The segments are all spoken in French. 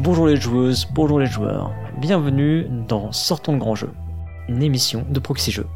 Bonjour les joueuses, bonjour les joueurs, bienvenue dans Sortons le grand jeu, une émission de Proxy Jeux.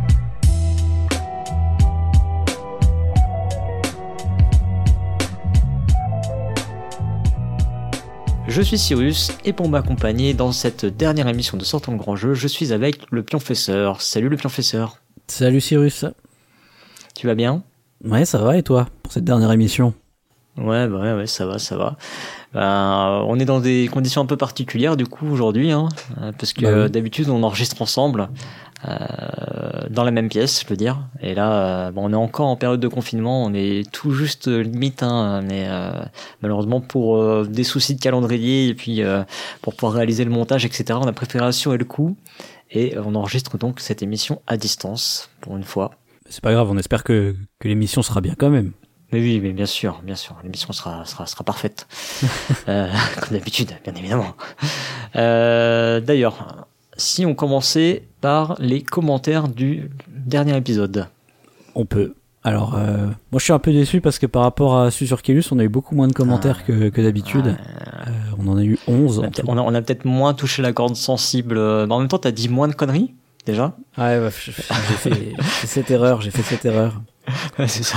Je suis Cyrus et pour m'accompagner dans cette dernière émission de Sortons le grand jeu, je suis avec le Pionfesseur. Salut le Pionfesseur. Salut Cyrus. Tu vas bien ? Ouais, ça va et toi, pour cette dernière émission ? Ouais, ça va. On est dans des conditions un peu particulières du coup aujourd'hui, parce que d'habitude on enregistre ensemble dans la même pièce, je veux dire. Et là, on est encore en période de confinement, on est tout juste limite, mais malheureusement pour des soucis de calendrier et puis pour pouvoir réaliser le montage, etc. On a préféré assurer le coup et on enregistre donc cette émission à distance pour une fois. C'est pas grave, on espère que l'émission sera bien quand même. Mais oui, mais bien sûr, l'émission sera parfaite, comme d'habitude, bien évidemment. D'ailleurs, si on commençait par les commentaires du dernier épisode. On peut. Alors, moi je suis un peu déçu parce que par rapport à Susurkelus, on a eu beaucoup moins de commentaires que d'habitude. On en a eu 11. On a peut-être moins touché la corde sensible. Mais en même temps, t'as dit moins de conneries, déjà. Ouais, j'ai fait cette erreur. Ouais, c'est ça.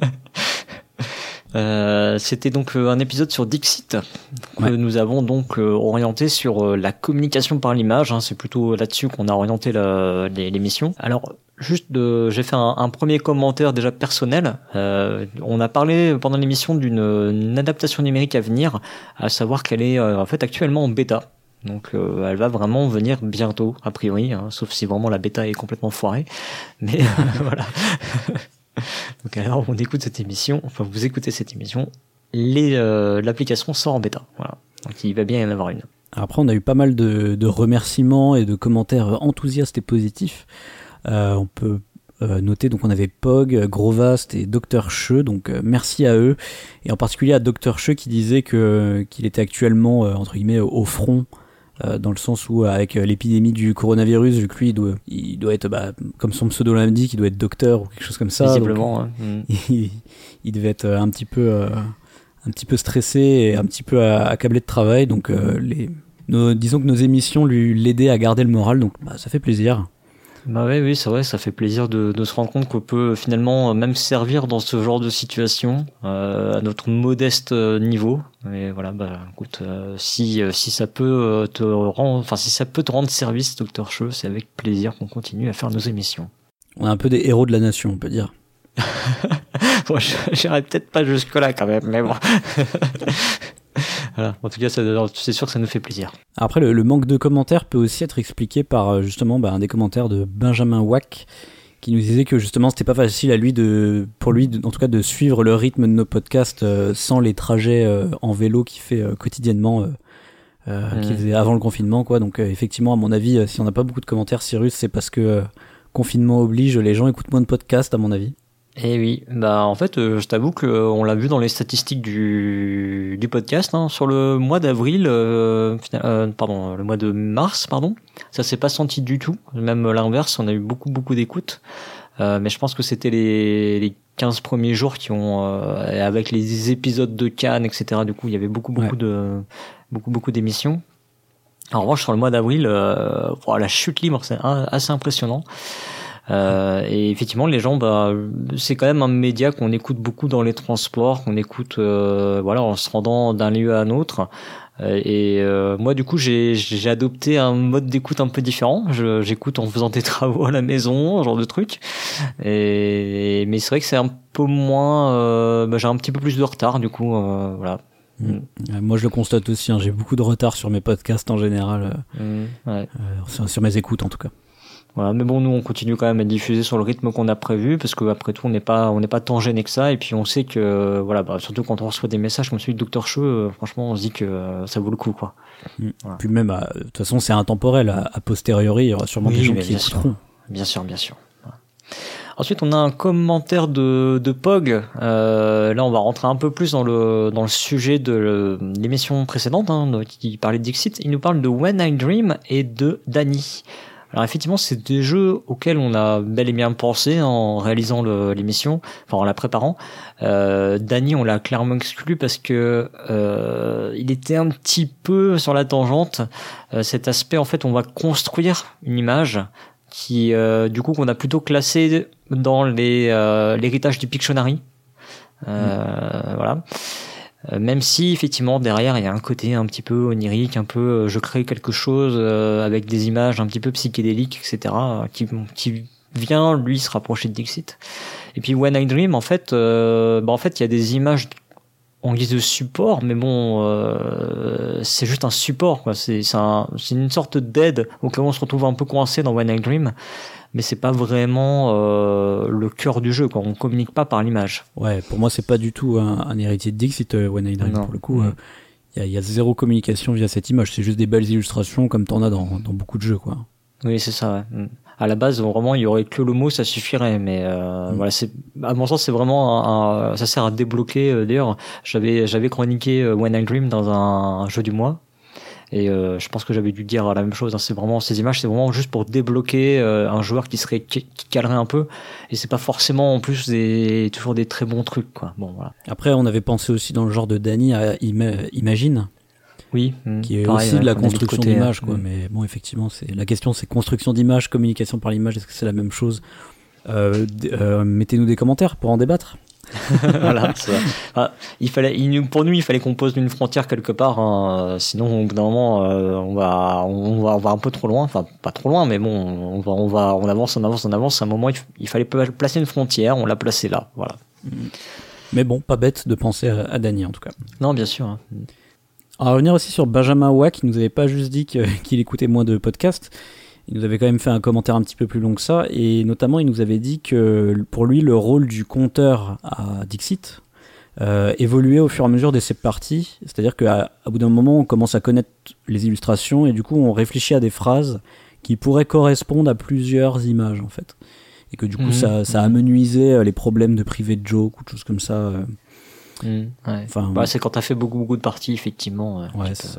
C'était donc un épisode sur Dixit que nous avons donc orienté sur la communication par l'image. C'est plutôt là-dessus qu'on a orienté l'émission. Alors, j'ai fait un premier commentaire déjà personnel. On a parlé pendant l'émission d'une adaptation numérique à venir, à savoir qu'elle est en fait actuellement en bêta. Donc elle va vraiment venir bientôt, a priori, sauf si vraiment la bêta est complètement foirée. Mais voilà. Donc alors on écoute cette émission, enfin vous écoutez cette émission, l'application sort en bêta, voilà. Donc il va bien y en avoir une. Après on a eu pas mal de remerciements et de commentaires enthousiastes et positifs. On peut noter, donc on avait Pog, Grovast et Dr Che, donc merci à eux, et en particulier à Dr Che qui disait qu'il était actuellement entre guillemets au front. Dans le sens où avec l'épidémie du coronavirus, vu que lui il doit être comme son pseudo l'indique, il doit être docteur ou quelque chose comme ça. Visiblement, donc, il devait être un petit peu stressé et un petit peu accablé de travail. Donc disons que nos émissions l'aidaient à garder le moral, donc ça fait plaisir. Oui, c'est vrai, ça fait plaisir de se rendre compte qu'on peut finalement même servir dans ce genre de situation à notre modeste niveau. Et voilà, écoute, si ça peut te rendre service, Dr Che, c'est avec plaisir qu'on continue à faire nos émissions. On est un peu des héros de la nation, on peut dire. Bon, j'irai peut-être pas jusque-là quand même, mais bon. Voilà. En tout cas, c'est sûr que ça nous fait plaisir. Après, le manque de commentaires peut aussi être expliqué par justement un des commentaires de Benjamin Wack qui nous disait que justement c'était pas facile pour lui en tout cas de suivre le rythme de nos podcasts sans les trajets en vélo qu'il fait quotidiennement, qu'il faisait avant le confinement, quoi. Donc effectivement, à mon avis, si on n'a pas beaucoup de commentaires, Cyrus, c'est parce que confinement oblige, les gens écoutent moins de podcasts, à mon avis. Eh oui, en fait, je t'avoue que on l'a vu dans les statistiques du podcast, sur le mois d'avril, le mois de mars, ça s'est pas senti du tout. Même l'inverse, on a eu beaucoup d'écoutes, mais je pense que c'était les 15 premiers jours qui ont, avec les épisodes de Cannes, etc. Du coup, il y avait beaucoup d'émissions. En revanche, sur le mois d'avril, la chute libre, c'est assez impressionnant. Et effectivement, les gens, c'est quand même un média qu'on écoute beaucoup dans les transports, qu'on écoute, en se rendant d'un lieu à un autre. Moi, du coup, j'ai adopté un mode d'écoute un peu différent. J'écoute en faisant des travaux à la maison, ce genre de truc. Mais c'est vrai que c'est un peu moins, j'ai un petit peu plus de retard, du coup, voilà. Moi je le constate aussi, j'ai beaucoup de retard sur mes podcasts en général, sur mes écoutes en tout cas. Voilà, mais bon, nous on continue quand même à diffuser sur le rythme qu'on a prévu, parce que après tout on n'est pas tant gêné que ça, et puis on sait que surtout quand on reçoit des messages comme celui de Dr Che, franchement on se dit que ça vaut le coup, quoi. Voilà. Puis même de toute façon c'est intemporel, a posteriori il y aura sûrement des gens qui écouteront. Bien sûr. Voilà. Ensuite on a un commentaire de Pog. Là on va rentrer un peu plus dans le sujet de l'émission précédente, qui parlait de Dixit. Il nous parle de When I Dream et de Danny. Alors effectivement, c'est des jeux auxquels on a bel et bien pensé en réalisant l'émission, enfin en la préparant. Dany, on l'a clairement exclu parce que il était un petit peu sur la tangente. Cet aspect, en fait, on va construire une image qui, du coup, qu'on a plutôt classé dans l'héritage du Pictionary. Voilà. Même si effectivement derrière il y a un côté un petit peu onirique, un peu je crée quelque chose avec des images un petit peu psychédéliques, etc. qui vient lui se rapprocher de Dixit. Et puis When I Dream, en fait il y a des images en guise de support, mais bon, c'est juste un support, quoi. C'est une sorte d'aide auquel on se retrouve un peu coincé dans When I Dream. Mais c'est pas vraiment le cœur du jeu, quoi. On communique pas par l'image. Ouais, pour moi c'est pas du tout un héritier de Dixit, When I Dream, pour le coup. Il y a zéro communication via cette image, c'est juste des belles illustrations comme t'en as dans beaucoup de jeux, quoi. Oui, c'est ça, ouais. À la base, vraiment, il y aurait que le mot, ça suffirait, mais voilà, à mon sens, c'est vraiment ça sert à débloquer. D'ailleurs, j'avais chroniqué When I Dream dans un jeu du mois. Et je pense que j'avais dû dire la même chose, hein. C'est vraiment, ces images, c'est vraiment juste pour débloquer un joueur qui calerait un peu. Et c'est pas forcément en plus toujours des très bons trucs, quoi. Bon, voilà. Après, on avait pensé aussi dans le genre de Dany à Imagine. Oui. Qui est pareil, aussi de la construction d'image, quoi. Mais bon, effectivement, la question, c'est construction d'image, communication par l'image. Est-ce que c'est la même chose? Mettez-nous des commentaires pour en débattre. Voilà, pour nous, il fallait qu'on pose une frontière quelque part, hein. Sinon, au bout d'un moment, on va un peu trop loin. Enfin, pas trop loin, mais bon, on avance. À un moment, il fallait placer une frontière. On l'a placée là, voilà. Mais bon, pas bête de penser à Dany, en tout cas. Non, bien sûr. Hein. On va revenir aussi sur Benjamin Waugh, qui nous avait pas juste dit qu'il écoutait moins de podcasts. Il nous avait quand même fait un commentaire un petit peu plus long que ça, et notamment il nous avait dit que pour lui le rôle du conteur à Dixit évoluait au fur et à mesure de ses parties, c'est-à-dire qu'à bout d'un moment on commence à connaître les illustrations et du coup on réfléchit à des phrases qui pourraient correspondre à plusieurs images en fait, et que du coup ça amenuisait les problèmes de privé de joke ou de choses comme ça. Ouais. Enfin, c'est quand t'as fait beaucoup de parties effectivement. Ouais, c'est ça.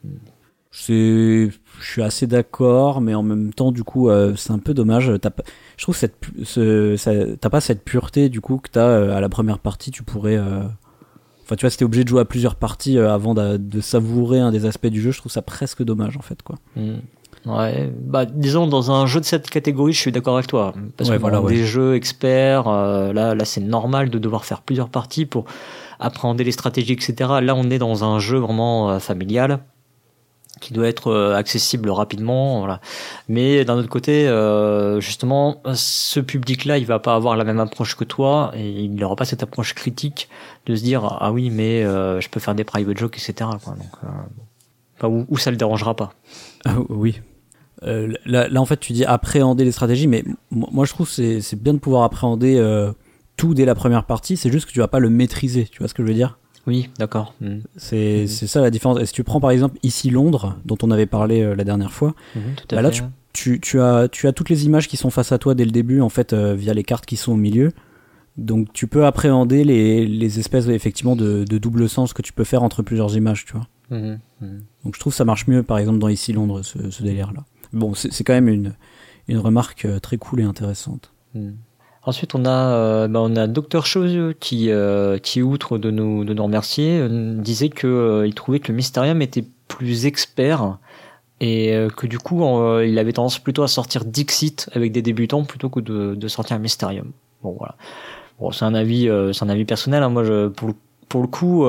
Je suis assez d'accord, mais en même temps, du coup, c'est un peu dommage. Je trouve t'as pas cette pureté, du coup, que t'as à la première partie. Tu pourrais, enfin, tu vois, si t'es obligé de jouer à plusieurs parties avant de savourer un des aspects du jeu, je trouve ça presque dommage, en fait, quoi. Ouais, disons, dans un jeu de cette catégorie, je suis d'accord avec toi. Parce que dans des jeux experts, là, c'est normal de devoir faire plusieurs parties pour appréhender les stratégies, etc. Là, on est dans un jeu vraiment familial, qui doit être accessible rapidement, voilà. Mais d'un autre côté, justement, ce public-là, il va pas avoir la même approche que toi, et il n'aura pas cette approche critique de se dire ah oui, mais je peux faire des private jokes, etc. quoi. Donc, où ça le dérangera pas. Oui. Là, en fait, tu dis appréhender les stratégies, mais moi, je trouve que c'est bien de pouvoir appréhender tout dès la première partie. C'est juste que tu vas pas le maîtriser. Tu vois ce que je veux dire? Oui, d'accord. C'est ça la différence. Et si tu prends par exemple ici Londres, dont on avait parlé la dernière fois, tout à là fait, tu as toutes les images qui sont face à toi dès le début, en fait, via les cartes qui sont au milieu. Donc tu peux appréhender les espèces effectivement de double sens que tu peux faire entre plusieurs images, tu vois. Donc je trouve que ça marche mieux par exemple dans ici Londres, ce délire-là. Bon, c'est quand même une remarque très cool et intéressante. Ensuite, on a Dr. Cho qui outre de nous remercier, disait que il trouvait que le Mysterium était plus expert et que du coup, il avait tendance plutôt à sortir Dixit avec des débutants plutôt que de sortir un Mysterium. Bon, voilà. Bon, c'est un avis personnel. Hein. Moi, pour le coup,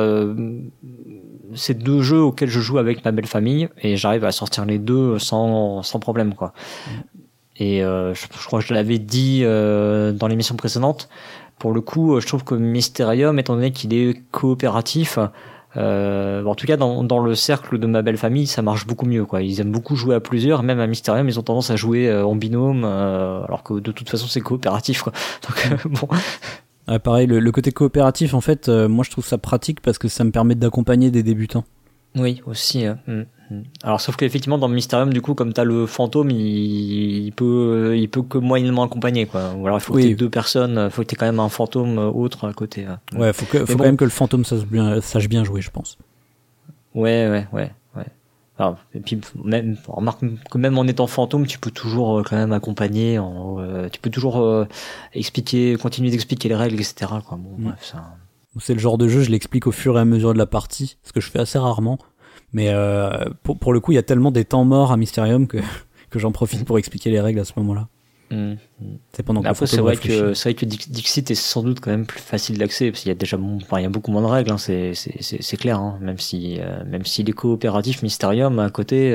c'est deux jeux auxquels je joue avec ma belle famille et j'arrive à sortir les deux sans problème, quoi. Et je crois que je l'avais dit dans l'émission précédente. Pour le coup, je trouve que Mysterium, étant donné qu'il est coopératif, en tout cas dans le cercle de ma belle famille, ça marche beaucoup mieux, quoi. Ils aiment beaucoup jouer à plusieurs, même à Mysterium, ils ont tendance à jouer en binôme, alors que de toute façon c'est coopératif, quoi. Donc bon. Ouais, pareil, le côté coopératif, en fait, moi je trouve ça pratique parce que ça me permet d'accompagner des débutants. Oui, aussi. Alors sauf qu'effectivement dans Mysterium, du coup, comme t'as le fantôme, il peut que moyennement accompagner, quoi. Ou alors il faut que t'aies deux personnes, faut que t'aies quand même un fantôme autre à côté. Ouais, faut quand même que le fantôme sache bien jouer, je pense. Ouais. Enfin, et puis même, remarque que même en étant fantôme, tu peux toujours quand même accompagner, tu peux toujours continuer d'expliquer les règles, etc. Quoi. Bon, bref, ça... C'est le genre de jeu, je l'explique au fur et à mesure de la partie, ce que je fais assez rarement. Mais pour le coup, il y a tellement des temps morts à Mysterium que j'en profite pour expliquer les règles à ce moment-là. C'est pendant que après, c'est vrai que Dixit est sans doute quand même plus facile d'accès parce qu'il y a déjà il y a beaucoup moins de règles, hein, c'est clair, hein, même si les coopératifs Mysterium à côté,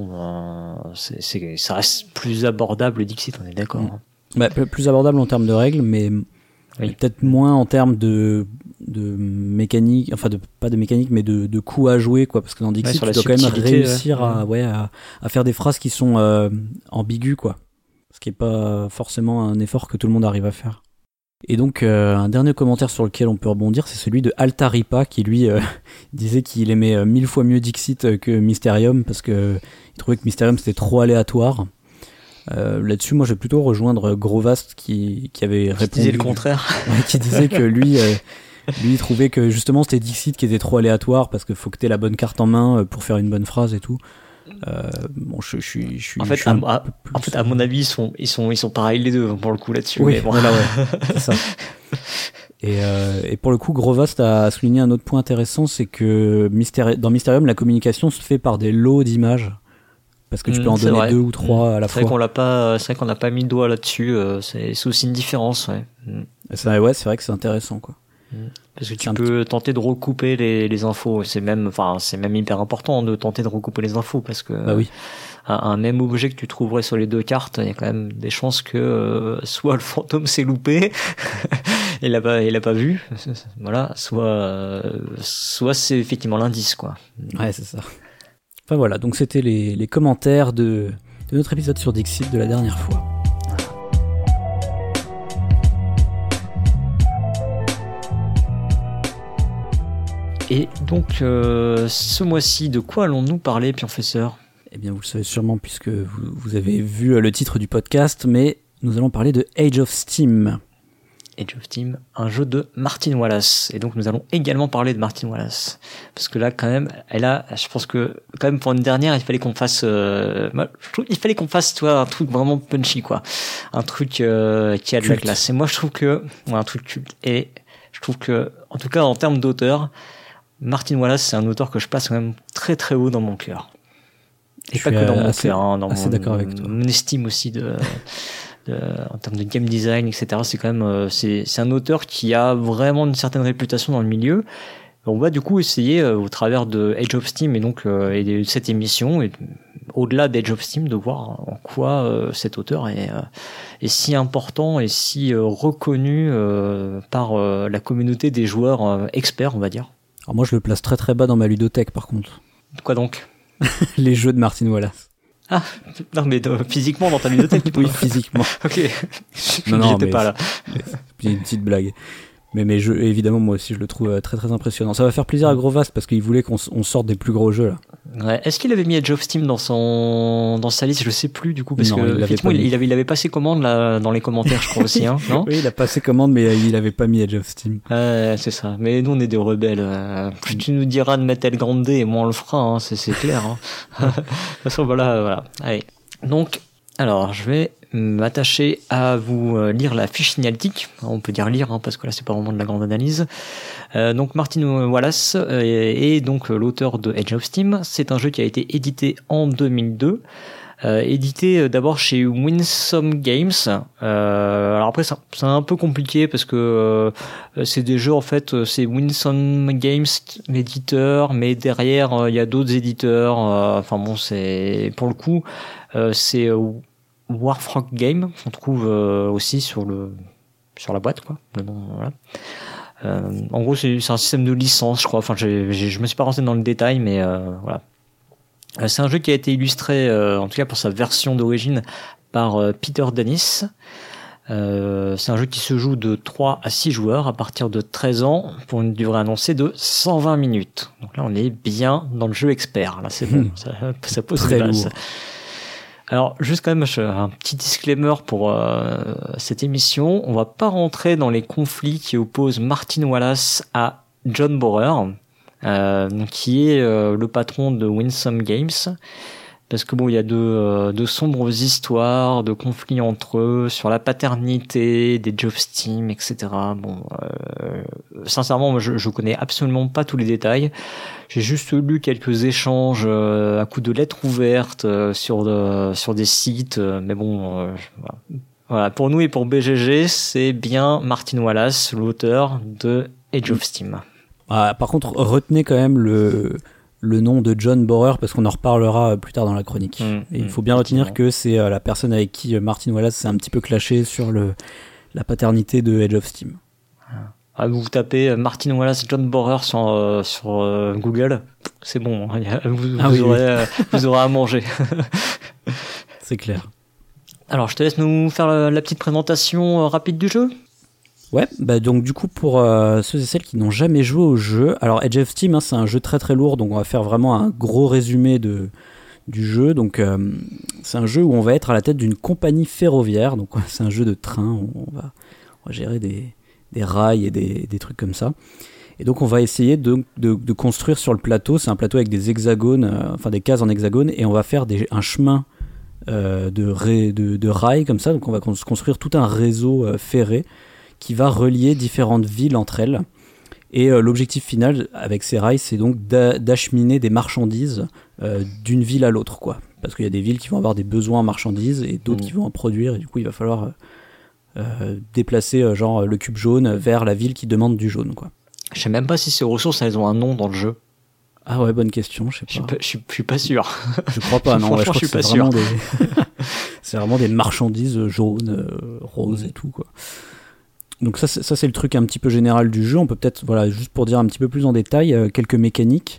ça reste plus abordable Dixit, on est d'accord. Hein. Bah, plus abordable en termes de règles, mais peut-être moins en termes de mécanique, enfin pas de mécanique, mais de coups à jouer, quoi, parce que dans Dixit tu dois quand même réussir à faire des phrases qui sont ambiguës, quoi. Ce qui est pas forcément un effort que tout le monde arrive à faire. Et donc un dernier commentaire sur lequel on peut rebondir, c'est celui de Altaripa qui lui disait qu'il aimait 1000 fois mieux Dixit que Mysterium parce que il trouvait que Mysterium c'était trop aléatoire. Là-dessus, moi je vais plutôt rejoindre Grovast qui avait répondu. Qui disait le contraire. Qui disait que lui il trouvait que justement c'était Dixit qui était trop aléatoire parce qu'il faut que t'aies la bonne carte en main pour faire une bonne phrase et tout. Bon, je suis. En fait, à mon avis, ils sont pareils les deux pour le coup là-dessus. Oui, mais bon. voilà, ouais, c'est ça. Et pour le coup, Grovast a souligné un autre point intéressant, c'est que dans Mysterium, la communication se fait par des lots d'images. Parce que tu peux en donner 2 ou 3 à la fois. C'est vrai qu'on n'a pas mis le doigt là-dessus. C'est aussi une différence, ouais. Ouais, c'est vrai que c'est intéressant, quoi. Parce que tu peux tenter de recouper les infos. C'est même hyper important de tenter de recouper les infos parce que bah oui. un même objet que tu trouverais sur les deux cartes, il y a quand même des chances que soit le fantôme s'est loupé, il l'a pas vu, voilà, soit c'est effectivement l'indice, quoi. Ouais, c'est ça. Enfin voilà, donc c'était les commentaires de notre épisode sur Dixit de la dernière fois. Et donc, ce mois-ci, de quoi allons-nous parler, Professeur ? Eh bien, vous le savez sûrement puisque vous avez vu le titre du podcast, mais nous allons parler de Age of Steam. Age of Steam, un jeu de Martin Wallace. Et donc, nous allons également parler de Martin Wallace. Parce que là, quand même, je pense que, quand même, pour une dernière, il fallait qu'on fasse, tu vois, un truc vraiment punchy, quoi. Un truc, qui a de la classe. Et moi, je trouve que, un truc culte. Et je trouve que, en tout cas, en termes d'auteur, Martin Wallace, c'est un auteur que je place quand même très très haut dans mon cœur. Et pas que dans mon cœur, hein, dans mon estime aussi en termes de game design, etc. C'est quand même, c'est un auteur qui a vraiment une certaine réputation dans le milieu. On va du coup essayer, au travers de Age of Steam et donc et de cette émission, et au-delà d'Age of Steam, de voir en quoi cet auteur est si important et si reconnu par la communauté des joueurs experts, on va dire. Alors moi je le place très très bas dans ma ludothèque par contre. Quoi donc? Les jeux de Martin Wallace. Ah, non mais physiquement dans ta ludothèque? Oui, physiquement. Ok. Non, j'étais pas là. C'est une petite blague. Mais évidemment, moi aussi, je le trouve très très impressionnant. Ça va faire plaisir à Grovast parce qu'il voulait qu'on sorte des plus gros jeux là. Ouais. Est-ce qu'il avait mis Age of Steam dans sa liste? Je sais plus du coup parce que effectivement il avait passé commande là dans les commentaires, je crois aussi, hein, non? Oui, il a passé commande, mais il avait pas mis Age of Steam. C'est ça. Mais nous on est des rebelles. Plus tu nous diras de mettre El Grande et moins on le fera, hein, c'est clair. Hein. De toute façon voilà. Allez. Donc alors je vais m'attacher à vous lire la fiche signalétique. On peut dire lire, hein, parce que là c'est pas vraiment de la grande analyse. Donc Martin Wallace est donc l'auteur de Age of Steam. C'est un jeu qui a été édité en 2002. Édité d'abord chez Winsome Games. Alors après c'est un peu compliqué parce que c'est des jeux, en fait c'est Winsome Games l'éditeur, mais derrière il y a d'autres éditeurs. Enfin bon, c'est pour le coup c'est Warfrog Game qu'on trouve aussi sur la boîte, quoi. Mais bon, voilà. En gros c'est un système de licence, je crois. Enfin je me suis pas renseigné dans le détail, mais voilà. C'est un jeu qui a été illustré, en tout cas pour sa version d'origine, par Peter Dennis. C'est un jeu qui se joue de 3 à 6 joueurs à partir de 13 ans pour une durée annoncée de 120 minutes. Donc là, on est bien dans le jeu expert. Là, c'est bon, ça pose les bases. Alors, juste quand même un petit disclaimer pour cette émission. On va pas rentrer dans les conflits qui opposent Martin Wallace à John Borer. donc qui est le patron de Winsome Games. Parce que bon, il y a de sombres histoires, de conflits entre eux sur la paternité, des jobs Steam, etc. Bon, sincèrement, moi, je connais absolument pas tous les détails. J'ai juste lu quelques échanges à coups de lettres ouvertes sur des sites, mais bon, voilà. Pour nous et pour BGG, c'est bien Martin Wallace, l'auteur de Age of Steam. Ah, par contre, retenez quand même le nom de John Borer parce qu'on en reparlera plus tard dans la chronique. Et il faut bien retenir que c'est la personne avec qui Martin Wallace s'est un petit peu clashé sur la paternité de Age of Steam. Ah, vous tapez Martin Wallace John Borer sur Google, c'est bon, vous aurez à manger. C'est clair. Alors je te laisse nous faire la petite présentation rapide du jeu. Ouais, bah donc du coup pour ceux et celles qui n'ont jamais joué au jeu, alors Age of Steam, c'est un jeu très très lourd, donc on va faire vraiment un gros résumé du jeu. Donc c'est un jeu où on va être à la tête d'une compagnie ferroviaire, donc c'est un jeu de train, on va gérer des rails et des trucs comme ça. Et donc on va essayer de construire sur le plateau, c'est un plateau avec des hexagones, enfin des cases en hexagone, et on va faire un chemin de rails comme ça, donc on va construire tout un réseau ferré qui va relier différentes villes entre elles. Et l'objectif final avec ces rails, c'est donc d'acheminer des marchandises d'une ville à l'autre, quoi. Parce qu'il y a des villes qui vont avoir des besoins en marchandises et d'autres qui vont en produire, et du coup il va falloir déplacer genre le cube jaune vers la ville qui demande du jaune, quoi. Je sais même pas si ces ressources elles ont un nom dans le jeu. Ah ouais, bonne question, je sais pas. Je suis pas sûr. Je crois pas, non. Franchement, je suis pas c'est sûr. C'est vraiment des marchandises jaunes, roses et tout, quoi. Donc ça c'est le truc un petit peu général du jeu. On peut peut-être, voilà, juste pour dire un petit peu plus en détail, quelques mécaniques.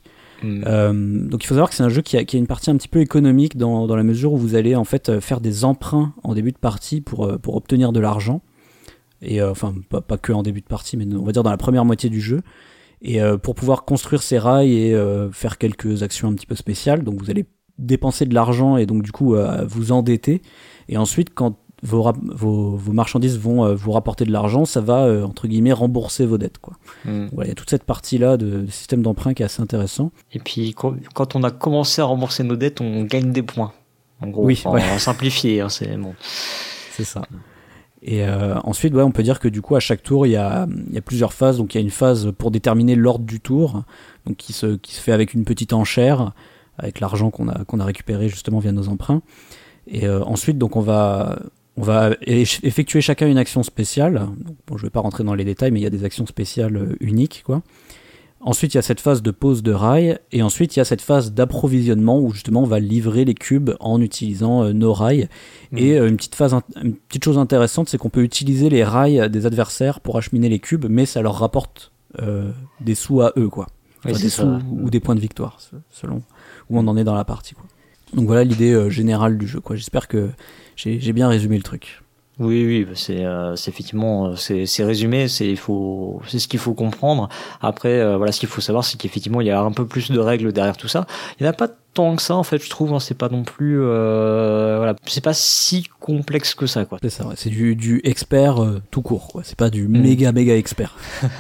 Donc il faut savoir que c'est un jeu qui a une partie un petit peu économique dans la mesure où vous allez en fait faire des emprunts en début de partie pour obtenir de l'argent. Et enfin pas que en début de partie, mais on va dire dans la première moitié du jeu. Et pour pouvoir construire ces rails et faire quelques actions un petit peu spéciales, donc vous allez dépenser de l'argent et donc du coup vous endetter. Et ensuite, quand vos marchandises vont vous rapporter de l'argent, ça va entre guillemets rembourser vos dettes, quoi. Voilà, il y a toute cette partie-là de système d'emprunt qui est assez intéressant. Et puis quand on a commencé à rembourser nos dettes, on gagne des points. En gros, oui, on va simplifier, hein, c'est bon. C'est ça. Et ensuite, on peut dire que du coup, à chaque tour, il y a plusieurs phases. Donc, il y a une phase pour déterminer l'ordre du tour, donc qui se fait avec une petite enchère, avec l'argent qu'on a récupéré justement via nos emprunts. Et ensuite, donc on va effectuer chacun une action spéciale. Donc, bon, je vais pas rentrer dans les détails, mais il y a des actions spéciales uniques, quoi. Ensuite, il y a cette phase de pose de rails, et ensuite, il y a cette phase d'approvisionnement où justement on va livrer les cubes en utilisant nos rails. Et une petite chose intéressante, c'est qu'on peut utiliser les rails des adversaires pour acheminer les cubes, mais ça leur rapporte des sous à eux, quoi. Enfin, des sous ou des points de victoire, selon où on en est dans la partie, quoi. Donc voilà l'idée générale du jeu, quoi. J'espère que j'ai bien résumé le truc. Oui, c'est effectivement c'est résumé, c'est ce qu'il faut comprendre. Après voilà, ce qu'il faut savoir, c'est qu'effectivement il y a un peu plus de règles derrière tout ça. Il n'y en a pas tant que ça en fait, je trouve, hein, c'est pas non plus voilà, c'est pas si complexe que ça, quoi. C'est ça, ouais, c'est du expert tout court, quoi. C'est pas du méga expert.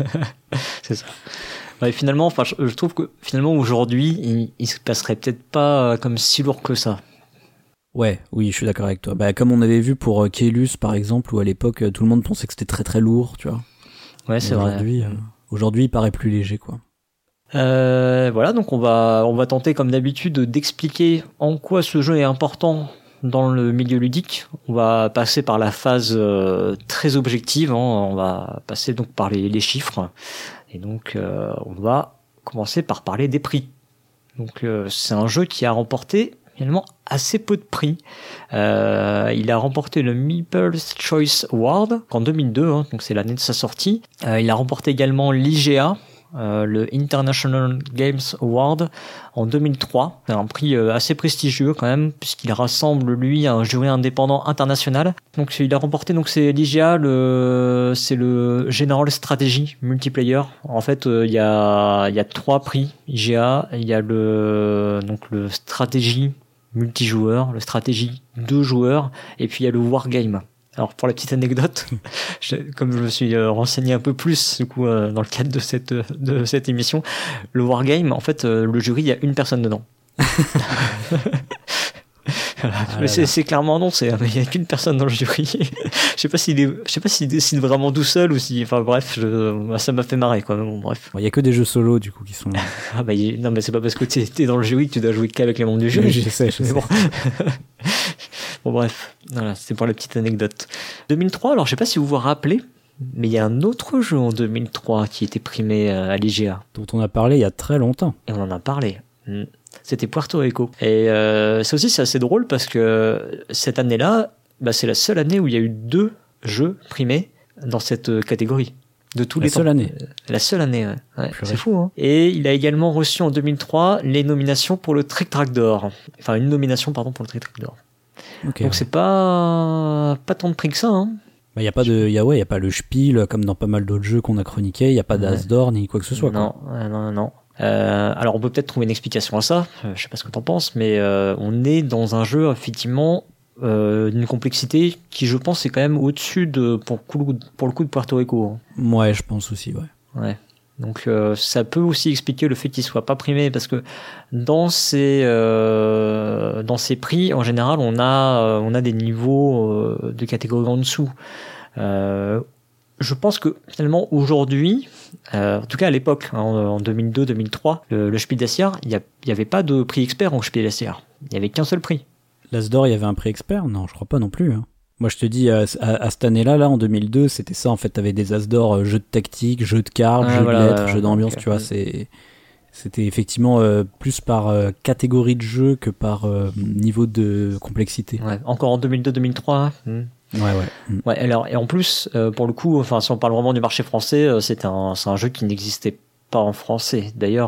C'est ça. Ouais, finalement, enfin je trouve que finalement aujourd'hui, il se passerait peut-être pas comme si lourd que ça. Ouais, oui, je suis d'accord avec toi. Bah, comme on avait vu pour Keylus, par exemple, où à l'époque, tout le monde pensait que c'était très très lourd, tu vois. Ouais, c'est vrai. Aujourd'hui, il paraît plus léger, quoi. Voilà, donc on va tenter, comme d'habitude, d'expliquer en quoi ce jeu est important dans le milieu ludique. On va passer par la phase très objective, hein. On va passer donc par les chiffres. Et donc, on va commencer par parler des prix. Donc, c'est un jeu qui a remporté finalement assez peu de prix. Il a remporté le Meeple's Choice Award en 2002, hein, donc c'est l'année de sa sortie. Il a remporté également l'IGA, le International Games Award en 2003. C'est un prix assez prestigieux quand même, puisqu'il rassemble lui un jury indépendant international. Donc il a remporté, donc c'est l'IGA, c'est le General Strategy Multiplayer. En fait, il y a 3 prix IGA. Il y a le stratégie multijoueur, le stratégie 2 joueurs, et puis il y a le wargame. Alors pour la petite anecdote, comme je me suis renseigné un peu plus du coup dans le cadre de cette émission, le Wargame, en fait, le jury, il y a une personne dedans. Voilà. Mais c'est clairement annoncé, hein, il n'y a qu'une personne dans le jury. Je sais pas s'il décide vraiment tout seul ou si, enfin bref, ça m'a fait marrer quoi. Bon, bref. Il y a que des jeux solo du coup qui sont. Ah bah non mais c'est pas parce que t'es dans le jury que tu dois jouer qu'avec les membres du jury. Je sais. Bon. Bon bref, voilà, c'est pour la petite anecdote. 2003, alors je sais pas si vous vous rappelez, mais il y a un autre jeu en 2003 qui était primé à l'IGA. Dont on a parlé il y a très longtemps. Et on en a parlé. C'était Puerto Rico. Et ça aussi c'est assez drôle parce que cette année-là, c'est la seule année où il y a eu 2 jeux primés dans cette catégorie. De tous les temps. La seule année, ouais. C'est fou, hein. Et il a également reçu en 2003 les nominations pour le Trick Track d'or. Enfin, une nomination, pardon, pour le Trick Track d'or. Okay, donc c'est pas tant de prix que ça, hein. Il y a pas le Spiel comme dans pas mal d'autres jeux qu'on a chroniqués. Il y a pas d'As d'or ni quoi que ce soit. Non. Alors on peut peut-être trouver une explication à ça. Je sais pas ce que t'en penses, mais on est dans un jeu effectivement d'une complexité qui, je pense, est quand même au-dessus pour le coup de Puerto Rico. Hein. Ouais, je pense aussi, ouais. Donc ça peut aussi expliquer le fait qu'il soit pas primé, parce que dans ces prix, en général, on a des niveaux de catégorie en dessous. Je pense que finalement aujourd'hui, en tout cas à l'époque, hein, en 2002-2003, le Spiel des Jahres, il y avait pas de prix expert au Spiel des Jahres. Il y avait qu'un seul prix. L'As d'or, il y avait un prix expert ? Non, je crois pas non plus. Hein. Moi, je te dis, à cette année-là, en 2002, c'était ça. En fait, t'avais des As d'or, jeux de tactique, jeux de cartes, jeux de lettres, jeux d'ambiance. Okay. Tu vois, c'était effectivement plus par catégorie de jeu que par niveau de complexité. Ouais, encore en 2002-2003. Ouais, alors, et en plus, pour le coup, enfin, si on parle vraiment du marché français, c'est un jeu qui n'existait pas en français. D'ailleurs,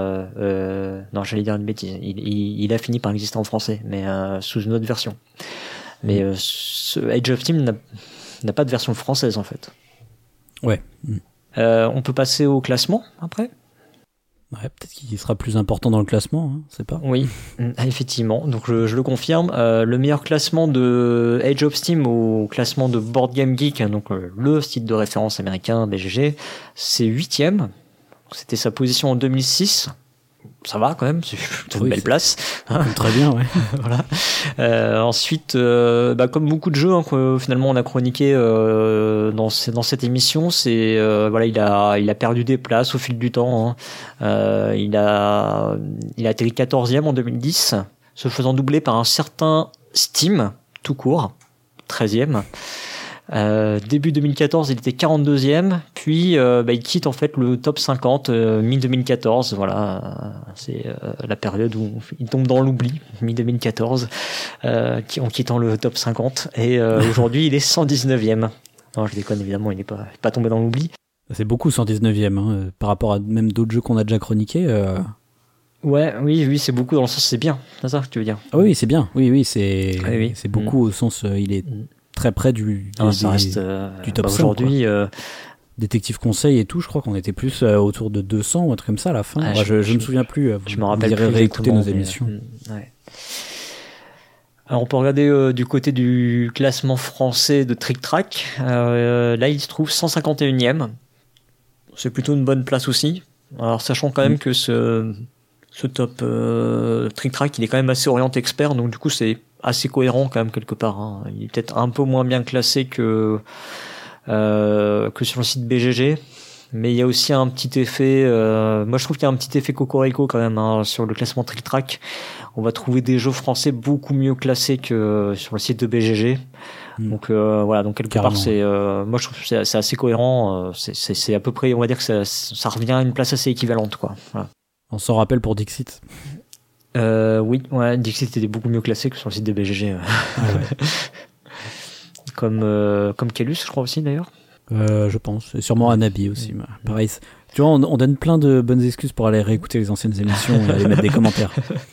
non, j'allais dire une bêtise. Il a fini par exister en français, mais sous une autre version. Mais Age of Steam n'a pas de version française, en fait. Ouais. On peut passer au classement, après ? Ouais, peut-être qu'il sera plus important dans le classement, hein, c'est pas. Oui, effectivement. Donc je le confirme. Le meilleur classement de Age of Steam au classement de Board Game Geek, donc le site de référence américain BGG, c'est 8e. C'était sa position en 2006. Ça va quand même, c'est une belle place. Très bien, ouais. Voilà. Ensuite, comme beaucoup de jeux que finalement on a chroniqué dans cette émission, c'est il a perdu des places au fil du temps. Hein. Il a atterri 14e en 2010, se faisant doubler par un certain Steam tout court, 13e. Début 2014, il était 42e, puis il quitte en fait le top 50 mi-2014. Voilà, c'est la période où il tombe dans l'oubli, mi-2014, en quittant le top 50. Et aujourd'hui, il est 119e. Non, je déconne, évidemment, il n'est pas tombé dans l'oubli. C'est beaucoup 119e, hein, par rapport à même d'autres jeux qu'on a déjà chroniqués. Oui, c'est beaucoup dans le sens c'est bien. C'est ça que tu veux dire ? Ah oui, c'est bien. Oui, c'est beaucoup au sens il est très près du top 100. Aujourd'hui, Détective Conseil et tout, je crois qu'on était plus autour de 200 ou un truc comme ça à la fin. Je me souviens plus. Je me rappelle plus réécouter nos émissions. Alors on peut regarder du côté du classement français de Trick Track. Là, il se trouve 151e. C'est plutôt une bonne place aussi. Alors sachant quand même que ce top Trick Track, il est quand même assez orienté expert, donc du coup c'est assez cohérent quand même quelque part. Hein. Il est peut-être un peu moins bien classé que sur le site BGG, mais il y a aussi un petit effet. Moi, je trouve qu'il y a un petit effet cocorico quand même hein, sur le classement Trick Track. On va trouver des jeux français beaucoup mieux classés que sur le site de BGG. Donc voilà, donc quelque part c'est, moi je trouve que c'est assez cohérent. C'est à peu près, on va dire que ça revient à une place assez équivalente quoi. Voilà. On s'en rappelle pour Dixit. Oui, ouais, Dixit était beaucoup mieux classé que sur le site de BGG. Comme Kellus, je crois aussi d'ailleurs. Je pense. Et sûrement Anabi aussi. Pareil. Tu vois, on donne plein de bonnes excuses pour aller réécouter les anciennes émissions et aller mettre des commentaires.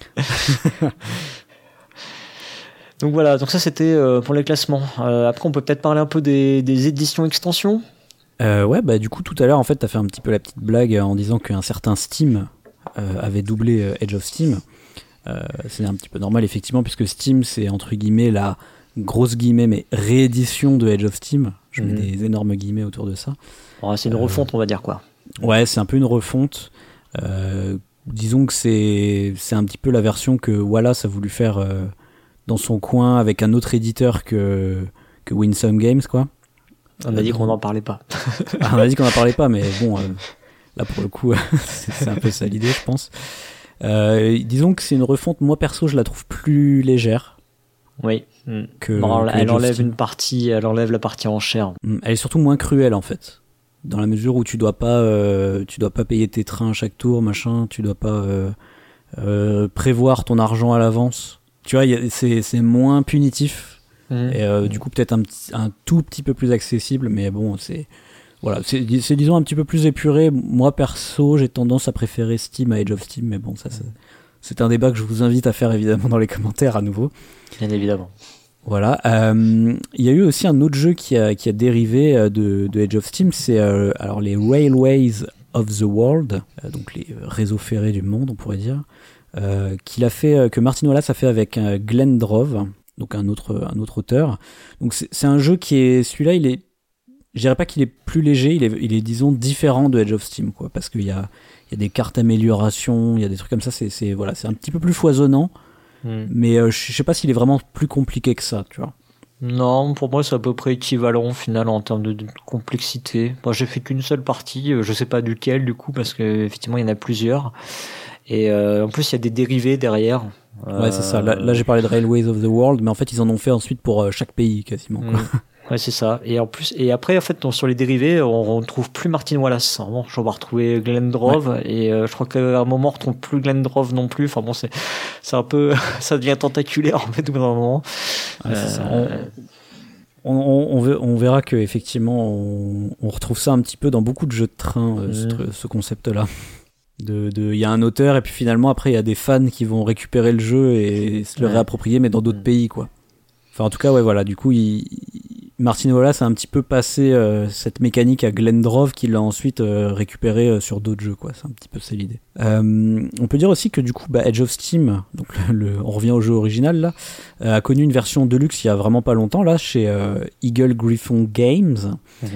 Donc voilà, donc ça c'était pour les classements. Après, on peut peut-être parler un peu des éditions extensions. Ouais, du coup, tout à l'heure, en fait, t'as fait un petit peu la petite blague en disant qu'un certain Steam avait doublé Age of Steam. C'est un petit peu normal, effectivement, puisque Steam, c'est entre guillemets la grosses guillemets, mais réédition de Age of Steam. Je mets des énormes guillemets autour de ça. Ouais, c'est une refonte, on va dire quoi. Ouais, c'est un peu une refonte. Disons que c'est un petit peu la version que Wallace a voulu faire dans son coin avec un autre éditeur que Winsome Games, quoi. On a dit qu'on n'en parlait pas. On a dit qu'on n'en parlait pas, mais bon, là pour le coup, c'est un peu ça l'idée, je pense. Disons que c'est une refonte, moi perso, je la trouve plus légère. Oui. Elle enlève une partie, elle enlève la partie enchère. Elle est surtout moins cruelle en fait, dans la mesure où tu dois pas payer tes trains à chaque tour, machin, tu dois pas prévoir ton argent à l'avance. Tu vois, c'est moins punitif et du coup peut-être un tout petit peu plus accessible, mais bon, c'est disons un petit peu plus épuré. Moi perso, j'ai tendance à préférer Steam à Age of Steam, mais bon, ça c'est un débat que je vous invite à faire évidemment dans les commentaires à nouveau. Bien évidemment. Voilà. Il y a eu aussi un autre jeu qui a dérivé de Age of Steam, c'est alors les Railways of the World, donc les réseaux ferrés du monde, on pourrait dire, que Martin Wallace a fait avec Glenn Drove, donc un autre auteur. Donc c'est un jeu celui-là, je dirais pas qu'il est plus léger, il est disons différent de Age of Steam, quoi, parce qu'il y a des cartes amélioration, il y a des trucs comme ça, c'est un petit peu plus foisonnant, mais je sais pas s'il est vraiment plus compliqué que ça, tu vois. Non, pour moi c'est à peu près équivalent au final en termes de complexité. Moi j'ai fait qu'une seule partie, je sais pas duquel du coup, parce que effectivement il y en a plusieurs, et en plus il y a des dérivés derrière. Ouais, c'est ça, là j'ai parlé de Railways of the World, mais en fait ils en ont fait ensuite pour chaque pays quasiment, quoi. Ouais, c'est ça. Et après, en fait, sur les dérivés, on retrouve plus Martin Wallace. Bon, je vais retrouver Glenn Drove, et je crois qu'à un moment, on retrouve plus Glenn Drove non plus. Enfin bon, c'est un peu, ça devient tentaculaire, en fait, au bout d'un moment. Ouais, c'est ça. On verra que effectivement, on retrouve ça un petit peu dans beaucoup de jeux de train, ce concept-là. Il y a un auteur, et puis finalement, après, il y a des fans qui vont récupérer le jeu et se le réapproprier, mais dans d'autres pays, quoi. Enfin, en tout cas, ouais, voilà. Du coup, Martin Wallace a un petit peu passé cette mécanique à Glenn Drove, qui l'a ensuite récupéré sur d'autres jeux, quoi. C'est un petit peu ça l'idée. On peut dire aussi que du coup, Age of Steam, donc on revient au jeu original là, a connu une version deluxe il y a vraiment pas longtemps là chez Eagle Gryphon Games,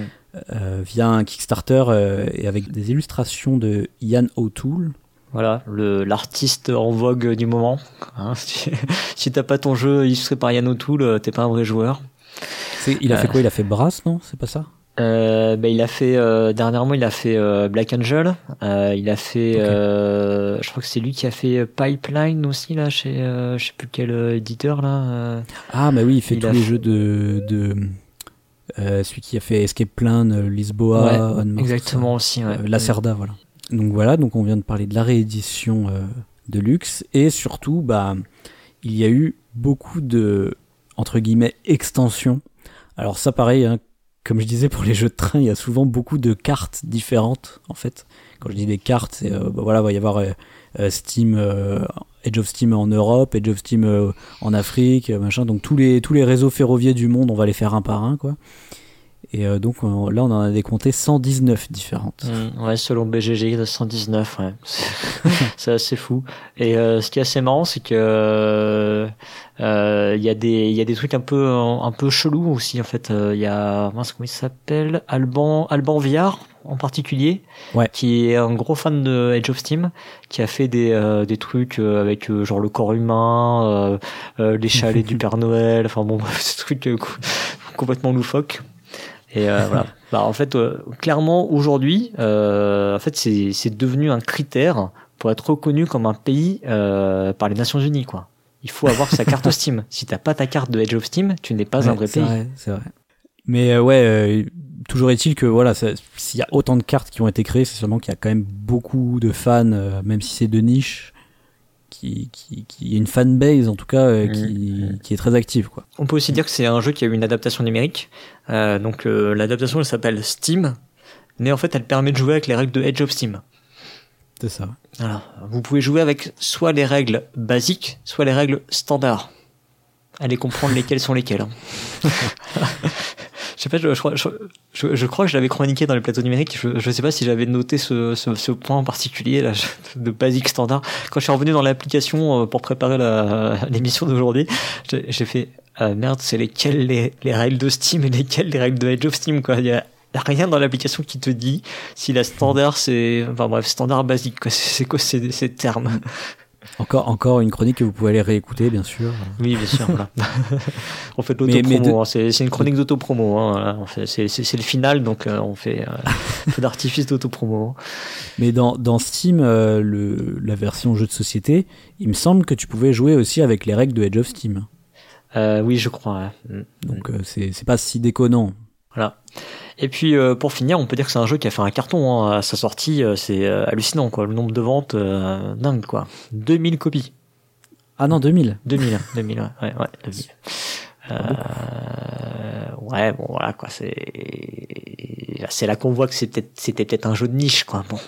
via un Kickstarter et avec des illustrations de Ian O'Toole. Voilà, l'artiste en vogue du moment. Hein, si t'as pas ton jeu illustré par Ian O'Toole, t'es pas un vrai joueur. Il a fait quoi? Il a fait Brass, non? C'est pas ça? Il a fait dernièrement, il a fait Black Angel. Il a fait, je crois que c'est lui qui a fait Pipeline aussi là, chez je sais plus quel éditeur là. Ah bah oui, il fait tous les jeux de celui qui a fait Escape Plan, Lisboa, ouais, exactement aussi. Ouais. Lacerda, voilà. Donc on vient de parler de la réédition de luxe, et surtout il y a eu beaucoup de entre guillemets extensions. Alors ça pareil, hein, comme je disais pour les jeux de train, il y a souvent beaucoup de cartes différentes en fait. Quand je dis des cartes, c'est voilà, il va y avoir Steam, Age of Steam en Europe, Age of Steam en Afrique, machin. Donc tous les réseaux ferroviaires du monde, on va les faire un par un, quoi. Et donc là, on en a décompté 119 différentes. Ouais, selon BGG, 119, ouais. C'est assez fou. Et ce qui est assez marrant, c'est que il y a des trucs un peu chelous aussi en fait. Il y a comment il s'appelle, Alban Viard en particulier, ouais, qui est un gros fan de Age of Steam, qui a fait des trucs avec genre le corps humain, les chalets du Père Noël, enfin bon, ce truc complètement loufoque. Et voilà. En fait, clairement aujourd'hui, en fait, c'est devenu un critère pour être reconnu comme un pays par les Nations Unies, quoi. Il faut avoir sa carte Steam. Si t'as pas ta carte de Age of Steam, tu n'es pas un vrai pays. C'est vrai. Mais toujours est-il que voilà, s'il y a autant de cartes qui ont été créées, c'est seulement qu'il y a quand même beaucoup de fans, même si c'est de niche, qui y a une fanbase en tout cas qui est très active, quoi. On peut aussi dire que c'est un jeu qui a eu une adaptation numérique. Donc l'adaptation elle s'appelle Steam, mais en fait elle permet de jouer avec les règles de Age of Steam. C'est ça. Alors, vous pouvez jouer avec soit les règles basiques, soit les règles standards. Allez comprendre lesquelles sont lesquelles. Hein. Je sais pas, je crois que je l'avais chroniqué dans les plateaux numériques. Je sais pas si j'avais noté ce point en particulier là, de basique standard. Quand je suis revenu dans l'application pour préparer l'émission d'aujourd'hui, j'ai fait Merde, c'est lesquelles les règles de Steam et lesquelles les règles de Edge of Steam, quoi. Il y a rien dans l'application qui te dit si la standard c'est, enfin bref, standard basique, quoi. C'est quoi ces termes? Encore une chronique que vous pouvez aller réécouter, bien sûr. Oui, bien sûr, voilà. On fait de l'autopromo, hein. C'est une chronique d'autopromo, hein. Voilà. C'est le final, donc on fait un peu d'artifice d'autopromo. Mais dans Steam, la version jeu de société, il me semble que tu pouvais jouer aussi avec les règles de Edge of Steam. Oui, je crois. Ouais. Donc c'est pas si déconnant. Voilà. Et puis pour finir, on peut dire que c'est un jeu qui a fait un carton, hein. À sa sortie, c'est hallucinant, quoi. Le nombre de ventes, dingue, quoi. 2000 copies. Ah non, 2000. 2000, ouais, 2000. Ouais, bon, voilà, quoi. C'est là qu'on voit que c'était peut-être un jeu de niche, quoi. Bon.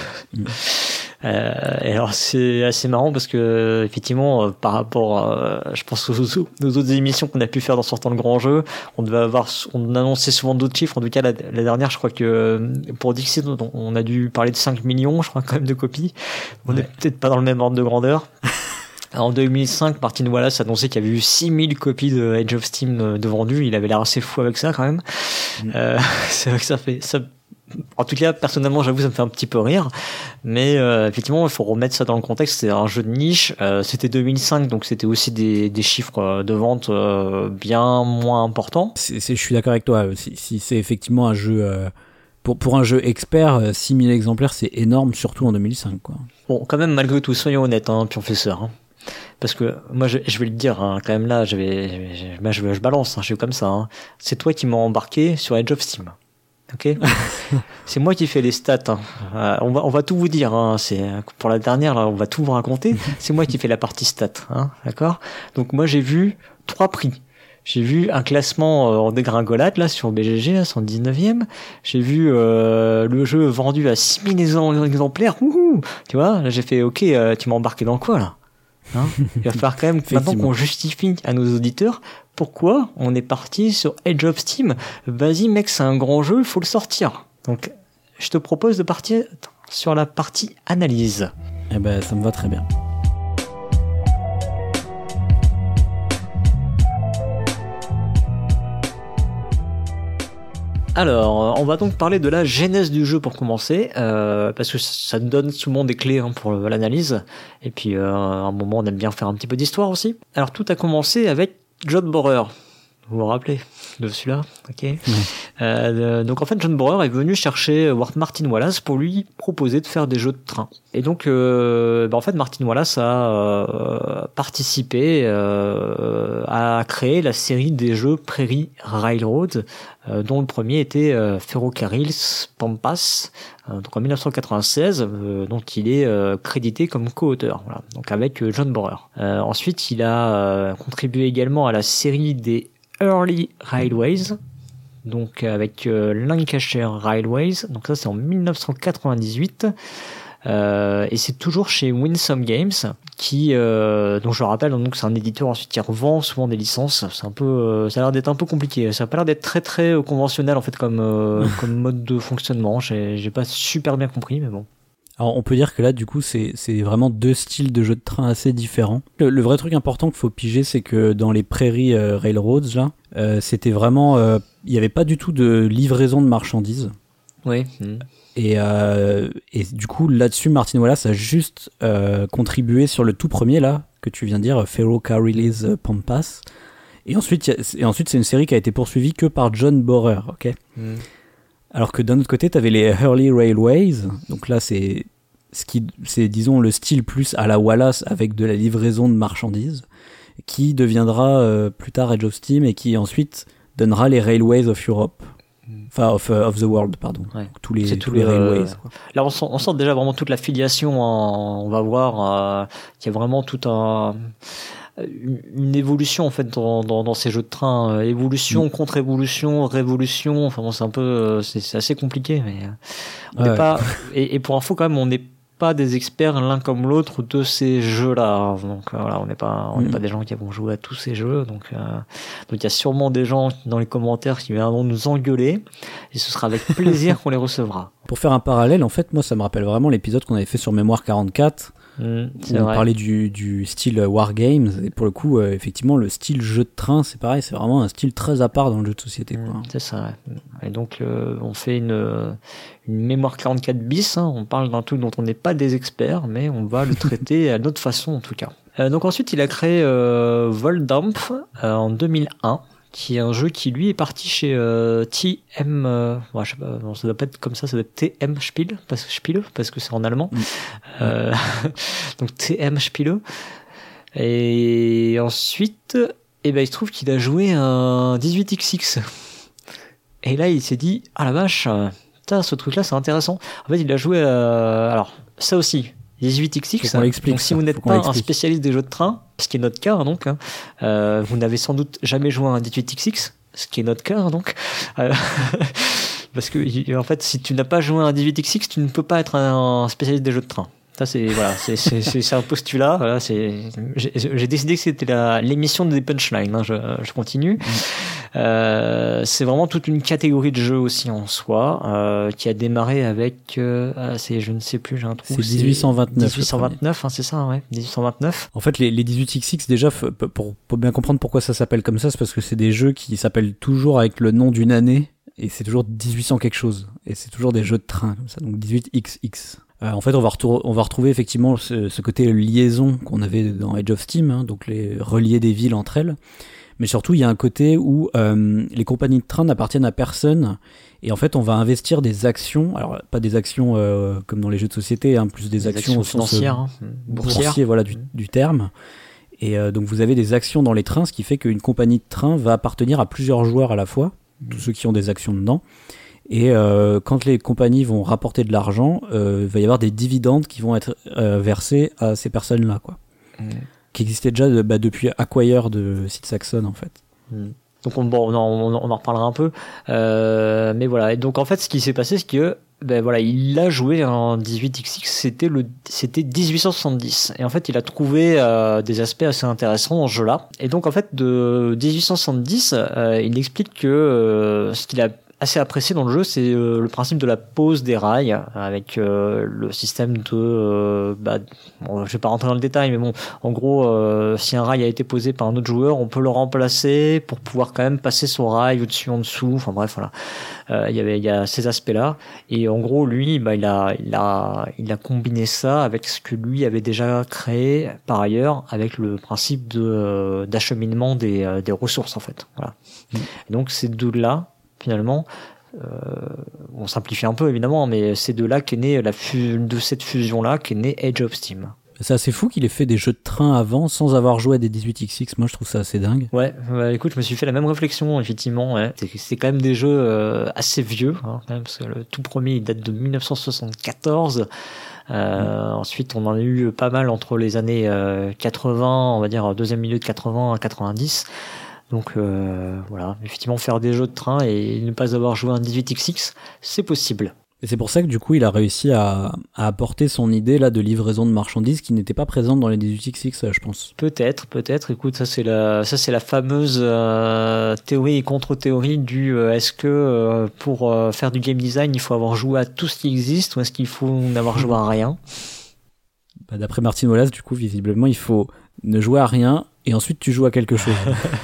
Et alors c'est assez marrant parce que effectivement par rapport je pense aux autres émissions qu'on a pu faire dans sortant le grand jeu, on annonçait souvent d'autres chiffres. En tout cas la dernière, je crois que pour Dixit on a dû parler de 5 millions, je crois, quand même, de copies. On est peut-être pas dans le même ordre de grandeur. En 2005, Martin Wallace annonçait qu'il y avait eu 6000 copies de Edge of Steam de vendues. Il avait l'air assez fou avec ça, quand même. C'est vrai que ça en tout cas, personnellement, j'avoue, ça me fait un petit peu rire. Mais effectivement, il faut remettre ça dans le contexte. C'est un jeu de niche. C'était 2005, donc c'était aussi des chiffres de vente bien moins importants. Je suis d'accord avec toi. Si c'est effectivement un jeu... Pour un jeu expert, 6000 exemplaires, c'est énorme, surtout en 2005, quoi. Bon, quand même, malgré tout, soyons honnêtes, hein, Pionfesseur. Hein. Parce que moi, je vais le dire, hein, quand même là, je balance, hein, je suis comme ça. Hein. C'est toi qui m'as embarqué sur Edge of Steam. Ok, c'est moi qui fais les stats. Hein. On va tout vous dire. Hein. C'est pour la dernière, là, on va tout vous raconter. C'est moi qui fais la partie stats. Hein. D'accord. Donc moi, j'ai vu 3 prix. J'ai vu un classement en dégringolade là sur BGG, là, 119e. J'ai vu le jeu vendu à 6000 exemplaires. Wouhou, tu vois, là, j'ai fait OK. Tu m'as embarqué dans quoi là? Hein, il va falloir quand même maintenant qu'on justifie à nos auditeurs pourquoi on est parti sur Edge of Steam. Vas-y mec, c'est un grand jeu, il faut le sortir. Donc je te propose de partir sur la partie analyse. Eh ben ça me va très bien. Alors, on va donc parler de la genèse du jeu pour commencer, parce que ça nous donne souvent des clés, hein, pour l'analyse. Et puis, à un moment, on aime bien faire un petit peu d'histoire aussi. Alors, tout a commencé avec John Borer. Vous vous rappelez de celui-là? Ok. Donc en fait, John Borer est venu chercher Martin Wallace pour lui proposer de faire des jeux de train. Et donc, en fait, Martin Wallace a participé à créer la série des jeux Prairie Railroad, dont le premier était Ferrocarrils Pampas, donc en 1996, dont il est crédité comme co-auteur. Voilà. Donc avec John Borer. Ensuite, il a contribué également à la série des Early Railways, donc avec Lancashire Railways, donc ça c'est en 1998, et c'est toujours chez Winsome Games, qui, dont je rappelle, donc c'est un éditeur ensuite qui revend souvent des licences. C'est un peu, ça a l'air d'être un peu compliqué. Ça a pas l'air d'être très très conventionnel en fait comme mode de fonctionnement. J'ai pas super bien compris, mais bon. Alors on peut dire que là du coup c'est vraiment 2 styles de jeux de train assez différents. Le vrai truc important qu'il faut piger, c'est que dans les Prairie Railroads là, c'était vraiment, il y avait pas du tout de livraison de marchandises. Oui. Et du coup là-dessus Martin Wallace a juste contribué sur le tout premier là que tu viens de dire, Ferrocarriles Pampas. Et ensuite c'est une série qui a été poursuivie que par John Borer, ok. Alors que d'un autre côté, t'avais les Early Railways, donc là c'est disons le style plus à la Wallace avec de la livraison de marchandises, qui deviendra plus tard Edge of Steam et qui ensuite donnera les Railways of Europe, enfin of the World, pardon. Ouais. Tous les Railways. Quoi. Là on sent déjà vraiment toute la filiation. On va voir qu'il y a vraiment tout une évolution en fait dans ces jeux de train, évolution, contre-évolution, révolution. Enfin bon, c'est un peu, c'est assez compliqué, mais on n'est pas. Et pour info quand même, on n'est pas des experts l'un comme l'autre de ces jeux-là. Donc voilà, on n'est pas des gens qui vont jouer à tous ces jeux. Donc il y a sûrement des gens dans les commentaires qui viendront nous engueuler, et ce sera avec plaisir qu'on les recevra. Pour faire un parallèle, en fait, moi, ça me rappelle vraiment l'épisode qu'on avait fait sur Mémoire 44. On parlait du style Wargames, et pour le coup, effectivement, le style jeu de train, c'est pareil, c'est vraiment un style très à part dans le jeu de société. Quoi. C'est ça. Ouais. Et donc, on fait une mémoire 44 bis. Hein. On parle d'un truc dont on n'est pas des experts, mais on va le traiter à notre façon, en tout cas. Donc ensuite, il a créé Voldampf en 2001. Qui est un jeu qui lui est parti chez TM, je sais pas, non, ça doit pas être comme ça doit être TM Spiel parce que c'est en allemand. Donc TM Spiele. Et ensuite, il se trouve qu'il a joué un 18XX. Et là, il s'est dit, ah la vache, ce truc-là, c'est intéressant. En fait, il a joué, alors ça aussi. 18XX, donc si vous n'êtes pas un spécialiste des jeux de train, ce qui est notre cas, donc, vous n'avez sans doute jamais joué à un 18XX, ce qui est notre cas, donc, parce que en fait, si tu n'as pas joué à un 18XX, tu ne peux pas être un spécialiste des jeux de train. Ça, c'est un postulat. Voilà, j'ai décidé que c'était l'émission des punchlines. Hein, je continue. C'est vraiment toute une catégorie de jeux aussi en soi, qui a démarré avec, je ne sais plus, j'ai un trou. C'est 1829. 1829, hein, c'est ça, ouais. 1829. En fait, les 18XX, déjà, pour bien comprendre pourquoi ça s'appelle comme ça, c'est parce que c'est des jeux qui s'appellent toujours avec le nom d'une année, et c'est toujours 1800 quelque chose. Et c'est toujours des jeux de train, comme ça. Donc 18XX. En fait, on va retrouver effectivement ce côté liaison qu'on avait dans Age of Steam, hein, donc les relier des villes entre elles. Mais surtout, il y a un côté où les compagnies de train n'appartiennent à personne. Et en fait, on va investir des actions. Alors, pas des actions comme dans les jeux de société, hein, plus des actions au sens financières, boursier, voilà, du terme. Et donc, vous avez des actions dans les trains, ce qui fait qu'une compagnie de train va appartenir à plusieurs joueurs à la fois, tous ceux qui ont des actions dedans. Et quand les compagnies vont rapporter de l'argent, il va y avoir des dividendes qui vont être versés à ces personnes-là, quoi. Qui existaient déjà depuis Acquire de Sid Saxon, en fait. Donc on en reparlera un peu, mais voilà. Et donc en fait, ce qui s'est passé, c'est que il a joué en 18XX, c'était 1870. Et en fait, il a trouvé des aspects assez intéressants dans ce jeu-là. Et donc en fait, de 1870, il explique que ce qu'il a assez apprécié dans le jeu, c'est le principe de la pose des rails avec le système de je vais pas rentrer dans le détail, mais bon, en gros, si un rail a été posé par un autre joueur, on peut le remplacer pour pouvoir quand même passer son rail au-dessus, en dessous, enfin bref, voilà. Il y a ces aspects-là, et en gros, lui, il a combiné ça avec ce que lui avait déjà créé par ailleurs, avec le principe d'acheminement des ressources, en fait, voilà. Et donc ces deux-là, finalement, on simplifie un peu évidemment, mais c'est de là qu'est née de cette fusion-là qu'est née Age of Steam. C'est assez fou qu'il ait fait des jeux de train avant sans avoir joué à des 18XX. Moi, je trouve ça assez dingue. Ouais, écoute, je me suis fait la même réflexion, effectivement. Ouais. C'est quand même des jeux assez vieux, hein, quand même, parce que le tout premier, il date de 1974. Ensuite, on en a eu pas mal entre les années 80, on va dire deuxième milieu de 80 à 90. Donc voilà, effectivement, faire des jeux de train et ne pas avoir joué un 18XX, c'est possible. Et c'est pour ça que du coup, il a réussi à apporter son idée là de livraison de marchandises qui n'était pas présente dans les 18XX, je pense. Peut-être. Écoute, ça c'est la fameuse théorie et contre-théorie du est-ce que pour faire du game design, il faut avoir joué à tout ce qui existe ou est-ce qu'il faut n'avoir joué à rien? D'après Martin Wallace, du coup, visiblement, il faut ne jouer à rien et ensuite tu joues à quelque chose.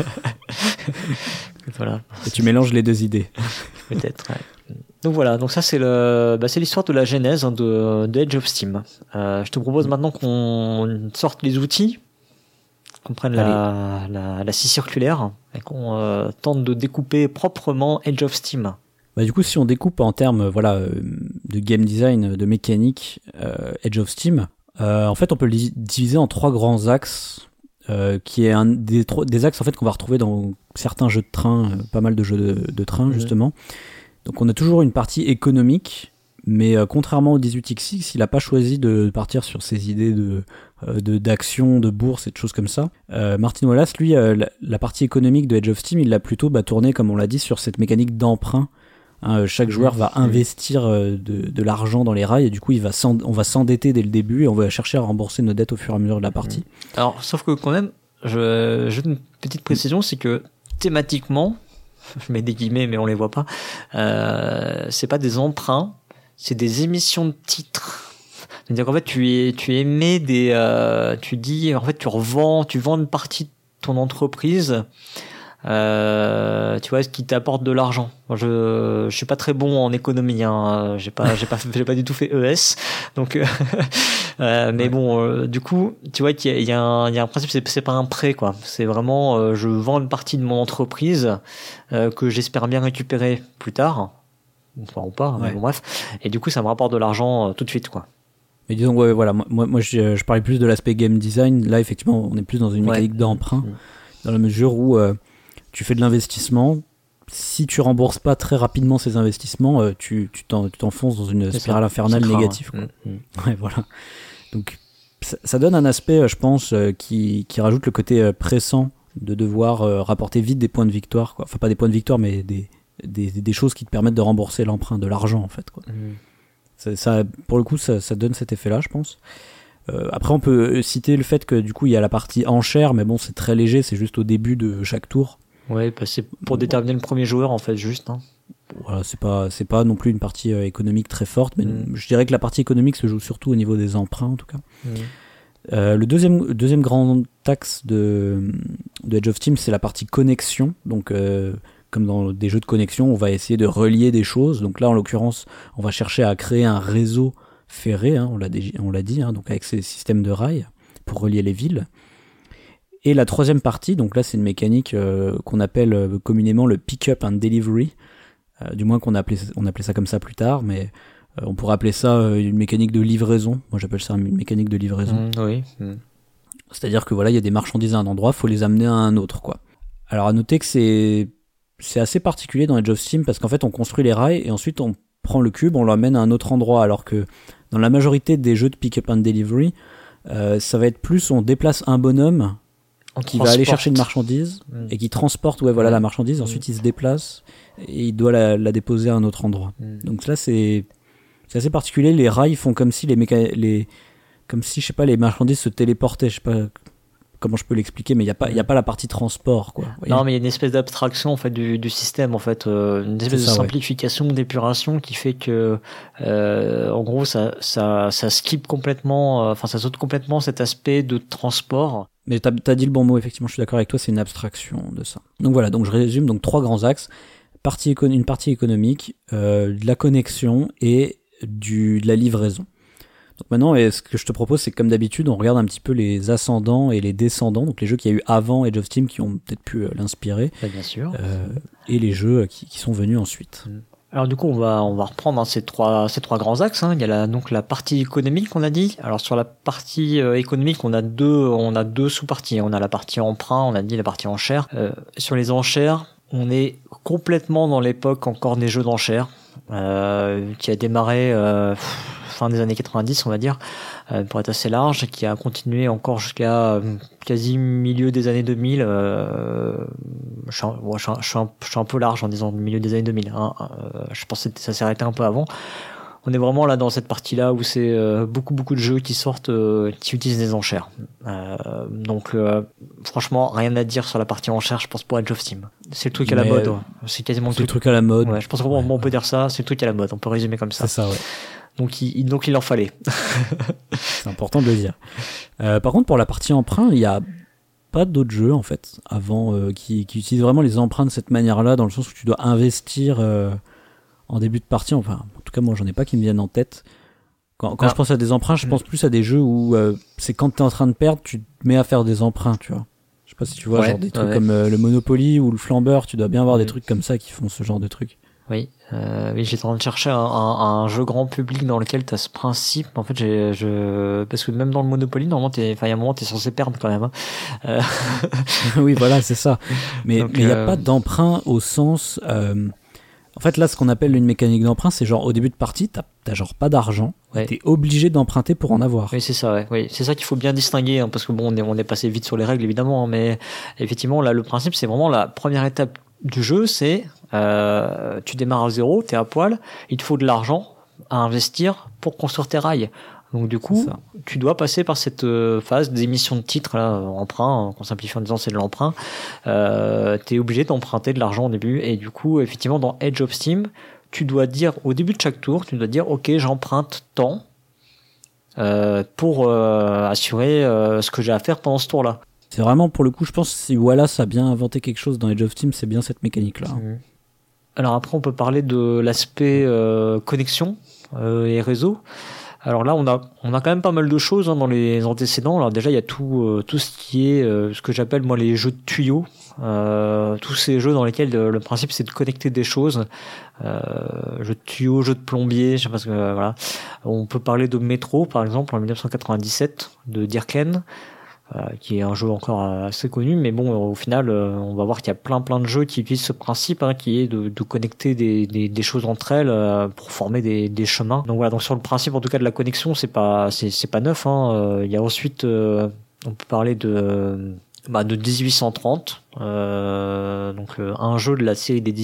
Voilà. Et tu mélanges les deux idées. Peut-être, ouais. Donc voilà, donc ça c'est l'histoire de la genèse de Age of Steam. Je te propose maintenant qu'on sorte les outils, qu'on prenne la scie circulaire et qu'on tente de découper proprement Age of Steam. Du coup, si on découpe en termes de game design, de mécanique, Age of Steam, en fait on peut le diviser en trois grands axes. Qui est un des axes en fait qu'on va retrouver dans certains jeux de train, pas mal de jeux de train justement. Donc on a toujours une partie économique, mais contrairement au 18XX, il n'a pas choisi de partir sur ces idées d'action, de bourse et de choses comme ça. Martin Wallace, lui, la partie économique de Age of Steam, il l'a plutôt tourné, comme on l'a dit, sur cette mécanique d'emprunt. Chaque joueur va investir de l'argent dans les rails et du coup on va s'endetter dès le début et on va chercher à rembourser nos dettes au fur et à mesure de la partie. Alors sauf que quand même, j'ai une petite précision, c'est que thématiquement, je mets des guillemets mais on les voit pas, c'est pas des emprunts, c'est des émissions de titres. C'est-à-dire qu'en fait, tu émets tu dis, en fait, tu vends une partie de ton entreprise, tu vois, ce qui t'apporte de l'argent. Moi, je suis pas très bon en économie, hein. J'ai pas du tout fait ES. Donc, mais bon, du coup, tu vois qu'il y a un principe, c'est pas un prêt, quoi. C'est vraiment, je vends une partie de mon entreprise, que j'espère bien récupérer plus tard. Enfin, ou pas, mais bon, bref. Et du coup, ça me rapporte de l'argent, tout de suite, quoi. Mais disons, ouais, voilà, moi je parlais plus de l'aspect game design. Là, effectivement, on est plus dans une mécanique d'emprunt, dans la mesure où tu fais de l'investissement. Si tu rembourses pas très rapidement ces investissements, tu t'enfonces dans une spirale infernale négative. Quoi. Ouais, voilà. Donc, ça donne un aspect, je pense, qui rajoute le côté pressant de devoir rapporter vite des points de victoire, quoi. Enfin, pas des points de victoire, mais des choses qui te permettent de rembourser l'emprunt, de l'argent, en fait, quoi. Ça, pour le coup, ça donne cet effet-là, je pense. Après, on peut citer le fait que du coup, il y a la partie enchère, mais bon, c'est très léger, c'est juste au début de chaque tour. Ouais, bah c'est pour déterminer le premier joueur, en fait, juste. Hein. Voilà, c'est pas non plus une partie économique très forte, mais je dirais que la partie économique se joue surtout au niveau des emprunts, en tout cas. Le deuxième grand axe de Edge of Steam, c'est la partie connexion. Donc, comme dans des jeux de connexion, on va essayer de relier des choses. Donc là, en l'occurrence, on va chercher à créer un réseau ferré, hein, on l'a dit, hein, donc avec ces systèmes de rails pour relier les villes. Et la troisième partie, donc là, c'est une mécanique qu'on appelle communément le pick-up and delivery. Du moins on appelait ça comme ça plus tard, mais on pourrait appeler ça une mécanique de livraison. Moi, j'appelle ça une mécanique de livraison. Oui. C'est-à-dire que voilà, il y a des marchandises à un endroit, faut les amener à un autre, quoi. Alors à noter que c'est assez particulier dans Edge of Steam parce qu'en fait on construit les rails et ensuite on prend le cube, on l'amène à un autre endroit, alors que dans la majorité des jeux de pick-up and delivery, ça va être plus on déplace un bonhomme qui va aller chercher une marchandise et qui transporte la marchandise, ensuite il se déplace et il doit la déposer à un autre endroit. Donc là c'est assez particulier, les rails font comme si comme si je sais pas, les marchandises se téléportaient, je sais pas comment je peux l'expliquer, mais il y a pas la partie transport, quoi. Non, mais il y a une espèce d'abstraction en fait du système, en fait, une espèce de simplification, d'épuration qui fait que en gros ça skip complètement, enfin ça saute complètement cet aspect de transport. Mais t'as dit le bon mot, effectivement, je suis d'accord avec toi, c'est une abstraction de ça. Donc voilà, donc je résume, donc 3 grands axes, une partie économique, de la connexion et de la livraison. Donc maintenant, ce que je te propose, c'est que comme d'habitude, on regarde un petit peu les ascendants et les descendants, donc les jeux qu'il y a eu avant Edge of Steam qui ont peut-être pu l'inspirer, bien sûr, et les jeux qui sont venus ensuite. Alors du coup, on va reprendre ces trois grands axes. Hein. Il y a donc la partie économique qu'on a dit. Alors sur la partie économique, on a deux sous-parties. On a la partie emprunt, on a dit la partie enchère. Sur les enchères, on est complètement dans l'époque encore des jeux d'enchères, qui a démarré fin des années 90, on va dire, pour être assez large, qui a continué encore jusqu'à quasi milieu des années 2000. Je suis un peu large en disant milieu des années 2000. Hein. Je pense que ça s'est arrêté un peu avant. On est vraiment là dans cette partie-là où c'est beaucoup de jeux qui sortent, qui utilisent des enchères. Donc franchement, rien à dire sur la partie enchères, je pense, pour Edge of Steam. C'est le truc à la mode. Ouais. C'est quasiment le truc à la mode. Ouais, je pense qu'on peut dire ça, c'est le truc à la mode. On peut résumer comme ça. C'est ça, ouais. Donc il en fallait. C'est important de le dire. Par contre, pour la partie emprunt, il y a pas d'autres jeux en fait avant qui utilisent vraiment les emprunts de cette manière-là, dans le sens où tu dois investir en début de partie. Enfin, en tout cas, moi, j'en ai pas qui me viennent en tête. Quand je pense à des emprunts, je pense plus à des jeux où c'est quand t'es en train de perdre, tu te mets à faire des emprunts, tu vois. Je sais pas si tu vois, genre des trucs comme le Monopoly ou le Flambeur, tu dois bien avoir des trucs comme ça qui font ce genre de trucs. Oui, j'étais en train de chercher un jeu grand public dans lequel t'as ce principe. En fait, parce que même dans le Monopoly, normalement, il y a un moment, t'es censé perdre quand même. Hein. Oui, voilà, c'est ça. Mais il y a pas d'emprunt au sens. En fait, là, ce qu'on appelle une mécanique d'emprunt, c'est genre au début de partie, t'as genre pas d'argent, t'es obligé d'emprunter pour en avoir. Oui, c'est ça. Ouais. Oui, c'est ça qu'il faut bien distinguer, hein, parce que bon, on est passé vite sur les règles évidemment, hein, mais effectivement, là, le principe, c'est vraiment la première étape du jeu, c'est tu démarres à zéro, t'es à poil, il te faut de l'argent à investir pour construire tes rails. Donc du coup, tu dois passer par cette phase d'émission de titres, là, emprunt, qu'on simplifie en disant c'est de l'emprunt. T'es obligé d'emprunter de l'argent au début, et du coup, effectivement, dans Edge of Steam, tu dois dire au début de chaque tour, tu dois dire ok, j'emprunte tant pour assurer ce que j'ai à faire pendant ce tour-là. C'est vraiment, pour le coup, je pense, si Wallace a bien inventé quelque chose dans Age of Steam, c'est bien cette mécanique-là. Alors après, on peut parler de l'aspect connexion et réseau. Alors là, on a quand même pas mal de choses dans les antécédents. Alors déjà, il y a tout ce qui est ce que j'appelle moi les jeux de tuyaux. Tous ces jeux dans lesquels le principe c'est de connecter des choses. Jeux de tuyaux, jeux de plombier, je sais pas ce que voilà. On peut parler de Metro par exemple en 1997 de Dirken. Qui est un jeu encore assez connu, mais bon, au final, on va voir qu'il y a plein de jeux qui utilisent ce principe, qui est de connecter des choses entre elles pour former des chemins. Donc voilà, donc sur le principe en tout cas de la connexion, c'est pas neuf. Il y a ensuite, on peut parler de 1830, donc un jeu de la série des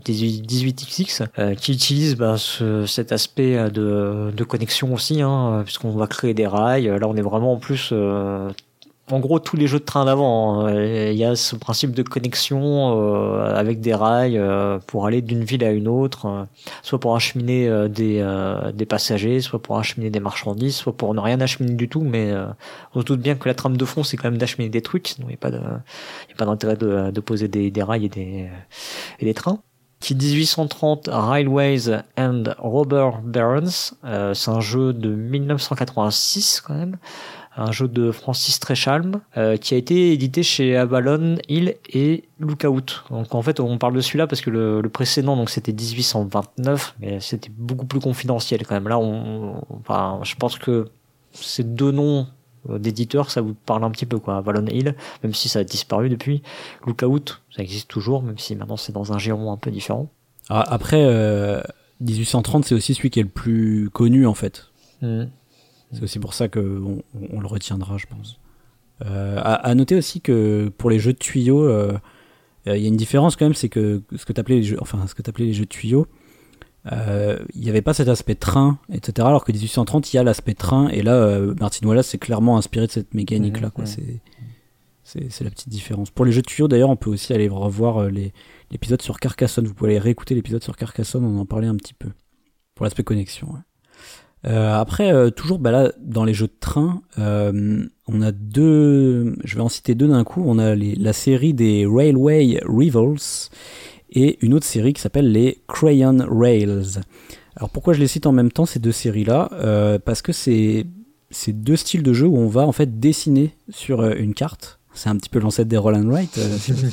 18XX qui utilise cet aspect de connexion aussi, puisqu'on va créer des rails. Là, on est vraiment en plus en gros, tous les jeux de train d'avant, il y a ce principe de connexion avec des rails pour aller d'une ville à une autre, soit pour acheminer des passagers, soit pour acheminer des marchandises, soit pour ne rien acheminer du tout, mais on se doute bien que la trame de fond, c'est quand même d'acheminer des trucs, donc il n'y a pas d'intérêt de poser des rails et des trains. Qui 1830 Railways and Robber Barons, c'est un jeu de 1986 quand même, un jeu de Francis Tréchalm qui a été édité chez Avalon Hill et Lookout. Donc en fait on parle de celui-là parce que le précédent donc c'était 1829, mais c'était beaucoup plus confidentiel quand même. Là je pense que ces deux noms d'éditeurs ça vous parle un petit peu quoi. Avalon Hill, même si ça a disparu depuis. Lookout, ça existe toujours, même si maintenant c'est dans un giron un peu différent. Après 1830 c'est aussi celui qui est le plus connu en fait. C'est aussi pour ça qu'on le retiendra, je pense. À noter aussi que pour les jeux de tuyaux, il y a une différence quand même, c'est que ce que t'appelais les jeux de tuyaux, il n'y avait pas cet aspect train, etc. Alors que 1830, il y a l'aspect train, et là, Martin Wallace s'est clairement inspiré de cette mécanique-là, quoi. C'est la petite différence. Pour les jeux de tuyaux, d'ailleurs, on peut aussi aller revoir l'épisode sur Carcassonne. Vous pouvez aller réécouter l'épisode sur Carcassonne, on en parlait un petit peu. Pour l'aspect connexion, ouais. Après, toujours là, dans les jeux de train, on a je vais en citer deux d'un coup. On a la série des Railway Rivals et une autre série qui s'appelle les Crayon Rails. Alors pourquoi je les cite en même temps ces deux séries-là parce que c'est deux styles de jeu où on va en fait dessiner sur une carte. C'est un petit peu l'ancêtre des Roll and Write.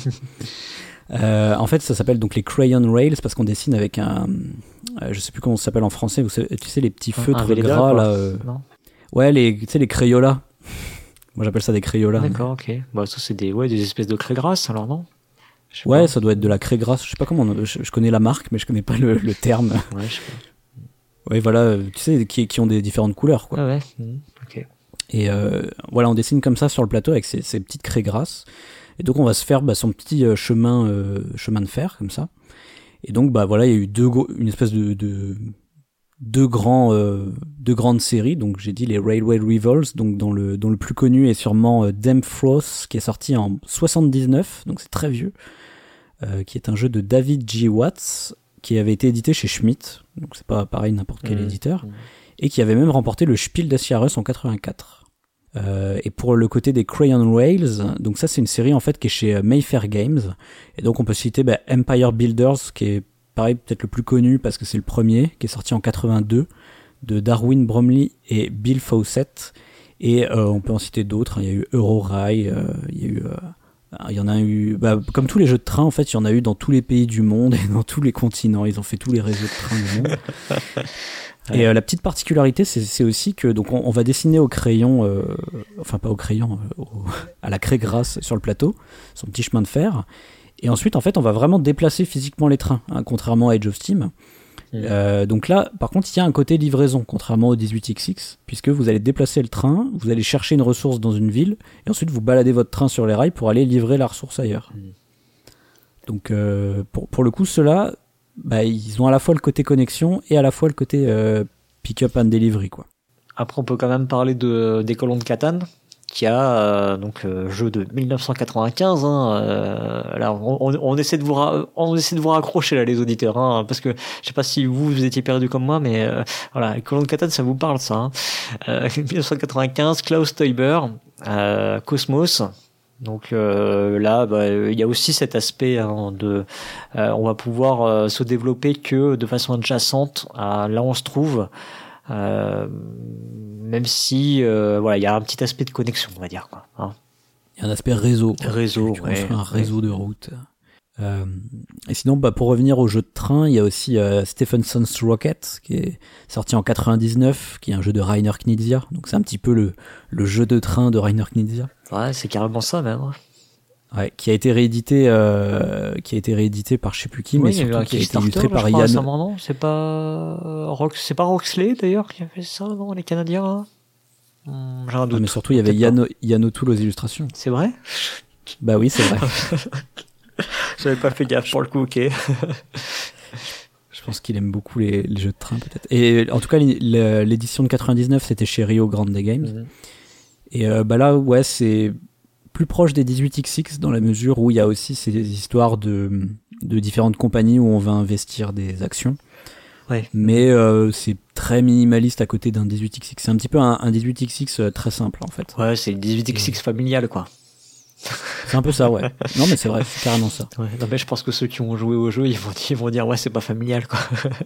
En fait, ça s'appelle donc les Crayon Rails parce qu'on dessine avec je sais plus comment ça s'appelle en français. Tu sais les petits feutres gras là. Non. Ouais, tu sais les Crayolas. Moi, j'appelle ça des Crayolas. D'accord, ok. Bah ça c'est des espèces de craie grasse alors non? Ouais, pas. Ça doit être de la craie grasse. Je sais pas comment. Je connais la marque, mais je connais pas le terme. Ouais, je sais pas. Ouais, voilà. Tu sais qui ont des différentes couleurs, quoi. Ah ouais. Ok. Et voilà, on dessine comme ça sur le plateau avec ces petites craies grasses. Et donc on va se faire son petit chemin de fer comme ça. Et donc voilà, il y a eu une espèce de deux grandes séries. Donc j'ai dit les Railway Rivals, donc dont le plus connu est sûrement Damp Frost qui est sorti en 79, donc c'est très vieux, qui est un jeu de David G. Watts qui avait été édité chez Schmidt, donc c'est pas pareil n'importe quel éditeur, et qui avait même remporté le Spiel des Jahres en 84. Et pour le côté des Crayon Rails, donc ça c'est une série en fait qui est chez Mayfair Games, et donc on peut citer Empire Builders qui est pareil peut-être le plus connu parce que c'est le premier, qui est sorti en 82 de Darwin Bromley et Bill Fawcett, et on peut en citer d'autres, il y a eu Eurorail, il y en a eu comme tous les jeux de train en fait, il y en a eu dans tous les pays du monde et dans tous les continents, ils ont fait tous les réseaux de train du monde. Et la petite particularité, c'est aussi que donc on va dessiner au crayon, enfin pas au crayon, à la craie grasse sur le plateau, son petit chemin de fer. Et ensuite, en fait, on va vraiment déplacer physiquement les trains, contrairement à Age of Steam. Donc là, par contre, il y a un côté livraison, contrairement au 18XX, puisque vous allez déplacer le train, vous allez chercher une ressource dans une ville, et ensuite vous baladez votre train sur les rails pour aller livrer la ressource ailleurs. Donc pour le coup, ceux-là, ils ont à la fois le côté connexion et à la fois le côté pick-up and delivery, quoi. Après, on peut quand même parler des colons de Catane, qui a jeu de 1995. Là, on essaie de vous raccrocher là, les auditeurs, hein, parce que je sais pas si vous étiez perdu comme moi, mais voilà, Call of Cthulhu, ça vous parle ça. 1995, Klaus Teuber, Cosmos. Donc là, il y a aussi cet aspect de, on va pouvoir se développer que de façon adjacente à là où on se trouve. Même si il y a un petit aspect de connexion, on va dire quoi. Hein. Il y a un aspect réseau. Réseau, tu construis un réseau de routes. Et sinon, pour revenir au jeu de train, il y a aussi Stephenson's Rocket qui est sorti en 99, qui est un jeu de Reiner Knizia. Donc c'est un petit peu le jeu de train de Reiner Knizia. Ouais, c'est carrément ça même. Ouais, qui a été réédité par je sais plus qui, mais surtout qui a été illustré par Yann. Non, c'est pas Roxley d'ailleurs qui a fait ça, non, les Canadiens. Hein. J'ai un doute. Mais surtout il y avait Yann O'Toole aux illustrations. C'est vrai? Bah oui, c'est vrai. J'avais pas fait gaffe pour le coup, ok. Je pense qu'il aime beaucoup les jeux de train peut-être. Et en tout cas l'édition de 99 c'était chez Rio Grande Games. Mm-hmm. Et là ouais c'est plus proche des 18XX dans la mesure où il y a aussi ces histoires de différentes compagnies où on va investir des actions. Ouais. Mais c'est très minimaliste à côté d'un 18XX. C'est un petit peu un 18XX très simple en fait. Ouais, c'est le 18XX familial quoi. C'est un peu ça, ouais. Non mais c'est vrai, c'est carrément ça. Ouais, non mais je pense que ceux qui ont joué au jeu, ils vont dire ouais c'est pas familial quoi.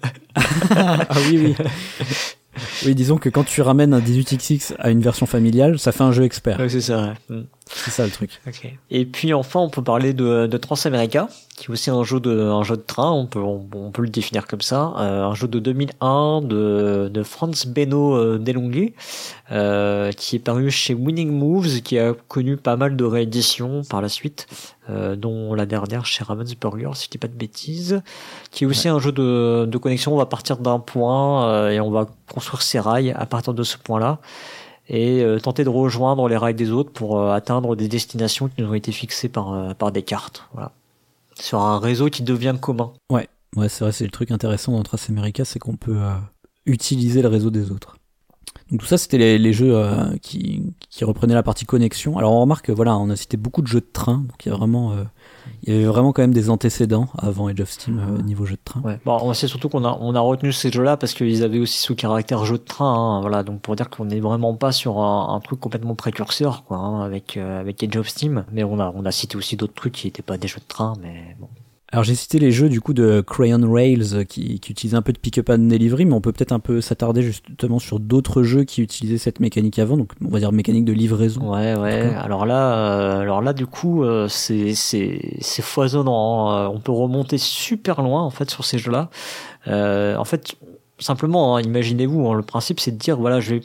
Ah oui. Oui, disons que quand tu ramènes un 18XX à une version familiale, ça fait un jeu expert. Ouais, c'est ça, ouais. C'est ça le truc. Okay. Et puis enfin, on peut parler de Transamerica, qui est aussi un jeu de train, on peut le définir comme ça, un jeu de 2001 de Franz Benno Delonge, qui est paru chez Winning Moves, qui a connu pas mal de rééditions par la suite, dont la dernière chez Ravensburger, si je dis pas de bêtises, qui est aussi un jeu de connexion. On va partir d'un point et on va construire ses rails à partir de ce point-là et tenter de rejoindre les rails des autres pour atteindre des destinations qui nous ont été fixées par des cartes. Voilà. Sur un réseau qui devient commun. Ouais, c'est vrai, c'est le truc intéressant dans Transamerica, c'est qu'on peut utiliser le réseau des autres. Donc tout ça, c'était les jeux qui reprenaient la partie connexion. Alors on remarque, voilà, on a cité beaucoup de jeux de train, donc il y avait vraiment quand même des antécédents avant Age of Steam niveau jeu de train. Ouais. Bon, c'est surtout qu'on a retenu ces jeux-là parce qu'ils avaient aussi ce caractère jeu de train. Hein, voilà, donc pour dire qu'on n'est vraiment pas sur un truc complètement précurseur, quoi, hein, avec Age of Steam. Mais on a cité aussi d'autres trucs qui n'étaient pas des jeux de train, mais bon. Alors j'ai cité les jeux du coup de Crayon Rails qui utilisaient un peu de pick-up and delivery, mais on peut peut-être un peu s'attarder justement sur d'autres jeux qui utilisaient cette mécanique avant, donc on va dire mécanique de livraison. Ouais. Alors là du coup c'est foisonnant. Hein. On peut remonter super loin en fait sur ces jeux-là. En fait simplement, hein, imaginez-vous, hein, le principe c'est de dire voilà je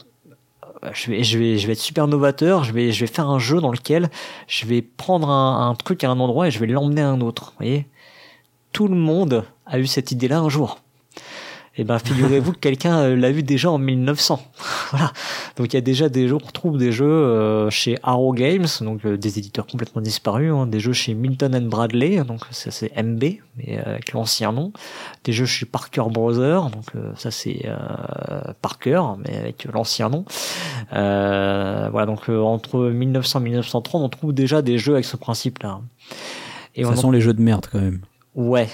vais être super novateur, je vais faire un jeu dans lequel je vais prendre un truc à un endroit et je vais l'emmener à un autre. Vous voyez? Tout le monde a eu cette idée-là un jour. Et ben, figurez-vous que quelqu'un l'a vu déjà en 1900. Voilà. Donc il y a déjà des jeux, on retrouve des jeux chez Arrow Games, donc des éditeurs complètement disparus, hein, des jeux chez Milton and Bradley, donc ça c'est MB, mais avec l'ancien nom, des jeux chez Parker Brothers, donc ça c'est Parker, mais avec l'ancien nom. Voilà, donc entre 1900 et 1930, on trouve déjà des jeux avec ce principe-là. Et ça sent les jeux de merde quand même. Ouais.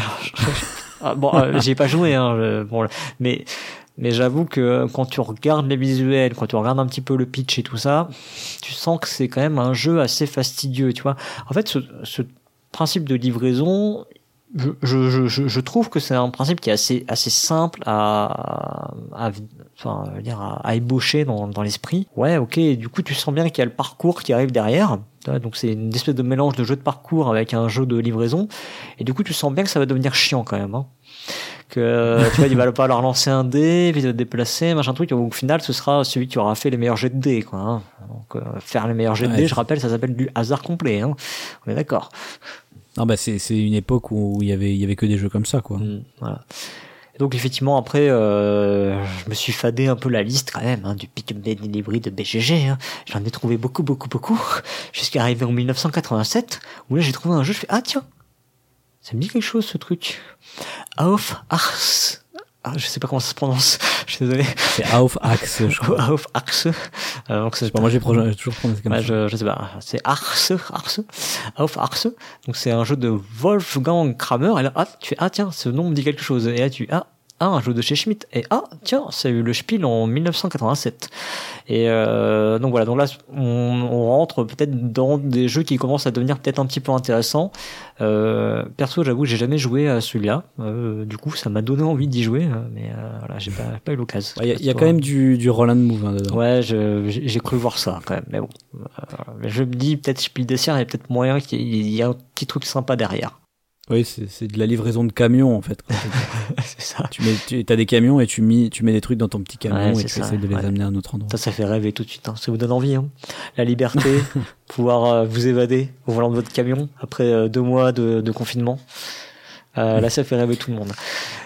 J'ai pas joué, hein, mais j'avoue que quand tu regardes les visuels, quand tu regardes un petit peu le pitch et tout ça, tu sens que c'est quand même un jeu assez fastidieux, tu vois. En fait, ce principe de livraison, je trouve que c'est un principe qui est assez simple à ébaucher dans l'esprit. Ouais, ok, du coup, tu sens bien qu'il y a le parcours qui arrive derrière. Donc c'est une espèce de mélange de jeu de parcours avec un jeu de livraison, et du coup tu sens bien que ça va devenir chiant quand même, hein. Que tu vois, il va pas leur lancer un dé, puis il va déplacer machin truc, et au final ce sera celui qui aura fait les meilleurs jets de dés, quoi, hein. Donc faire les meilleurs jets de dés, je rappelle, ça s'appelle du hasard complet, hein. On est d'accord. Non, c'est une époque où il y avait que des jeux comme ça, quoi. Voilà. Donc effectivement après je me suis fadé un peu la liste quand même, hein, du pick-up delivery de BGG, hein. J'en ai trouvé beaucoup jusqu'à arriver en 1987 où là j'ai trouvé un jeu, je fais ah tiens, ça me dit quelque chose ce truc. je sais pas comment ça se prononce, je suis désolé. C'est Auf Achse, je crois. Auf Achse. Donc c'est moi j'ai toujours prononcé comme ça. Je sais pas, c'est Achse. Auf Achse. Donc c'est un jeu de Wolfgang Kramer. Et là, tu fais, tiens, ce nom me dit quelque chose. Et là, un jeu de chez Schmidt. Et tiens, ça a eu le Spiel en 1987. Et donc voilà, donc là on rentre peut-être dans des jeux qui commencent à devenir peut-être un petit peu intéressants. Perso, j'avoue, j'ai jamais joué à celui-là. Du coup, ça m'a donné envie d'y jouer, mais voilà, j'ai pas eu l'occasion. Il y a quand même du roll and move dedans. Ouais, j'ai cru voir ça quand même, mais bon. Je me dis peut-être Spiel des Sierres, il y a peut-être moyen qu'il y ait un petit truc sympa derrière. Oui, c'est de la livraison de camions en fait. C'est ça. T'as des camions et tu mets des trucs dans ton petit camion et tu essaies de les amener à un autre endroit. Ça fait rêver tout de suite. Ça vous donne envie. Hein. La liberté, pouvoir vous évader au volant de votre camion après 2 mois de confinement. Là, ça fait rêver tout le monde.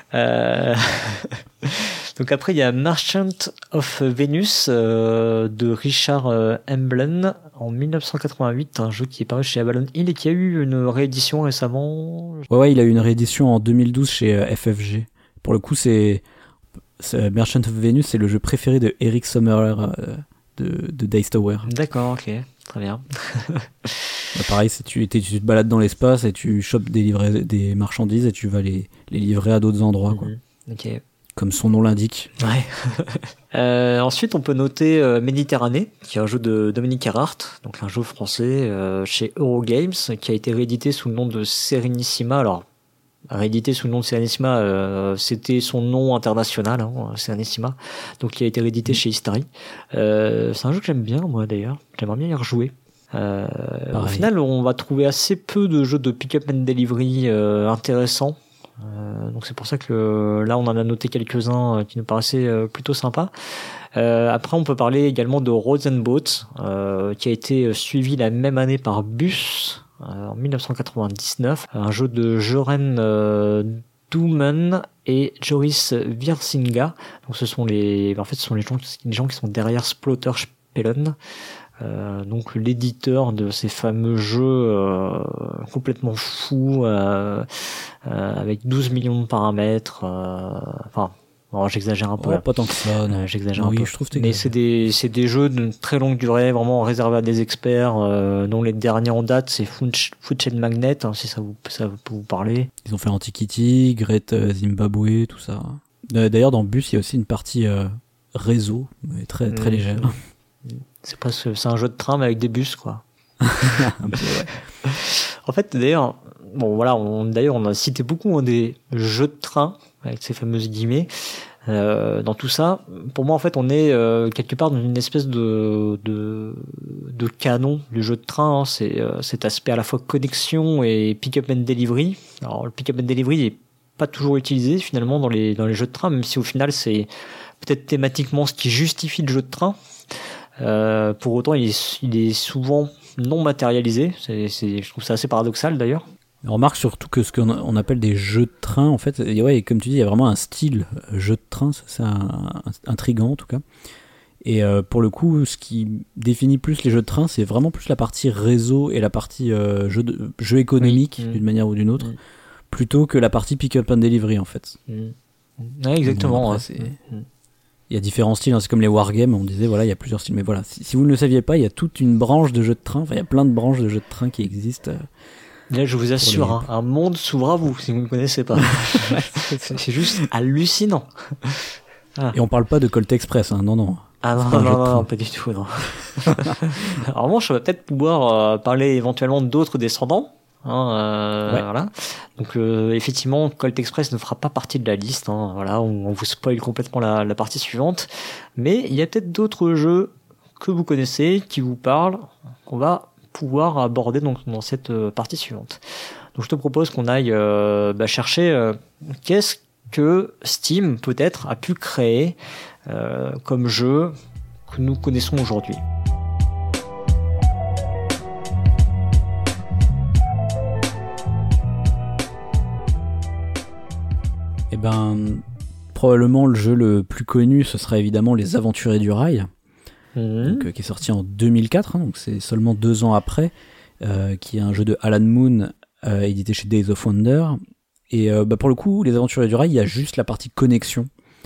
Donc après, il y a Merchant of Venus de Richard Hamblen en 1988, un jeu qui est paru chez Avalon Hill et qui a eu une réédition récemment. Ouais, il a eu une réédition en 2012 chez FFG. Pour le coup, c'est Merchant of Venus, c'est le jeu préféré de Eric Sommerer de Dice Tower. D'accord, ok, très bien. Pareil, tu te balades dans l'espace et tu chopes des marchandises et tu vas les livrer à d'autres endroits. Quoi. Ok. Comme son nom l'indique. Ouais. Ensuite, on peut noter Méditerranée, qui est un jeu de Dominique Erhardt, donc un jeu français chez Eurogames, qui a été réédité sous le nom de Serenissima. Alors, réédité sous le nom de Serenissima, c'était son nom international, Serenissima, donc qui a été réédité chez Istari. C'est un jeu que j'aime bien, moi d'ailleurs. J'aimerais bien y rejouer. Au final, on va trouver assez peu de jeux de pick-up and delivery intéressants. Donc c'est pour ça que là on en a noté quelques-uns qui nous paraissaient plutôt sympas. Après on peut parler également de Rosenboat qui a été suivi la même année par Bus en 1999, un jeu de Joren Doumen et Joris Wirsinga. Donc ce sont les gens qui sont derrière Splotter-Spellen. Donc l'éditeur de ces fameux jeux complètement fous avec 12 millions de paramètres, j'exagère un peu. Pas tant que ça, non. J'exagère un peu. Je trouve que mais c'est des jeux de très longue durée, vraiment réservés à des experts, dont les derniers en date c'est Food Chain Magnet, si ça peut vous parler. Ils ont fait Antiquity, Great Zimbabwe, tout ça. D'ailleurs dans Bus il y a aussi une partie réseau, mais très légère. C'est un jeu de train mais avec des bus, quoi. Un peu, ouais. En fait, d'ailleurs, on a cité beaucoup des jeux de train avec ces fameuses guillemets. Dans tout ça, pour moi, en fait, on est quelque part dans une espèce de canon du jeu de train. C'est cet aspect à la fois connexion et pick-up and delivery. Alors, le pick-up and delivery est pas toujours utilisé finalement dans les jeux de train, même si au final c'est peut-être thématiquement ce qui justifie le jeu de train. Pour autant, il est souvent non matérialisé. Je trouve ça assez paradoxal d'ailleurs. On remarque surtout que ce qu'on appelle des jeux de train, en fait, et comme tu dis, il y a vraiment un style jeu de train, c'est intriguant en tout cas. Et pour le coup, ce qui définit plus les jeux de train, c'est vraiment plus la partie réseau et la partie jeu économique d'une manière ou d'une autre, plutôt que la partie pick-up and delivery en fait. Ouais, exactement. Bon, après, il y a différents styles, c'est comme les wargames, on disait voilà, il y a plusieurs styles, mais voilà, si vous ne le saviez pas, il y a toute une branche de jeux de train, il y a plein de branches de jeux de train qui existent. Là, je vous assure, un monde s'ouvre à vous si vous ne connaissez pas. C'est juste hallucinant. Et on parle pas de Colt Express, hein, non. Ah non, pas du tout, non. En revanche, on va peut-être pouvoir parler éventuellement d'autres descendants. Voilà. Donc effectivement, Colt Express ne fera pas partie de la liste. Voilà, on vous spoil complètement la partie suivante. Mais il y a peut-être d'autres jeux que vous connaissez, qui vous parlent, qu'on va pouvoir aborder donc dans cette partie suivante. Donc je te propose qu'on aille chercher qu'est-ce que Steam peut-être a pu créer comme jeu que nous connaissons aujourd'hui. Probablement le jeu le plus connu, ce sera évidemment Les Aventuriers du Rail, donc, qui est sorti en 2004, donc c'est seulement 2 ans après, qui est un jeu de Alan Moon, édité chez Days of Wonder, Et pour le coup, les Aventuriers du Rail, il y a juste la partie connexion.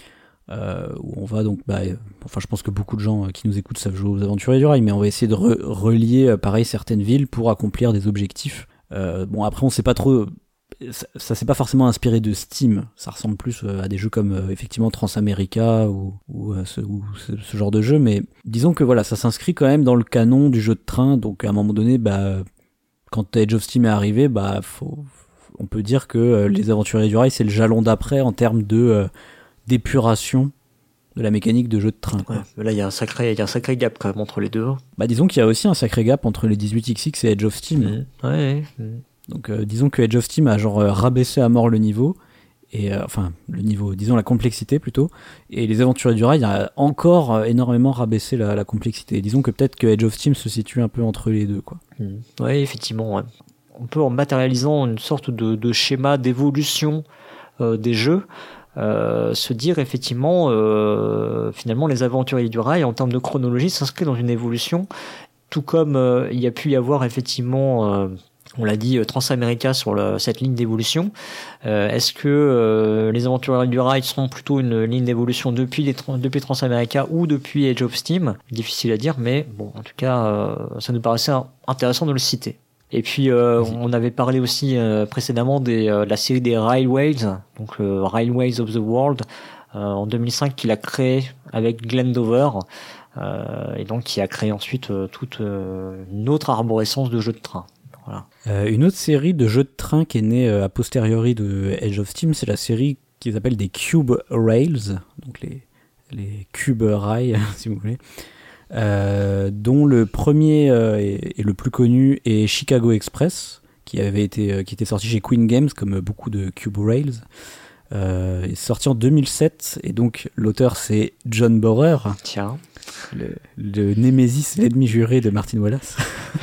Où on va donc, je pense que beaucoup de gens qui nous écoutent savent jouer aux Aventuriers du Rail, mais on va essayer de relier, pareil, certaines villes pour accomplir des objectifs. Après, on sait pas trop. Ça s'est pas forcément inspiré de Steam. Ça ressemble plus à des jeux comme effectivement Transamerica ou ce genre de jeu. Mais disons que voilà, ça s'inscrit quand même dans le canon du jeu de train. Donc à un moment donné, quand Age of Steam est arrivé, on peut dire que les Aventuriers du Rail, c'est le jalon d'après en termes de d'épuration de la mécanique de jeu de train. Quoi. Ouais, là, il y a un sacré gap quand même entre les deux. Disons qu'il y a aussi un sacré gap entre les 18XX et Age of Steam. Donc disons que Age of Steam a rabaissé à mort le niveau, et le niveau, disons la complexité plutôt, et les Aventuriers du Rail a encore énormément rabaissé la complexité. Disons que peut-être que Age of Steam se situe un peu entre les deux, quoi. Oui, effectivement. Ouais. On peut, en matérialisant une sorte de schéma d'évolution des jeux, se dire effectivement finalement les Aventuriers du Rail en termes de chronologie s'inscrit dans une évolution, tout comme il y a pu y avoir effectivement on l'a dit, Transamerica sur cette ligne d'évolution. Est-ce que les Aventuriers du Rail seront plutôt une ligne d'évolution depuis Transamerica ou depuis Age of Steam? Difficile à dire, mais bon, en tout cas, ça nous paraissait intéressant de le citer. Et puis, on avait parlé aussi précédemment de la série des Railways, donc Railways of the World, en 2005, qu'il a créé avec Glenn Dover, et donc qui a créé ensuite toute une autre arborescence de jeux de train. Voilà. Une autre série de jeux de train qui est née a posteriori de Age of Steam, c'est la série qu'ils appellent des Cube Rails, donc les cubes rails, si vous voulez, dont le premier et le plus connu est Chicago Express, qui était sorti chez Queen Games, comme beaucoup de Cube Rails. Est sorti en 2007, et donc l'auteur c'est John Borer. Tiens. Le Némésis, l'ennemi juré de Martin Wallace.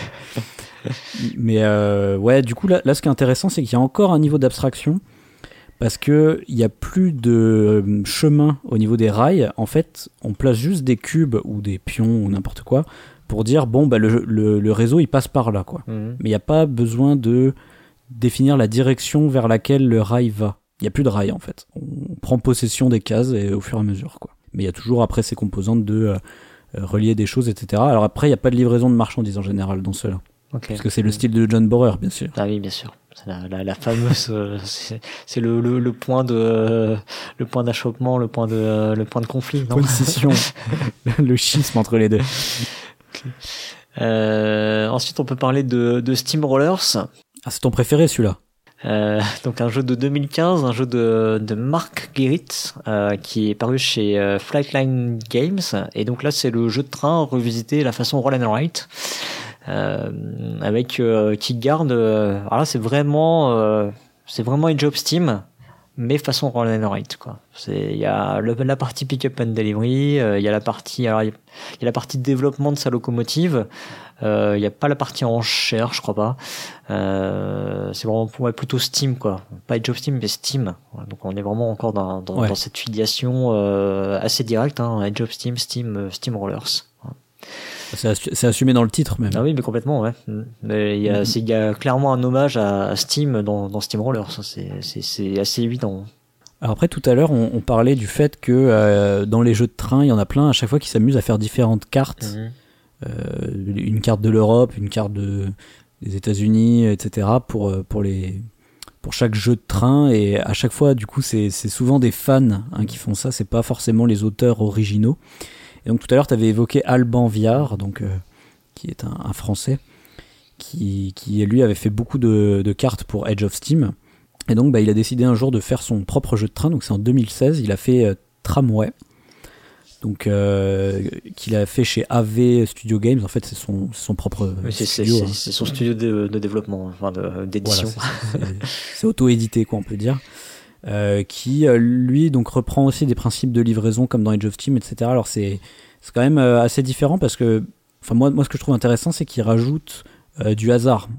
Mais du coup là ce qui est intéressant, c'est qu'il y a encore un niveau d'abstraction, parce que il y a plus de chemin au niveau des rails. En fait, on place juste des cubes ou des pions ou n'importe quoi pour dire le réseau il passe par là, quoi. Mais il n'y a pas besoin de définir la direction vers laquelle le rail va. Il n'y a plus de rail en fait. On prend possession des cases et au fur et à mesure, quoi. Mais il y a toujours après ces composantes de relier des choses, etc. Alors après, il n'y a pas de livraison de marchandises en général dans ceux-là. Okay. Parce que c'est le style de John Borer, bien sûr. Ah oui, bien sûr. C'est la fameuse, c'est le point d'achoppement, le point de conflit, non? Le point de scission, le schisme entre les deux. Okay. Ensuite, on peut parler de Steam Rollers. Ah, c'est ton préféré, celui-là. Donc un jeu de 2015, un jeu de Mark Gerrit, qui est paru chez Flightline Games, et donc là c'est le jeu de train revisité la façon roll and write, avec qui garde, alors là c'est vraiment Age of Steam, mais façon roll and write, quoi. Il y a la partie pick-up and delivery, il y a la partie de développement de sa locomotive. Il y a pas la partie enchère, je crois pas. C'est vraiment plutôt Steam, quoi. Pas Age of Steam, mais Steam. Donc on est vraiment encore dans cette filiation assez directe, hein. Age of Steam, Steam Rollers. C'est assumé dans le titre même. Ah oui, mais complètement, ouais. Mais il y a clairement un hommage à Steam dans Steam Rollers. C'est assez évident. Alors après, tout à l'heure, on parlait du fait que dans les jeux de train, il y en a plein à chaque fois qui s'amusent à faire différentes cartes. Une carte de l'Europe, une carte des États-Unis, etc. pour chaque jeu de train, et à chaque fois, du coup, c'est souvent des fans qui font ça. C'est pas forcément les auteurs originaux. Et donc tout à l'heure, tu avais évoqué Alban Viard, donc qui est un Français qui lui avait fait beaucoup de cartes pour Age of Steam. Et donc il a décidé un jour de faire son propre jeu de train. Donc c'est en 2016, il a fait Tramway. Donc qu'il a fait chez AV Studio Games. En fait, c'est son propre studio. C'est son studio de développement, enfin d'édition. Voilà, c'est auto-édité, quoi, on peut dire. Qui lui donc reprend aussi des principes de livraison comme dans Age of Steam, etc. Alors c'est quand même assez différent, parce que moi ce que je trouve intéressant, c'est qu'il rajoute du hasard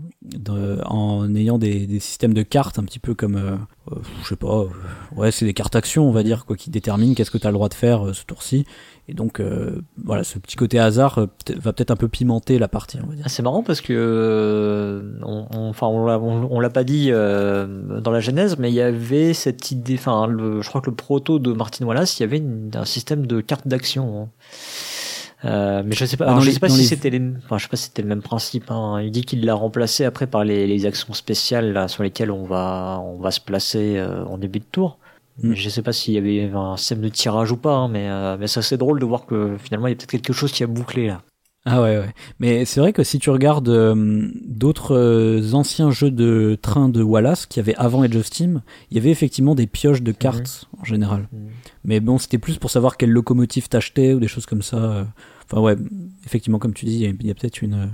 en ayant des systèmes de cartes un petit peu comme, je sais pas, ouais, c'est des cartes actions, on va dire, quoi, qui déterminent qu'est-ce que tu as le droit de faire ce tour-ci. Et donc, voilà, ce petit côté hasard va peut-être un peu pimenter la partie, on va dire. Ah, c'est marrant parce que, on l'a pas dit dans la genèse, mais il y avait cette idée, je crois que le proto de Martin Wallace, il y avait un système de cartes d'action. Hein. Mais je sais pas. Je sais pas si c'était le même principe. Hein. Il dit qu'il l'a remplacé après par les actions spéciales là, sur lesquelles on va se placer en début de tour. Je sais pas s'il y avait un système de tirage ou pas, hein, mais c'est assez drôle de voir que finalement il y a peut-être quelque chose qui a bouclé là. Ah ouais. Mais c'est vrai que si tu regardes d'autres anciens jeux de train de Wallace qu'il y avait avant Age of Steam, il y avait effectivement des pioches de cartes en général. Mais bon, c'était plus pour savoir quelle locomotive t'achetais ou des choses comme ça. Enfin ouais, effectivement, comme tu dis, il y a peut-être une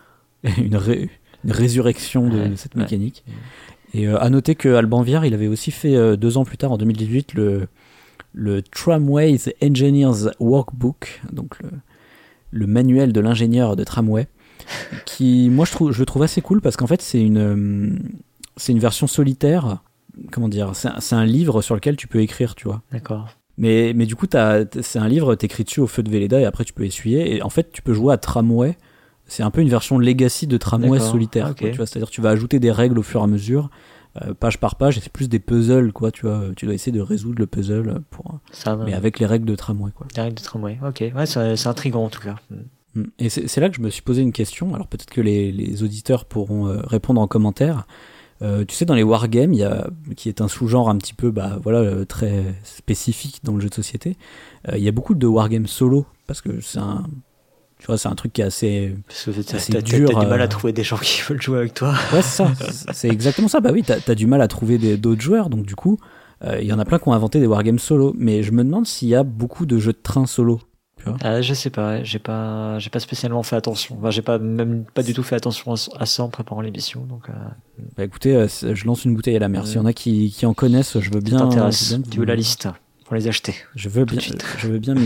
résurrection de cette mécanique. Et à noter que Alban Viard, il avait aussi fait 2 ans plus tard, en 2018, le Tramways Engineers Workbook, donc le manuel de l'ingénieur de tramway, qui, moi, je le trouve assez cool parce qu'en fait, c'est une version solitaire. Comment dire, c'est un livre sur lequel tu peux écrire, tu vois. D'accord. Mais du coup, c'est un livre, t'écris dessus au feu de Velleda et après tu peux essuyer. Et en fait, tu peux jouer à Tramway. C'est un peu une version legacy de Tramway solitaire. Okay. Quoi, tu vois, c'est-à-dire que tu vas ajouter des règles au fur et à mesure, page par page, et c'est plus des puzzles, quoi. Tu vois, tu dois essayer de résoudre le puzzle mais avec les règles de Tramway, quoi. Les règles de Tramway, ok. Ouais, c'est intriguant en tout cas. Et c'est là que je me suis posé une question. Alors peut-être que les auditeurs pourront répondre en commentaire. Tu sais, dans les wargames, qui est un sous-genre un petit peu, très spécifique dans le jeu de société, il y a beaucoup de wargames solo parce que c'est un truc qui est assez dur. T'as du mal à trouver des gens qui veulent jouer avec toi. Ouais, c'est ça. C'est exactement ça. Bah oui, t'as du mal à trouver d'autres joueurs, donc du coup, il y en a plein qui ont inventé des wargames solo. Mais je me demande s'il y a beaucoup de jeux de train solo. Je sais pas, j'ai pas spécialement fait attention. J'ai même pas du tout fait attention à ça en préparant l'émission. Donc, écoutez, je lance une bouteille à la mer. S'il y en a qui en connaissent, je veux bien. Tu veux la liste pour les acheter. Je veux bien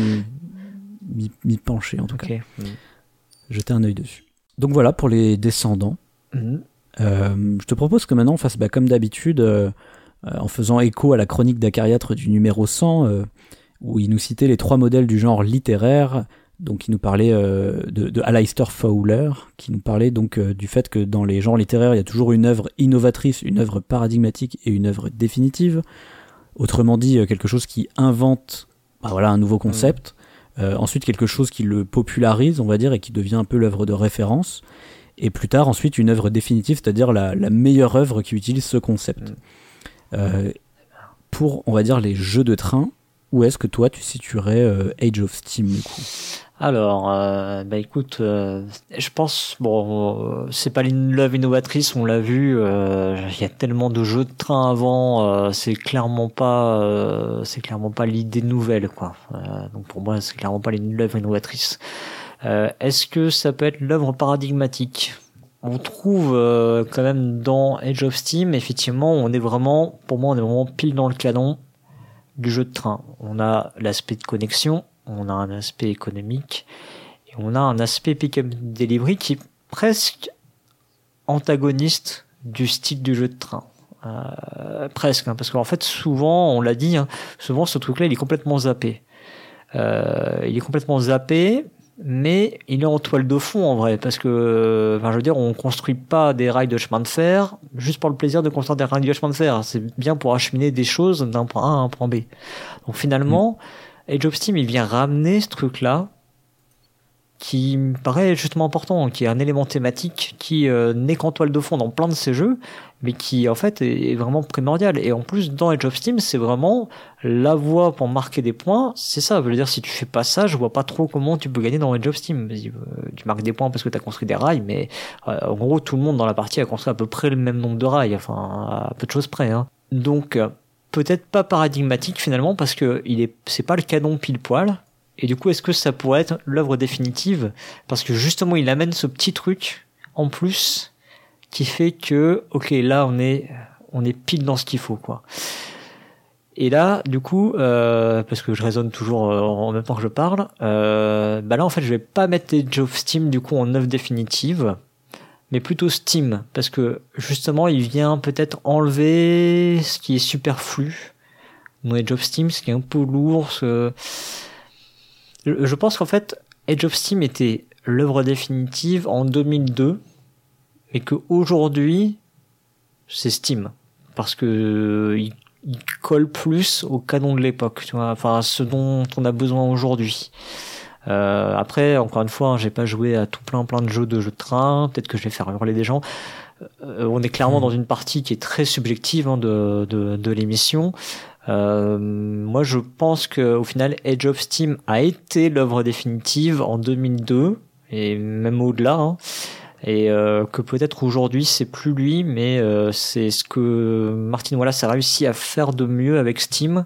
m'y pencher en tout cas. Jeter un œil dessus. Donc voilà pour les descendants. Je te propose que maintenant on fasse comme d'habitude, en faisant écho à la chronique d'Acariâtre du numéro 100. Où il nous citait les 3 modèles du genre littéraire, donc il nous parlait de Aleister Fowler, qui nous parlait donc du fait que dans les genres littéraires, il y a toujours une œuvre innovatrice, une œuvre paradigmatique et une œuvre définitive. Autrement dit, quelque chose qui invente un nouveau concept, ensuite quelque chose qui le popularise, on va dire, et qui devient un peu l'œuvre de référence, et plus tard ensuite une œuvre définitive, c'est-à-dire la meilleure œuvre qui utilise ce concept. Pour, on va dire, les jeux de train, où est-ce que toi tu situerais Age of Steam du coup ? Alors, écoute, je pense, c'est pas l'œuvre innovatrice, on l'a vu, il y a tellement de jeux de train avant, c'est clairement pas l'idée nouvelle, quoi. Donc pour moi, c'est clairement pas l'œuvre innovatrice. Est-ce que ça peut être l'œuvre paradigmatique ? On trouve quand même dans Age of Steam, effectivement, pour moi, on est vraiment pile dans le canon du jeu de train. On a l'aspect de connexion, on a un aspect économique, et on a un aspect pick-up delivery qui est presque antagoniste du style du jeu de train. Presque, parce qu'en fait, souvent, on l'a dit, souvent ce truc-là, il est complètement zappé. Mais il est en toile de fond en vrai, parce que, on construit pas des rails de chemin de fer juste pour le plaisir de construire des rails de chemin de fer. C'est bien pour acheminer des choses d'un point A à un point B. Donc finalement, Age of Steam, il vient ramener ce truc-là, qui me paraît justement important, qui est un élément thématique qui n'est qu'en toile de fond dans plein de ces jeux, mais qui en fait est vraiment primordial. Et en plus, dans Age of Steam, c'est vraiment la voie pour marquer des points. C'est ça, je veux dire, si tu fais pas ça, je vois pas trop comment tu peux gagner dans Age of Steam. Tu marques des points parce que tu as construit des rails, mais en gros, tout le monde dans la partie a construit à peu près le même nombre de rails, à peu de choses près. Donc, peut-être pas paradigmatique finalement, parce que c'est pas le canon pile poil. Et du coup, est-ce que ça pourrait être l'œuvre définitive ? Parce que justement, il amène ce petit truc en plus qui fait que, ok, là, on est pile dans ce qu'il faut, quoi. Et là, du coup, parce que je raisonne toujours en même temps que je parle, là, en fait, je vais pas mettre Age of Steam, du coup, en œuvre définitive. mais plutôt Steam, parce que justement il vient peut-être enlever ce qui est superflu dans Age of Steam, ce qui est un peu lourd. Je pense qu'en fait Age of Steam était l'œuvre définitive en 2002, et que aujourd'hui c'est Steam, parce que il colle plus au canon de l'époque, tu vois, enfin ce dont on a besoin aujourd'hui. Après, encore une fois, j'ai pas joué à tout plein de jeux de train. Peut-être que je vais faire hurler des gens. On est clairement dans une partie qui est très subjective de l'émission. Moi, je pense que au final, Age of Steam a été l'œuvre définitive en 2002 et même au-delà. Hein. Et que peut-être aujourd'hui c'est plus lui, mais c'est ce que Martin Wallace a réussi à faire de mieux avec Steam.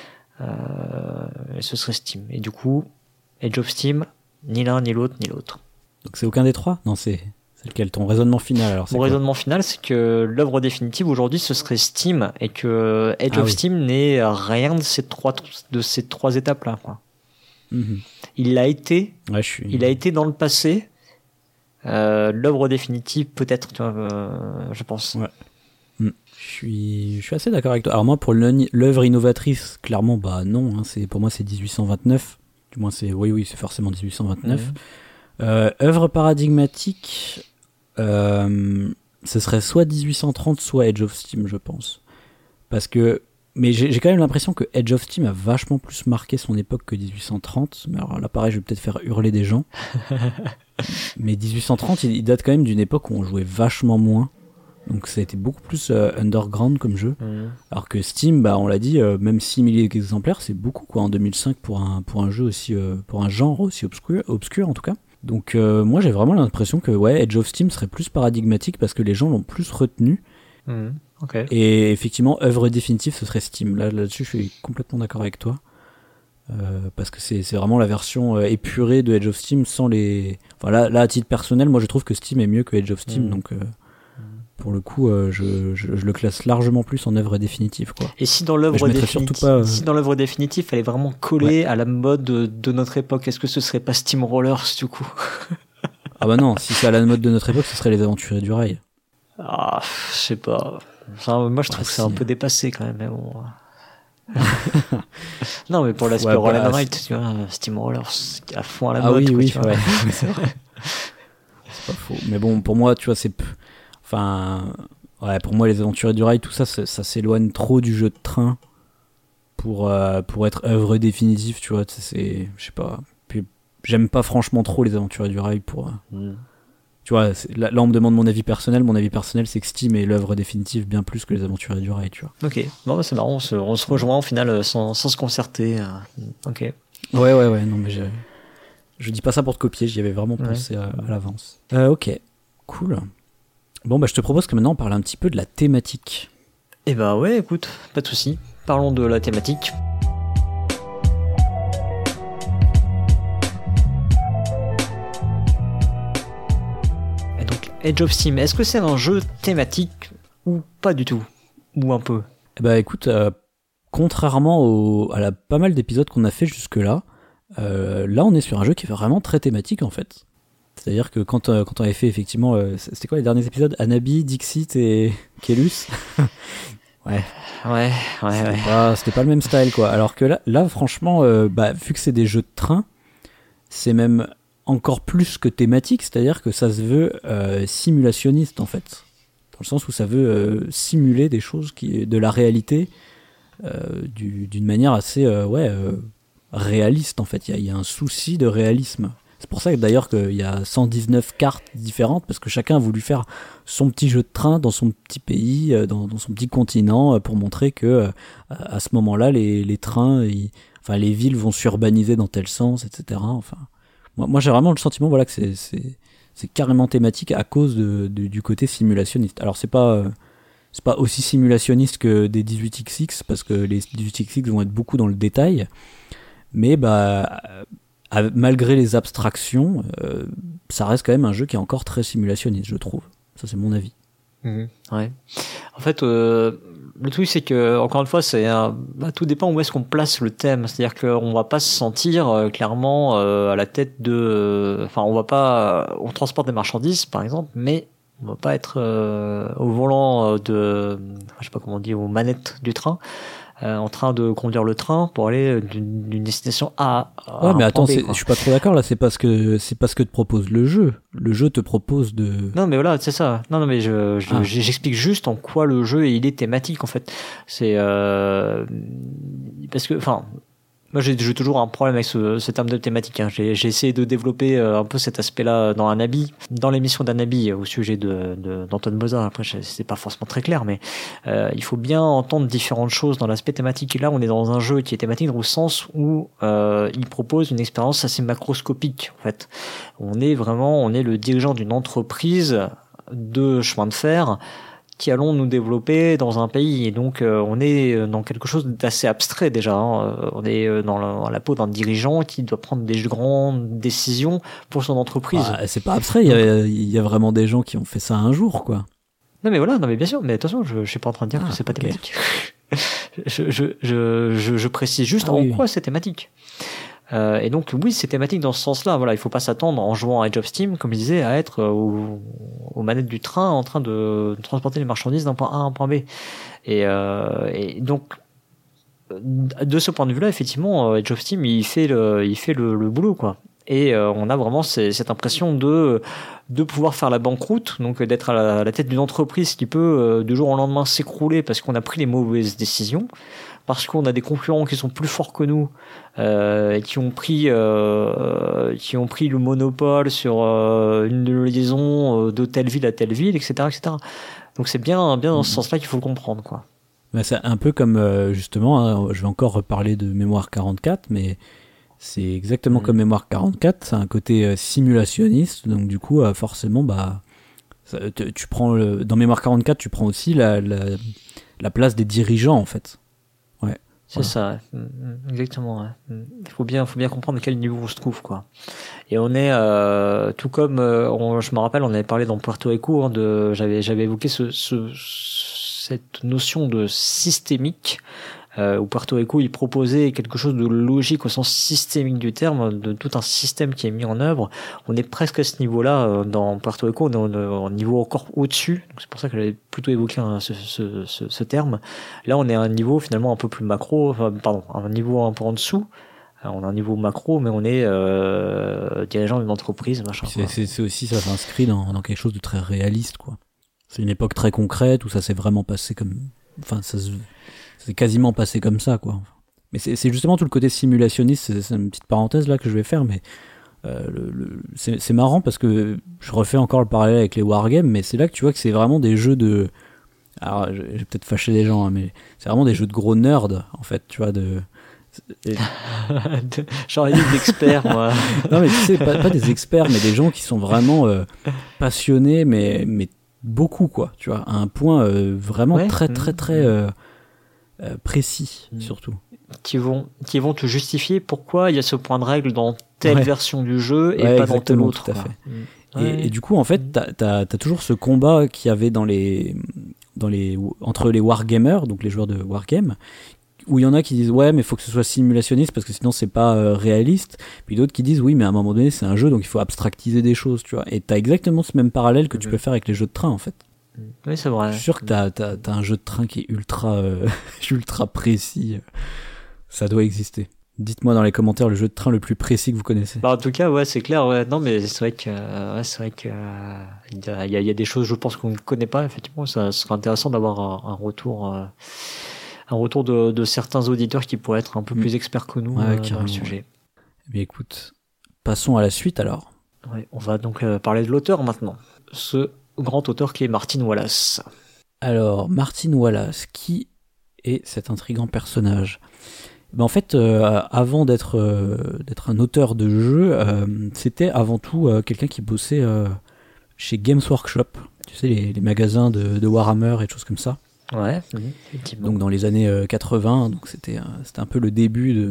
Et ce serait Steam. Et du coup, Age of Steam, ni l'un, ni l'autre, ni l'autre. Donc c'est aucun des trois ? Non, c'est lequel ton raisonnement final alors? Mon raisonnement final, c'est que l'œuvre définitive aujourd'hui, ce serait Steam, et que Age of Steam n'est rien de ces trois étapes-là. Quoi. Mm-hmm. Il l'a été. Ouais, il a été dans le passé. L'œuvre définitive, peut-être, tu vois, je pense. Ouais. Je suis assez d'accord avec toi. Alors moi, pour l'œuvre innovatrice, clairement, bah non. Hein, pour moi, c'est 1829. Du moins, oui, c'est forcément 1829. Œuvre paradigmatique, ce serait soit 1830, soit Age of Steam, je pense. Mais j'ai quand même l'impression que Age of Steam a vachement plus marqué son époque que 1830. Mais alors là, pareil, je vais peut-être faire hurler des gens. Mais 1830, il date quand même d'une époque où on jouait vachement moins. Donc ça a été beaucoup plus underground comme jeu. Alors que Steam, bah, on l'a dit, même 6 milliers d'exemplaires, c'est beaucoup quoi, en 2005 pour un jeu aussi, pour un genre aussi obscur en tout cas. Donc moi j'ai vraiment l'impression que ouais, Age of Steam serait plus paradigmatique parce que les gens l'ont plus retenu. Okay. Et effectivement, œuvre définitive, ce serait Steam. Là-dessus, je suis complètement d'accord avec toi. Parce que c'est vraiment la version épurée de Age of Steam sans les... Enfin, là, à titre personnel, moi je trouve que Steam est mieux que Age of Steam, donc pour le coup, je le classe largement plus en œuvre définitive, quoi. Et si dans l'œuvre définitive, fallait vraiment coller à la mode de notre époque, est-ce que ce serait pas Steam Rollers du coup? Ah bah non, si c'est à la mode de notre époque, ce serait les Aventuriers du Rail. Ah, je sais pas. Enfin, moi je trouve que c'est un peu dépassé quand même, mais bon... Non, mais pour l'aspect Roll and Ride, tu vois, Steam Rollers à fond à la mode. Oui, tu vois. Ouais, c'est vrai. C'est pas faux. Mais bon, pour moi, tu vois, pour moi, les Aventuriers du Rail, tout ça, ça s'éloigne trop du jeu de train pour être œuvre définitive, tu vois. Je sais pas. Puis, j'aime pas franchement trop les Aventuriers du Rail pour. Tu vois, là, on me demande mon avis personnel. Mon avis personnel, c'est que Steam est l'œuvre définitive bien plus que les Aventuriers du Rail, tu vois. Ok, bon, bah, c'est marrant, on se rejoint au final sans se concerter. Ok. Ouais, non, mais je dis pas ça pour te copier, j'y avais vraiment pensé à l'avance. Ok, cool. Bon, bah, je te propose que maintenant on parle un petit peu de la thématique. Eh bah ouais, écoute, pas de souci. Parlons de la thématique. Age of Steam, est-ce que c'est un jeu thématique ou pas du tout? Ou un peu? Bah écoute, contrairement à pas mal d'épisodes qu'on a fait jusque-là, là on est sur un jeu qui est vraiment très thématique en fait. C'est-à-dire que quand on avait fait effectivement, c'était quoi les derniers épisodes? Anabi, Dixit et Kelus. Ouais. C'était pas le même style quoi. Alors que là franchement, vu que c'est des jeux de train, c'est même encore plus que thématique, c'est-à-dire que ça se veut simulationniste en fait, dans le sens où ça veut simuler des choses de la réalité d'une manière assez réaliste en fait. Il y a un souci de réalisme. C'est pour ça que d'ailleurs qu'il y a 119 cartes différentes, parce que chacun a voulu faire son petit jeu de train dans son petit pays, dans son petit continent, pour montrer que à ce moment-là les trains, les villes vont s'urbaniser dans tel sens, etc. Enfin. Moi, j'ai vraiment le sentiment, voilà, que c'est carrément thématique à cause du côté simulationniste. Alors, c'est pas aussi simulationniste que des 18XX, parce que les 18XX vont être beaucoup dans le détail, mais malgré les abstractions, ça reste quand même un jeu qui est encore très simulationniste, je trouve. Ça, c'est mon avis. Ouais. En fait, le truc c'est que encore une fois tout dépend où est-ce qu'on place le thème, c'est-à-dire qu'on va pas se sentir clairement à la tête on transporte des marchandises par exemple, mais On va pas être au volant je sais pas comment on dit, aux manettes du train, en train de conduire le train pour aller d'une destination A à Ouais, mais un attends, point B, quoi. je suis pas trop d'accord là. C'est parce que te propose le jeu. Le jeu te propose de. Non, mais voilà, c'est ça. Non, mais j'explique juste en quoi le jeu il est thématique en fait. C'est parce que, enfin, moi j'ai toujours un problème avec ce terme de thématique. Hein. J'ai essayé de développer un peu cet aspect-là dans Anabi, dans l'émission d'Anabi au sujet d'Antoine Bozat. Après, c'est pas forcément très clair, mais il faut bien entendre différentes choses dans l'aspect thématique. Et là, on est dans un jeu qui est thématique dans le sens où il propose une expérience assez macroscopique. En fait, on est le dirigeant d'une entreprise de chemin de fer qui allons nous développer dans un pays, et donc on est dans quelque chose d'assez abstrait déjà, hein. On est dans la peau d'un dirigeant qui doit prendre des grandes décisions pour son entreprise. Ah, c'est pas abstrait, il y a vraiment des gens qui ont fait ça un jour, quoi. Non mais voilà, non mais bien sûr, mais attention, je suis pas en train de dire que c'est pas thématique. Je précise juste quoi c'est thématique. Et donc oui, c'est thématique dans ce sens-là. Voilà, il faut pas s'attendre en jouant à Age of Steam, comme je disais, à être aux manettes du train en train de transporter les marchandises d'un point A à un point B. Et donc de ce point de vue-là, effectivement, Age of Steam, il fait le boulot, quoi. Et on a vraiment cette impression de pouvoir faire la banqueroute, donc d'être à la tête d'une entreprise qui peut du jour au lendemain s'écrouler parce qu'on a pris les mauvaises décisions, parce qu'on a des concurrents qui sont plus forts que nous, qui ont pris le monopole sur une liaison de telle ville à telle ville, etc., etc. Donc c'est bien dans ce sens-là qu'il faut le comprendre, quoi. Bah, c'est un peu comme justement, hein, je vais encore reparler de Mémoire 44, mais c'est exactement comme Mémoire 44, c'est un côté simulationniste, donc du coup forcément tu prends dans Mémoire 44 tu prends aussi la place des dirigeants en fait. Ouais. C'est ça, exactement. Ouais. Il faut bien comprendre à quel niveau on se trouve, quoi. Et on est tout comme je me rappelle, on avait parlé dans Puerto Rico, hein, j'avais évoqué cette notion de systémique. Où Puerto Rico il proposait quelque chose de logique au sens systémique du terme, de tout un système qui est mis en œuvre. On est presque à ce niveau-là dans Puerto Rico, on est au niveau encore au-dessus. Donc c'est pour ça que j'avais plutôt évoqué ce terme. Là, on est à un niveau finalement un peu plus macro, un niveau un peu en dessous. Alors, on a un niveau macro, mais on est dirigeant d'une entreprise, machin. C'est aussi, ça s'inscrit dans quelque chose de très réaliste, quoi. C'est une époque très concrète où ça s'est vraiment passé comme, enfin, c'est quasiment passé comme ça, quoi. Mais c'est justement tout le côté simulationniste, c'est une petite parenthèse là que je vais faire, mais c'est marrant parce que je refais encore le parallèle avec les wargames, mais c'est là que tu vois que c'est vraiment des jeux de... Alors, je vais peut-être fâcher des gens, hein, mais c'est vraiment des jeux de gros nerds, en fait, tu vois, Genre des experts, moi. Non, mais tu sais, pas des experts, mais des gens qui sont vraiment passionnés, mais beaucoup, quoi, tu vois, à un point vraiment très précis, surtout. Qui vont te justifier pourquoi il y a ce point de règle dans telle version du jeu et pas dans telle autre. Tout à fait. Et du coup, en fait, t'as toujours ce combat qu'il y avait entre les wargamers, donc les joueurs de wargame, où il y en a qui disent ouais, mais il faut que ce soit simulationniste parce que sinon c'est pas réaliste. Puis d'autres qui disent oui, mais à un moment donné c'est un jeu donc il faut abstractiser des choses, tu vois. Et t'as exactement ce même parallèle que tu peux faire avec les jeux de train, en fait. Oui, c'est vrai. Je suis sûr que t'as un jeu de train qui est ultra précis. Ça doit exister. Dites-moi dans les commentaires le jeu de train le plus précis que vous connaissez. En tout cas, ouais, c'est clair. Ouais. Non, mais c'est vrai que il y a des choses, je pense, qu'on ne connaît pas. Effectivement, ça serait intéressant d'avoir un retour de certains auditeurs qui pourraient être un peu plus experts que nous dans le sujet. Mais écoute, passons à la suite alors. Ouais, on va donc parler de l'auteur maintenant. Ce grand auteur qui est Martin Wallace. Alors, Martin Wallace, qui est cet intriguant personnage ? En fait, avant d'être un auteur de jeu, c'était avant tout quelqu'un qui bossait chez Games Workshop, tu sais, les magasins de Warhammer et des choses comme ça. Ouais, effectivement. Donc dans les années 80, donc c'était un peu le début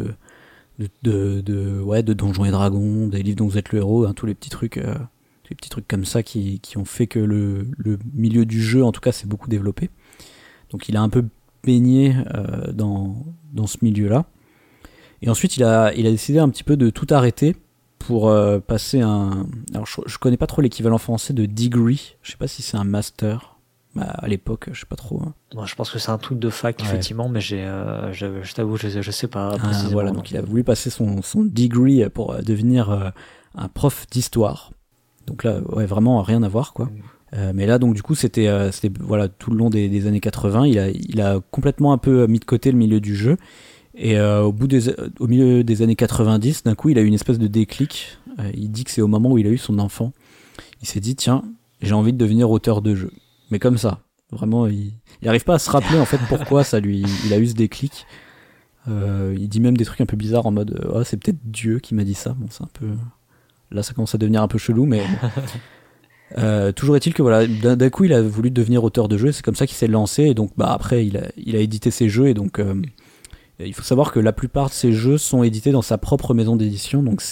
de Donjons et Dragons, des livres dont vous êtes le héros, hein, tous les petits trucs comme ça qui ont fait que le milieu du jeu, en tout cas, s'est beaucoup développé. Donc il a un peu baigné dans ce milieu-là. Et ensuite, il a décidé un petit peu de tout arrêter pour passer un... Alors je connais pas trop l'équivalent français de degree, je sais pas si c'est un master. Bah, à l'époque, je sais pas trop. Moi, je pense que c'est un truc de fac, effectivement, mais je t'avoue, je sais pas précisément. Voilà, donc il a voulu passer son degree pour devenir un prof d'histoire. Donc là, ouais, vraiment rien à voir, quoi. Mais là, donc du coup, c'était voilà, tout le long des années 80, il a complètement un peu mis de côté le milieu du jeu. Et au milieu des années 90, d'un coup, il a eu une espèce de déclic. Il dit que c'est au moment où il a eu son enfant. Il s'est dit, tiens, j'ai envie de devenir auteur de jeu. Mais comme ça, vraiment, il arrive pas à se rappeler en fait pourquoi il a eu ce déclic. Il dit même des trucs un peu bizarres en mode, c'est peut-être Dieu qui m'a dit ça. Bon, c'est un peu, là, ça commence à devenir un peu chelou, mais toujours est-il que voilà, d'un coup, il a voulu devenir auteur de jeu. Et c'est comme ça qu'il s'est lancé. Et donc, bah après, il a édité ses jeux. Et donc, il faut savoir que la plupart de ses jeux sont édités dans sa propre maison d'édition. Donc,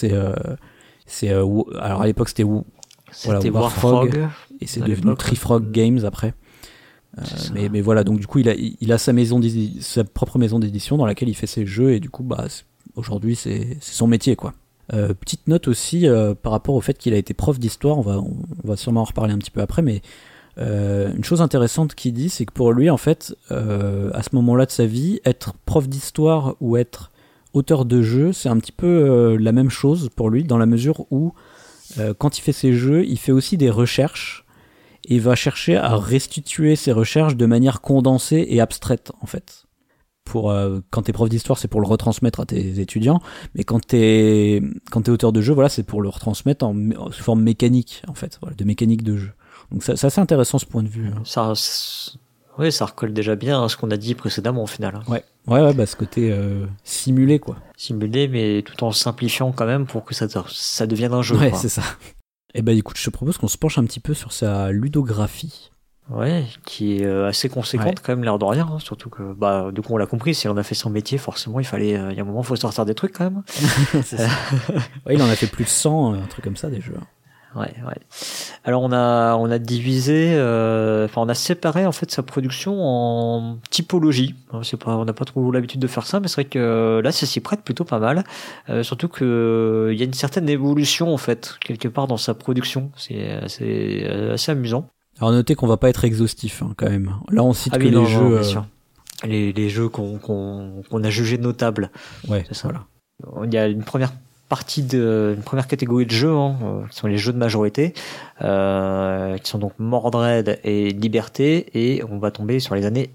alors à l'époque, c'était Warfrog. Et c'est devenu Trifrog Games après. Mais voilà, donc du coup, il a sa propre maison d'édition dans laquelle il fait ses jeux, et du coup, bah, aujourd'hui, c'est son métier, quoi. Petite note aussi par rapport au fait qu'il a été prof d'histoire, on va sûrement en reparler un petit peu après, mais une chose intéressante qu'il dit, c'est que pour lui, en fait, à ce moment-là de sa vie, être prof d'histoire ou être auteur de jeux, c'est un petit peu la même chose pour lui, dans la mesure où quand il fait ses jeux, il fait aussi des recherches et il va chercher à restituer ses recherches de manière condensée et abstraite, en fait. Quand t'es prof d'histoire, c'est pour le retransmettre à tes étudiants, mais quand t'es auteur de jeu, voilà, c'est pour le retransmettre sous forme mécanique, en fait, voilà, de mécanique de jeu. Donc c'est assez intéressant ce point de vue. Ça recolle déjà bien à ce qu'on a dit précédemment au final. Ouais, bah ce côté simulé, quoi. Simulé, mais tout en simplifiant quand même pour que ça devienne un jeu. Ouais, quoi. C'est ça. Et bah écoute, je te propose qu'on se penche un petit peu sur sa ludographie. Ouais, qui est assez conséquente quand même, l'air de rien, hein, surtout que, bah, du coup, on l'a compris, si on a fait son métier, forcément, il y a un moment, il faut sortir des trucs quand même. C'est ça. Ouais, il en a fait plus de 100, un truc comme ça, des jeux. Ouais. Alors, on a divisé, on a séparé, en fait, sa production en typologie. On n'a pas trop l'habitude de faire ça, mais c'est vrai que là, ça s'y prête plutôt pas mal. Surtout que, il y a une certaine évolution, en fait, quelque part dans sa production. C'est assez amusant. Alors notez qu'on va pas être exhaustif quand même. Là on cite les jeux, bien sûr. Les jeux qu'on a jugés notables. Ouais, c'est ça. Voilà. Il y a une première catégorie de jeux qui sont les jeux de majorité, qui sont donc Mordred et Liberté, et on va tomber sur les années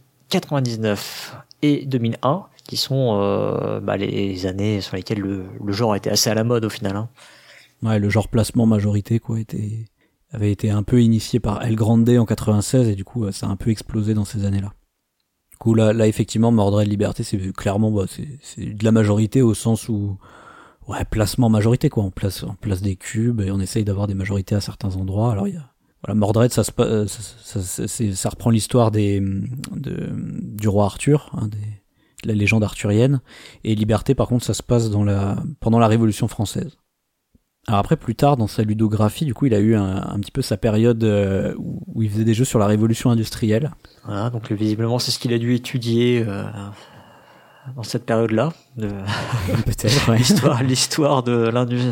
99 et 2001, qui sont les années sur lesquelles le genre a été assez à la mode au final. Hein. Ouais, le genre placement majorité avait été un peu initié par El Grande en 96 et du coup ça a un peu explosé dans ces années-là. Du coup là effectivement Mordred Liberté c'est clairement c'est de la majorité au sens où placement majorité quoi, on place des cubes et on essaye d'avoir des majorités à certains endroits. Alors Mordred ça reprend l'histoire du roi Arthur, de la légende arthurienne, et Liberté par contre ça se passe pendant la Révolution française. Alors après, plus tard, dans sa ludographie, du coup, il a eu un petit peu sa période où il faisait des jeux sur la révolution industrielle. Voilà, donc visiblement, c'est ce qu'il a dû étudier dans cette période-là. Peut-être, ouais. L'histoire de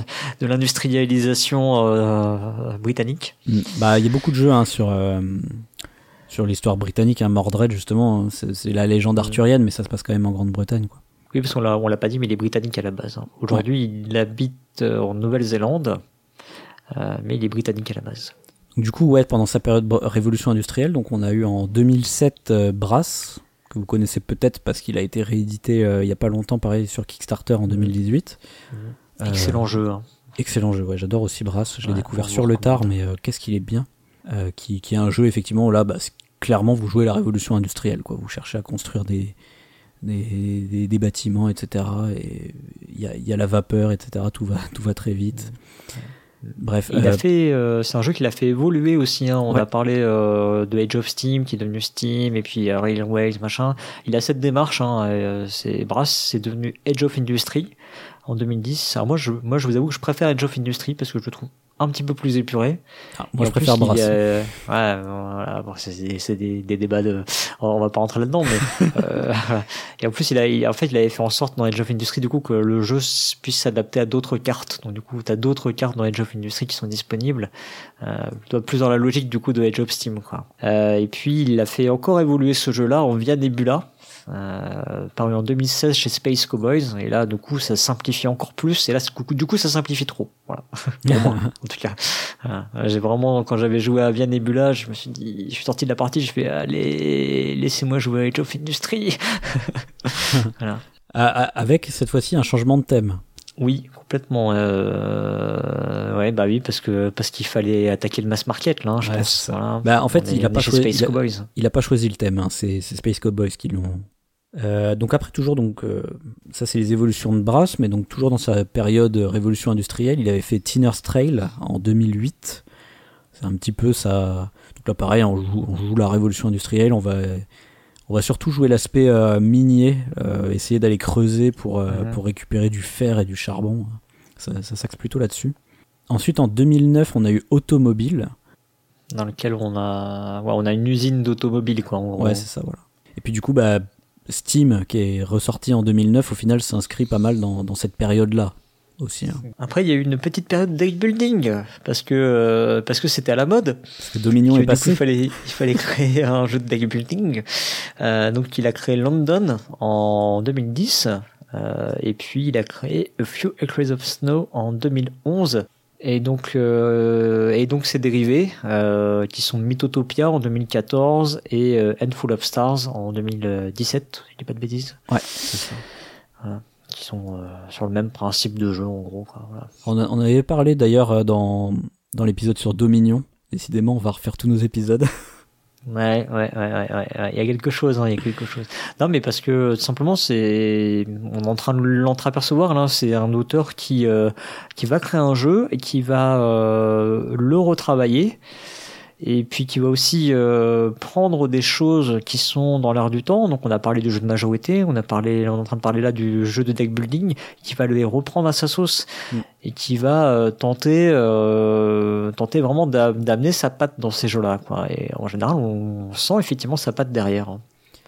l'industrialisation britannique. Bah, il y a beaucoup de jeux sur l'histoire britannique. Mordred, justement, c'est la légende arthurienne, mais ça se passe quand même en Grande-Bretagne, quoi. Oui, parce qu'on l'a pas dit, mais il est britannique à la base. Hein. Aujourd'hui, il habite en Nouvelle-Zélande, mais il est britannique à la base. Du coup, pendant sa période révolution industrielle, donc on a eu en 2007 Brass, que vous connaissez peut-être parce qu'il a été réédité il y a pas longtemps, pareil, sur Kickstarter en 2018. Excellent jeu. Hein. Excellent jeu, ouais, j'adore aussi Brass. Je l'ai découvert sur le tard, mais qu'est-ce qu'il est bien. Qui est un jeu, effectivement, là, clairement, vous jouez la révolution industrielle, quoi. Vous cherchez à construire des bâtiments, etc. Et il y a la vapeur, etc. Tout va très vite. Bref. C'est un jeu qu'il a fait évoluer aussi. Hein. On a parlé de Age of Steam, qui est devenu Steam, et puis Railways, machin. Il a cette démarche. Hein, Brass, c'est devenu Age of Industry en 2010. Alors moi, je vous avoue que je préfère Age of Industry parce que je le trouve un petit peu plus épuré. Moi, je préfère Brass. Ouais, voilà. Bon, c'est des débats de. On va pas rentrer là-dedans, mais. Et en plus, il avait fait en sorte dans Age of Industry du coup que le jeu puisse s'adapter à d'autres cartes. Donc du coup, t'as d'autres cartes dans Age of Industry qui sont disponibles. Plus dans la logique du coup de Age of Steam, quoi. Et puis, il a fait encore évoluer ce jeu-là en Via Nebula. Paru en 2016 chez Space Cowboys, et là du coup ça simplifie encore plus, et là du coup ça simplifie trop, voilà. Pour moi en tout cas. J'ai vraiment, quand j'avais joué à Via Nebula, je me suis dit, je suis sorti de la partie, je fais allez, laissez-moi jouer à Age of Industry. Voilà. Avec cette fois-ci un changement de thème. Oui, complètement. Ouais, bah oui, parce qu'il fallait attaquer le mass market là, je pense. Voilà. Bah en fait, il a pas choisi le thème, hein. C'est Space Cowboys qui l'ont. Donc après toujours ça c'est les évolutions de Brass, mais donc toujours dans sa période révolution industrielle, il avait fait Tinner's Trail en 2008. C'est un petit peu ça. Donc là pareil, on joue la révolution industrielle, on va surtout jouer l'aspect minier, essayer d'aller creuser pour récupérer du fer et du charbon. Ça s'axe plutôt là-dessus. Ensuite en 2009, on a eu Automobile, dans lequel on a une usine d'automobile, quoi, en gros. Ouais, c'est ça, voilà. Et puis du coup Steam, qui est ressorti en 2009, au final s'inscrit pas mal dans cette période-là aussi, hein. Après, il y a eu une petite période de deck building parce que c'était à la mode. Parce que Dominion est passé. Du coup, il fallait créer un jeu de deck building. Donc, il a créé London en 2010, et puis il a créé A Few Acres of Snow en 2011. Et donc ses dérivés qui sont Mythotopia en 2014 et Handful of Stars en 2017, je dis pas de bêtises. Ouais, c'est ça. Voilà. Qui sont sur le même principe de jeu en gros, quoi. Voilà. On avait parlé d'ailleurs dans l'épisode sur Dominion. Décidément, on va refaire tous nos épisodes. Ouais. Il y a quelque chose, hein, il y a quelque chose. Non, mais parce que simplement, on est en train de l'entreapercevoir, là. C'est un auteur qui va créer un jeu et qui va le retravailler. Et puis qui va aussi prendre des choses qui sont dans l'air du temps. Donc on a parlé du jeu de majorité, on est en train de parler là du jeu de deck building, qui va les reprendre à sa sauce et qui va tenter vraiment d'amener sa patte dans ces jeux-là, quoi. Et en général, on sent effectivement sa patte derrière, hein.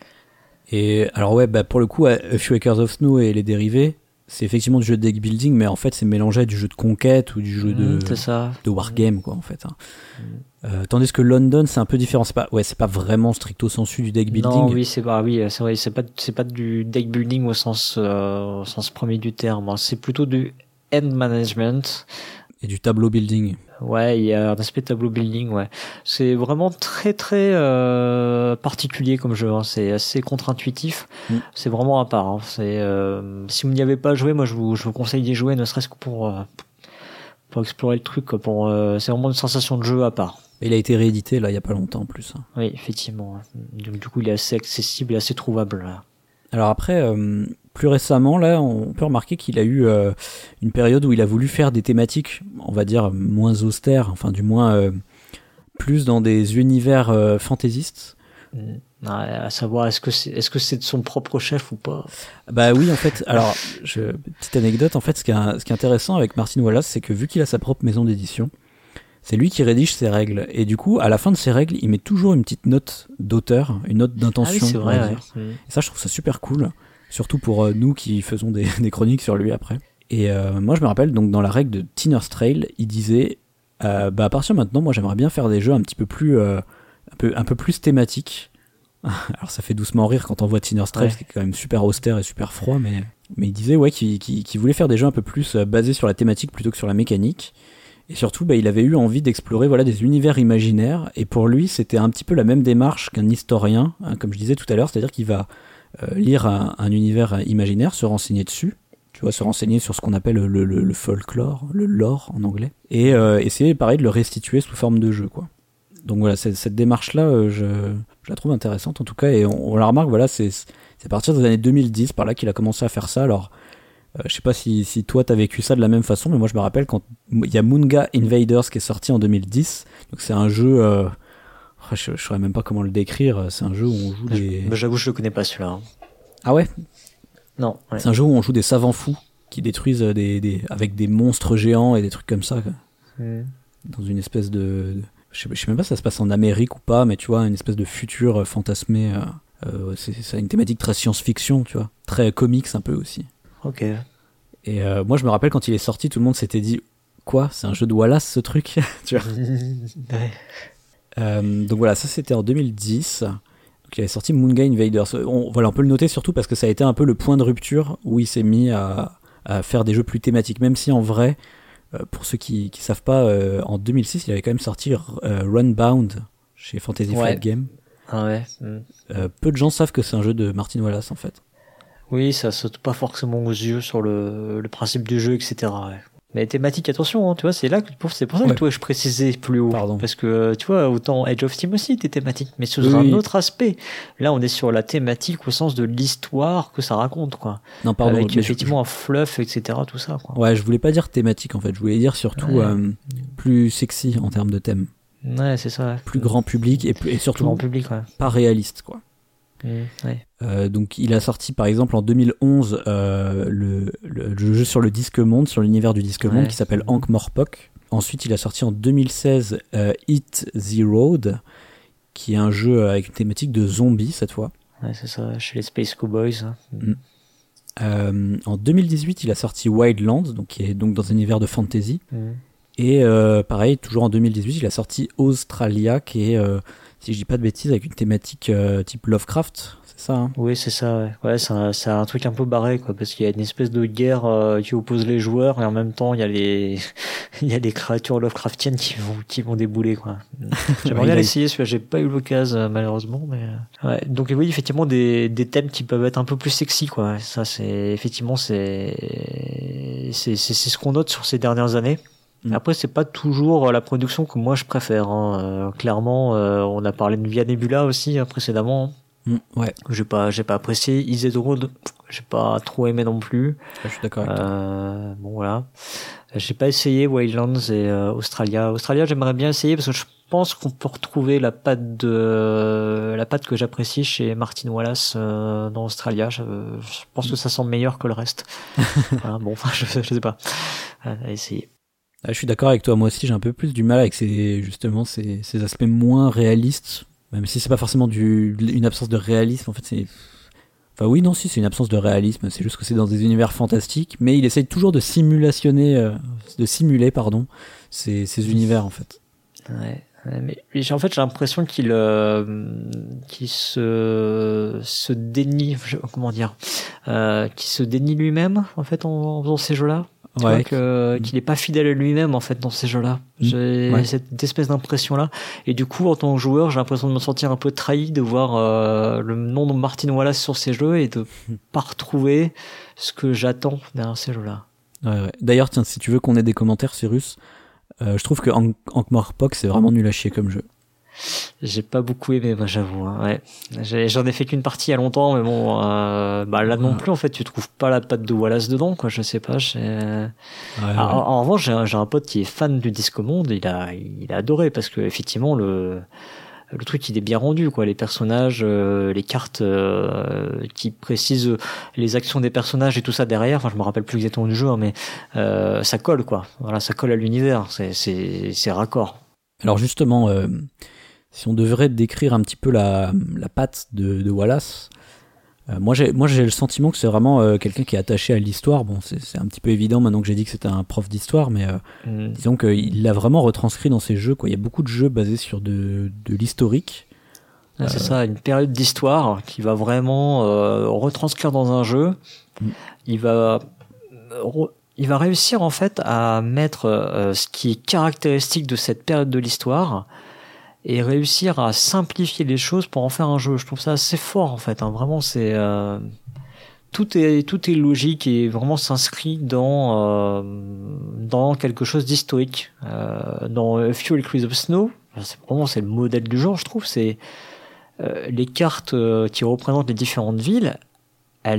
Et alors ouais, pour le coup, A Few Acres of Snow et les dérivés, c'est effectivement du jeu de deck building, mais en fait c'est mélangé à du jeu de conquête ou du jeu de wargame, quoi, en fait, hein. Tandis que London, c'est un peu différent. C'est pas vraiment stricto sensu du deck building. Non, c'est vrai, c'est pas du deck building au sens premier du terme, hein. C'est plutôt du end management et du tableau building. Ouais, il y a un aspect tableau building, ouais. C'est vraiment très très particulier comme jeu, hein. C'est assez contre-intuitif. C'est vraiment à part, hein. Si vous n'y avez pas joué, moi je vous conseille d'y jouer, ne serait-ce que pour explorer le truc, quoi. C'est vraiment une sensation de jeu à part. Et il a été réédité là il y a pas longtemps en plus, hein. Oui, effectivement. Donc du coup, il est assez accessible et assez trouvable là. Alors après, plus récemment, là, on peut remarquer qu'il a eu une période où il a voulu faire des thématiques, on va dire, moins austères, enfin du moins plus dans des univers fantaisistes. À savoir, est-ce que c'est de son propre chef ou pas? Bah oui, en fait, alors, petite anecdote, en fait, ce qui est intéressant avec Martin Wallace, c'est que vu qu'il a sa propre maison d'édition, c'est lui qui rédige ses règles. Et du coup, à la fin de ses règles, il met toujours une petite note d'auteur, une note d'intention. Ah oui, c'est vrai, ouais. Et ça, je trouve ça super cool. Surtout pour nous qui faisons des chroniques sur lui après. Et moi, je me rappelle, donc, dans la règle de Tinner's Trail, il disait, à partir de maintenant, moi, j'aimerais bien faire des jeux un petit peu plus, un peu plus thématiques. Alors, ça fait doucement rire quand on voit Tinner's Trail, qui est quand même super austère et super froid, mais il disait, qu'il voulait faire des jeux un peu plus basés sur la thématique plutôt que sur la mécanique. Et surtout, il avait eu envie d'explorer des univers imaginaires. Et pour lui, c'était un petit peu la même démarche qu'un historien, hein, comme je disais tout à l'heure, c'est-à-dire qu'il va lire un univers imaginaire, se renseigner dessus, se renseigner sur ce qu'on appelle le folklore, le lore en anglais, et essayer, pareil, de le restituer sous forme de jeu, quoi. Donc voilà, cette démarche-là, je la trouve intéressante en tout cas, et on la remarque, c'est à partir des années 2010, par là, qu'il a commencé à faire ça. Alors, je sais pas si toi t'as vécu ça de la même façon, mais moi je me rappelle quand il y a Munga Invaders qui est sorti en 2010, donc c'est un jeu, je saurais même pas comment le décrire, c'est un jeu où on joue des... J'avoue, je le connais pas celui-là, hein. Ah ouais? Non. Ouais. C'est un jeu où on joue des savants fous qui détruisent avec des monstres géants et des trucs comme ça, quoi. dans une espèce je sais même pas si ça se passe en Amérique ou pas, mais tu vois, une espèce de futur fantasmé. C'est une thématique très science-fiction, tu vois, très comics un peu aussi. Ok. Et moi, je me rappelle quand il est sorti, tout le monde s'était dit quoi, c'est un jeu de Wallace ce truc, tu vois. Donc voilà, ça c'était en 2010. Donc il avait sorti Moon Guy Invaders. On peut le noter surtout parce que ça a été un peu le point de rupture où il s'est mis à faire des jeux plus thématiques, même si en vrai, pour ceux qui savent pas, en 2006 il avait quand même sorti Runbound chez Fantasy Flight Games. Ah ouais. Peu de gens savent que c'est un jeu de Martin Wallace en fait. Oui, ça saute pas forcément aux yeux sur le principe du jeu, etc. Ouais. Mais thématique, attention, hein, tu vois, c'est pour ça que toi je précisais plus haut. Pardon. Parce que tu vois, autant Age of Steam aussi était thématique, mais sous un autre aspect. Là, on est sur la thématique au sens de l'histoire que ça raconte, quoi. Non, pardon. Avec effectivement un fluff, etc. Tout ça, quoi. Ouais, je voulais pas dire thématique en fait, je voulais dire surtout plus sexy en termes de thème. Ouais, c'est ça. Ouais. Plus grand public et surtout plus grand public, ouais. Pas réaliste, quoi. Ouais. Donc il a sorti par exemple en 2011 le jeu sur le Disque Monde, sur l'univers du Disque Monde qui s'appelle Ankh-Morpork. Ensuite il a sorti en 2016 Hit the Road, qui est un jeu avec une thématique de zombies cette fois. Ouais, c'est ça, chez les Space Cowboys. En 2018 il a sorti Wildlands, donc qui est donc dans un univers de fantasy. Et pareil, toujours en 2018 il a sorti Australia, qui est si je dis pas de bêtises, avec une thématique type Lovecraft, c'est ça, hein? Oui, c'est ça, ouais, c'est un truc un peu barré, quoi, parce qu'il y a une espèce de guerre qui oppose les joueurs, et en même temps, il y a les créatures Lovecraftiennes qui vont débouler, quoi. J'aimerais bien l'essayer, celui-là, j'ai pas eu l'occasion, malheureusement, mais, ouais. Donc, oui, effectivement, des thèmes qui peuvent être un peu plus sexy, quoi. Ça, c'est ce qu'on note sur ces dernières années. Après, c'est pas toujours la production que moi je préfère. Hein. Clairement, on a parlé de Via Nebula aussi précédemment. Ouais. J'ai pas apprécié. Easy Road, j'ai pas trop aimé non plus. Je suis d'accord avec toi. Bon voilà. J'ai pas essayé Wildlands et Australia. Australia, j'aimerais bien essayer parce que je pense qu'on peut retrouver la patte que j'apprécie chez Martin Wallace dans Australia. Je pense que ça sent meilleur que le reste. Voilà, bon, enfin, je sais pas. À essayer. Je suis d'accord avec toi, moi aussi j'ai un peu plus du mal avec ces aspects moins réalistes, même si c'est pas forcément une absence de réalisme, en fait c'est... Enfin oui, non, si, c'est une absence de réalisme, c'est juste que c'est dans des univers fantastiques, mais il essaye toujours de simuler, ces univers en fait. Ouais, mais en fait j'ai l'impression qu'il se dénie, qu'il se dénie lui-même en fait en faisant ces jeux-là. Tu vois qu'il est pas fidèle à lui-même en fait dans ces jeux-là. J'ai cette espèce d'impression-là, et du coup en tant que joueur j'ai l'impression de me sentir un peu trahi de voir le nom de Martin Wallace sur ces jeux et de pas retrouver ce que j'attends derrière ces jeux-là. Ouais. D'ailleurs tiens, si tu veux qu'on ait des commentaires, Cyrus, je trouve que Ankh-Morpork c'est vraiment nul à chier comme jeu. J'ai pas beaucoup aimé, moi j'avoue. Hein, ouais. J'en ai fait qu'une partie il y a longtemps, mais bon, là non plus en fait, tu trouves pas la patte de Wallace dedans, quoi. Je sais pas. En revanche, j'ai un pote qui est fan du Disque Monde, il a adoré parce que effectivement le truc il est bien rendu, quoi. Les personnages, les cartes qui précisent les actions des personnages et tout ça derrière. Enfin, je me rappelle plus exactement du jeu, hein, mais ça colle, quoi. Voilà, ça colle à l'univers. C'est raccord. Alors justement, si on devrait décrire un petit peu la patte de Wallace, moi j'ai le sentiment que c'est vraiment quelqu'un qui est attaché à l'histoire. Bon, c'est un petit peu évident maintenant que j'ai dit que c'était un prof d'histoire, mais disons qu'il l'a vraiment retranscrit dans ses jeux, quoi. Il y a beaucoup de jeux basés sur de l'historique. C'est ça, une période d'histoire qui va vraiment retranscrire dans un jeu. Il va réussir en fait à mettre ce qui est caractéristique de cette période de l'histoire et réussir à simplifier les choses pour en faire un jeu. Je trouve ça assez fort en fait. Hein. Vraiment, c'est tout est logique et vraiment s'inscrit dans quelque chose d'historique. Dans A Few Acres of Snow, c'est le modèle du genre, je trouve. C'est les cartes qui représentent les différentes villes. Elles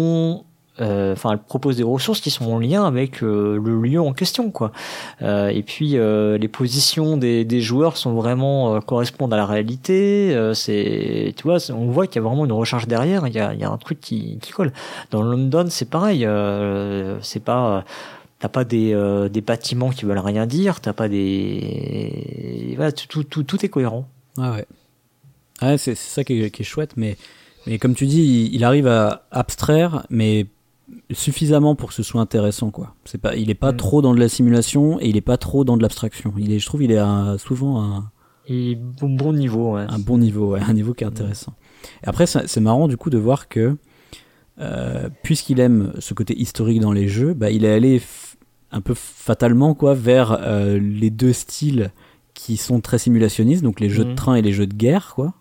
proposent des ressources qui sont en lien avec le lieu en question, quoi. Et puis les positions des joueurs sont vraiment correspondent à la réalité. Tu vois, on voit qu'il y a vraiment une recherche derrière. Il y a un truc qui colle. Dans London, c'est pareil. C'est pas t'as pas des bâtiments qui veulent rien dire, t'as pas des, voilà, tout est cohérent. Ah ouais. Ouais, c'est ça qui est chouette, mais comme tu dis, il arrive à abstraire, mais suffisamment pour que ce soit intéressant, quoi. Il est pas trop dans de la simulation et il est pas trop dans de l'abstraction. Je trouve, il est souvent et bon niveau, ouais. Un bon niveau, ouais, un niveau qui est intéressant. Et après, c'est marrant du coup de voir que puisqu'il aime ce côté historique dans les jeux, bah, il est allé un peu fatalement, quoi, vers les deux styles qui sont très simulationnistes, donc les jeux de train et les jeux de guerre, quoi.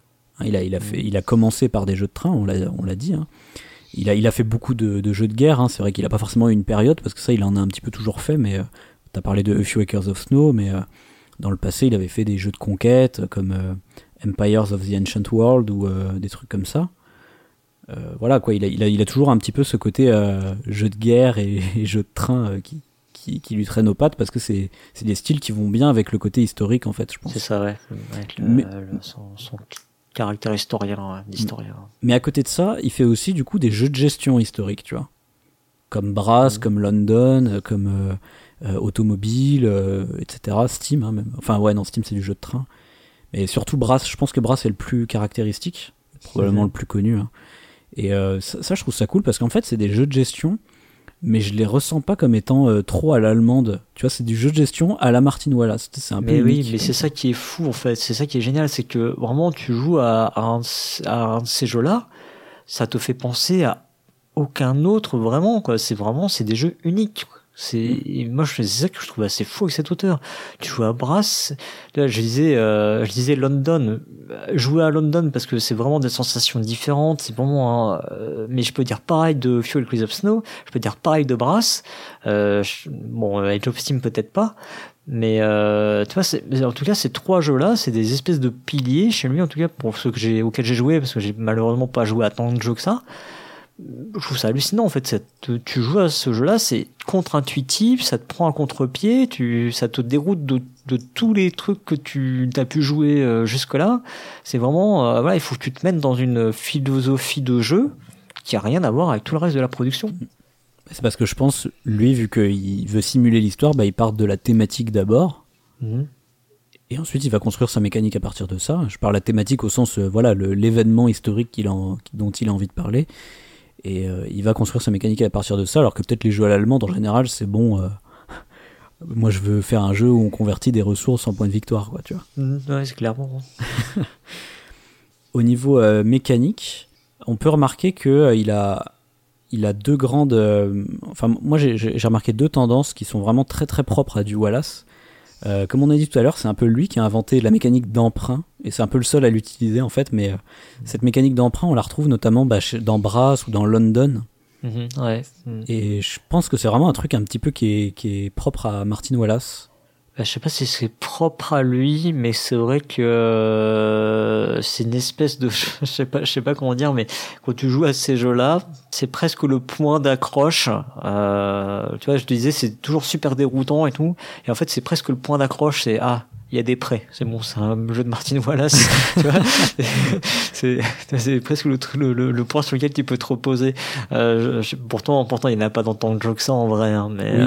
Il a commencé par des jeux de train, on l'a dit. Hein. Il a fait beaucoup de jeux de guerre. Hein. C'est vrai qu'il a pas forcément eu une période parce que ça, il en a un petit peu toujours fait. Mais t'as parlé de A Few Acres of Snow, mais dans le passé, il avait fait des jeux de conquête comme Empires of the Ancient World ou des trucs comme ça. Voilà quoi, il a toujours un petit peu ce côté jeu de guerre et jeu de train qui lui traîne aux pattes parce que c'est des styles qui vont bien avec le côté historique en fait, je pense. C'est ça, ouais. Avec son caractère d'historien. Mais à côté de ça, il fait aussi du coup des jeux de gestion historique, tu vois. Comme Brass, comme London, comme Automobile, etc. Steam, hein, même. Enfin ouais, non, Steam c'est du jeu de train. Mais surtout Brass, je pense que Brass est le plus caractéristique, probablement le plus connu. Hein. Et ça, je trouve ça cool parce qu'en fait, c'est des jeux de gestion, mais je les ressens pas comme étant trop à l'allemande. Tu vois, c'est du jeu de gestion à la Martin Wallace. C'est un peu unique. Oui, mais c'est ça qui est fou en fait. C'est ça qui est génial, c'est que vraiment tu joues à un de ces jeux-là, ça te fait penser à aucun autre vraiment quoi. C'est des jeux uniques. Moi c'est ça que je trouve assez fou avec cet auteur. Tu joues à Brass, là je disais London, jouer à London parce que c'est vraiment des sensations différentes, c'est vraiment mais je peux dire pareil de Few Acres of Snow, je peux dire pareil de Brass. Bon, Age of Steam peut-être pas, mais tu vois, en tout cas ces trois jeux-là, c'est des espèces de piliers chez lui en tout cas pour ceux auxquels j'ai joué parce que j'ai malheureusement pas joué à tant de jeux que ça. Je trouve ça hallucinant en fait. Tu joues à ce jeu-là, c'est contre-intuitif, ça te prend à contre-pied, ça te déroute de tous les trucs que tu as pu jouer jusque-là. C'est vraiment, voilà, il faut que tu te mettes dans une philosophie de jeu qui a rien à voir avec tout le reste de la production. C'est parce que je pense, lui, vu qu'il veut simuler l'histoire, bah, il part de la thématique d'abord. Et ensuite, il va construire sa mécanique à partir de ça. Je parle de la thématique au sens, voilà, l'événement historique dont il a envie de parler. Et il va construire sa mécanique à partir de ça, alors que peut-être les jeux à l'allemande, en général, c'est bon. Moi, je veux faire un jeu où on convertit des ressources en points de victoire, quoi, tu vois. Ouais, c'est clairement. Au niveau mécanique, on peut remarquer que il a deux grandes. Enfin, moi, j'ai remarqué deux tendances qui sont vraiment très très propres à du Wallace. Comme on a dit tout à l'heure, c'est un peu lui qui a inventé la mécanique d'emprunt, et c'est un peu le seul à l'utiliser en fait, mais cette mécanique d'emprunt, on la retrouve notamment dans Brass ou dans London. Ouais. Et je pense que c'est vraiment un truc un petit peu qui est propre à Martin Wallace. Je sais pas si c'est propre à lui, mais c'est vrai que c'est une espèce de, je sais pas comment dire, mais quand tu joues à ces jeux-là, c'est presque le point d'accroche. Tu vois, je te disais, c'est toujours super déroutant et tout, et en fait, c'est presque le point d'accroche. C'est il y a des prêts. C'est bon, c'est un jeu de Martin Wallace. Tu vois, c'est presque le point sur lequel tu peux te reposer. Pourtant, il n'y en a pas dans tant de jeux que ça en vrai, hein, mais. Oui.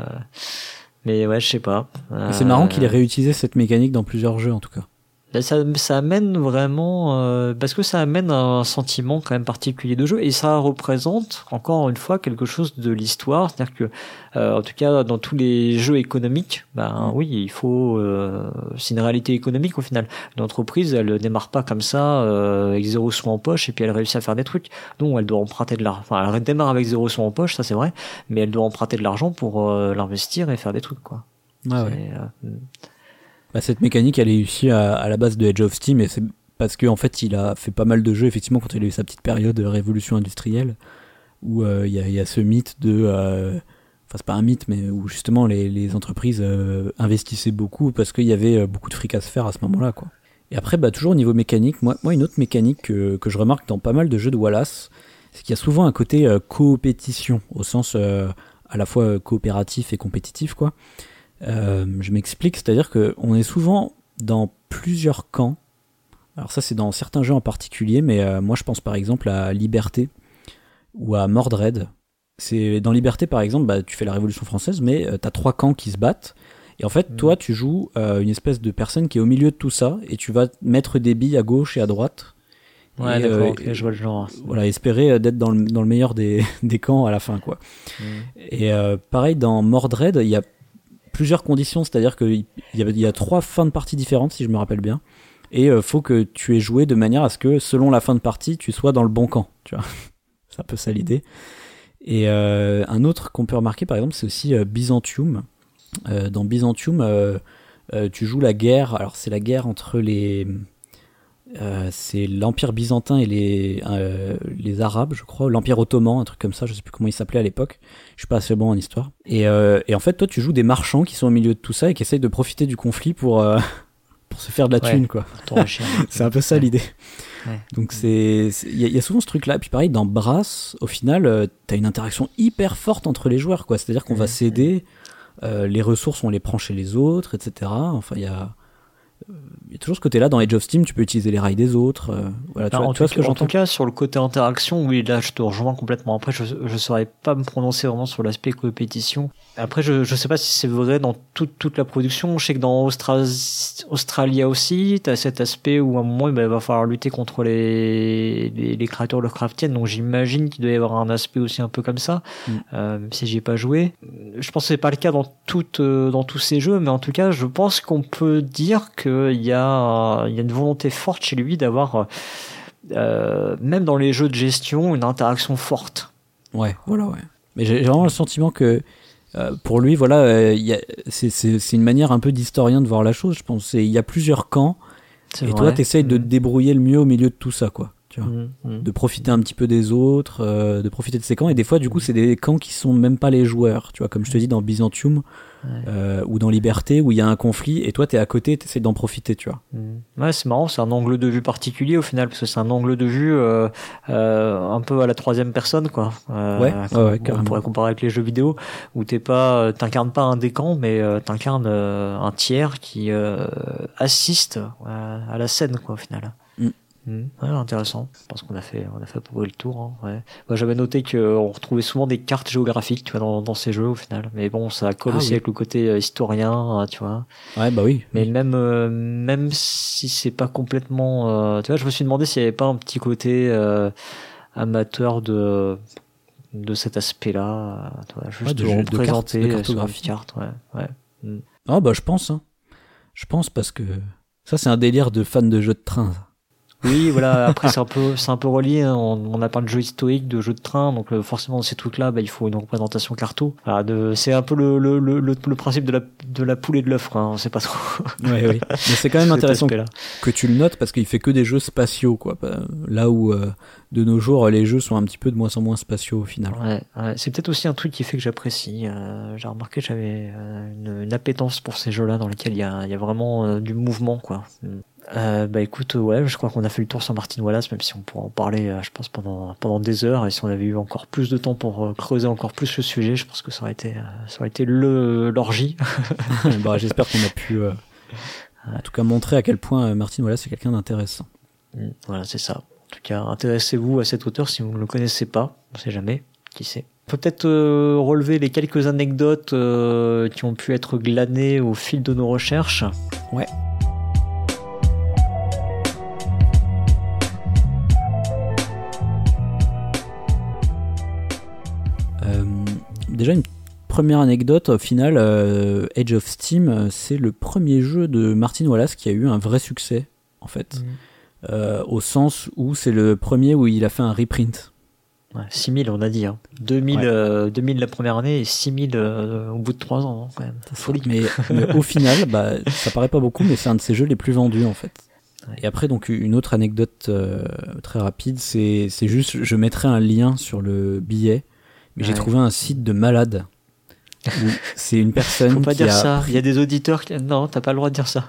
Mais ouais, je sais pas. C'est marrant qu'il ait réutilisé cette mécanique dans plusieurs jeux en tout cas. Ça amène vraiment parce que ça amène un sentiment quand même particulier de jeu et ça représente encore une fois quelque chose de l'histoire, c'est-à-dire que en tout cas dans tous les jeux économiques, oui, il faut c'est une réalité économique au final. Une entreprise, elle démarre pas comme ça avec 0 sous en poche et puis elle réussit à faire des trucs. Non, elle doit emprunter de l'argent. Enfin, elle démarre avec 0 sous en poche, ça c'est vrai, mais elle doit emprunter de l'argent pour l'investir et faire des trucs quoi. Ah ouais. Cette mécanique, elle est issue à la base de Age of Steam, et c'est parce qu'en fait, il a fait pas mal de jeux, effectivement, quand il a eu sa petite période de révolution industrielle, où il y a ce mythe de... Enfin, c'est pas un mythe, mais où justement les entreprises investissaient beaucoup parce qu'il y avait beaucoup de fric à se faire à ce moment-là, quoi. Et après, toujours au niveau mécanique, moi une autre mécanique que je remarque dans pas mal de jeux de Wallace, c'est qu'il y a souvent un côté coopétition, au sens à la fois coopératif et compétitif, quoi. Je m'explique, c'est-à-dire qu'on est souvent dans plusieurs camps. Alors ça, c'est dans certains jeux en particulier, mais moi je pense par exemple à Liberté ou à Mordred. c'est dans Liberté par exemple, bah, tu fais la Révolution française, mais t'as 3 camps qui se battent. Et en fait, toi, tu joues une espèce de personne qui est au milieu de tout ça, et tu vas mettre des billes à gauche et à droite. Ouais, et, d'accord, ok, je vois le genre. Voilà, espérer d'être dans le meilleur des camps à la fin, quoi. Et pareil, dans Mordred, il y a plusieurs conditions, c'est-à-dire qu'il y a 3 fins de partie différentes, si je me rappelle bien. Et faut que tu aies joué de manière à ce que, selon la fin de partie, tu sois dans le bon camp, tu vois. C'est un peu ça l'idée. Et un autre qu'on peut remarquer, par exemple, c'est aussi Byzantium. Dans Byzantium, tu joues la guerre. Alors c'est la guerre entre c'est l'Empire byzantin et les Arabes, je crois, l'Empire ottoman, un truc comme ça. Je sais plus comment il s'appelait à l'époque. Je suis pas assez bon en histoire. Et en fait, toi, tu joues des marchands qui sont au milieu de tout ça et qui essayent de profiter du conflit pour se faire de la thune, quoi. C'est un peu ça l'idée. Ouais. Donc il y a souvent ce truc là. Et puis pareil, dans Brass, au final, t'as une interaction hyper forte entre les joueurs, quoi. C'est-à-dire qu'on va s'aider, les ressources on les prend chez les autres, etc. Enfin, il y a toujours ce côté-là. Dans Age of Steam, tu peux utiliser les rails des autres. Voilà, tu vois ce que j'entends. En tout cas, sur le côté interaction, oui, là, je te rejoins complètement. Après, je saurais pas me prononcer vraiment sur l'aspect compétition. Après, je sais pas si c'est vrai dans toute la production. Je sais que dans Australia aussi, t'as cet aspect où à un moment, il va falloir lutter contre les créatures Lovecraftiennes. Donc, j'imagine qu'il doit y avoir un aspect aussi un peu comme ça. Même si j'y ai pas joué. Je pense que c'est pas le cas dans tous ces jeux, mais en tout cas, je pense qu'on peut dire qu'il y a une volonté forte chez lui d'avoir, même dans les jeux de gestion, une interaction forte. Ouais, voilà, ouais. Mais j'ai vraiment le sentiment que pour lui, voilà, c'est une manière un peu d'historien de voir la chose, je pense. Il y a plusieurs camps, et toi, t'essayes de te débrouiller le mieux au milieu de tout ça, quoi. Tu vois, de profiter un petit peu des autres, de profiter de ces camps, et des fois, du coup, c'est des camps qui sont même pas les joueurs. Tu vois, comme je te dis dans Byzantium, ou dans Liberté, où il y a un conflit, et toi, t'es à côté, t'essayes d'en profiter, tu vois. Ouais, c'est marrant, c'est un angle de vue particulier au final, parce que c'est un angle de vue un peu à la 3e personne, quoi. Ouais, carrément. On pourrait comparer avec les jeux vidéo, où t'incarnes pas un des camps, mais t'incarnes un tiers qui assiste à la scène, quoi, au final. Ouais, intéressant. Je pense qu'on a fait à peu près le tour. Hein, ouais. Moi, j'avais noté qu'on retrouvait souvent des cartes géographiques, tu vois, dans ces jeux au final. Mais bon, ça colle aussi avec le côté historien, tu vois. Ouais, bah oui. Mais même si c'est pas complètement, tu vois, je me suis demandé s'il y avait pas un petit côté amateur de cet aspect-là, tu vois, juste de représenter de cartographie. Sur une carte, ouais. Ah bah je pense, hein. Je pense parce que ça c'est un délire de fan de jeux de train. Ça. Oui, voilà. Après, c'est un peu relié. Hein. On a plein de jeux historiques, de jeux de train, donc forcément dans ces trucs-là, il faut une représentation carto. C'est un peu le principe de la poule et de l'œuf. Hein. On sait pas trop. Oui. Mais c'est quand même intéressant que tu le notes parce qu'il fait que des jeux spatiaux, quoi. Là où de nos jours les jeux sont un petit peu de moins en moins spatiaux au final. Ouais. C'est peut-être aussi un truc qui fait que j'apprécie. J'ai remarqué que j'avais une appétence pour ces jeux-là dans lesquels il y a vraiment du mouvement, quoi. Écoute, ouais, je crois qu'on a fait le tour sur Martin Wallace, même si on pourrait en parler, je pense, pendant des heures, et si on avait eu encore plus de temps pour creuser encore plus le sujet, je pense que ça aurait été l'orgie. J'espère qu'on a pu, en tout cas, montrer à quel point Martin Wallace est quelqu'un d'intéressant. Voilà, c'est ça. En tout cas, intéressez-vous à cet auteur si vous ne le connaissez pas, on sait jamais, qui sait. Peut-être relever les quelques anecdotes qui ont pu être glanées au fil de nos recherches. Ouais. Déjà une première anecdote, au final, Age of Steam, c'est le premier jeu de Martin Wallace qui a eu un vrai succès, en fait. Au sens où c'est le premier où il a fait un reprint. Ouais, 6000 on a dit, hein. 2000 la première année et 6000 au bout de 3 ans, hein, quand même. C'est folie. Mais au final, ça paraît pas beaucoup, mais c'est un de ses jeux les plus vendus, en fait. Ouais. Et après, donc, une autre anecdote très rapide, c'est juste, je mettrai un lien sur le billet. Mais j'ai trouvé un site de malade où c'est une personne Faut pas qui dire a ça. Il y a des auditeurs qui... Non, t'as pas le droit de dire ça.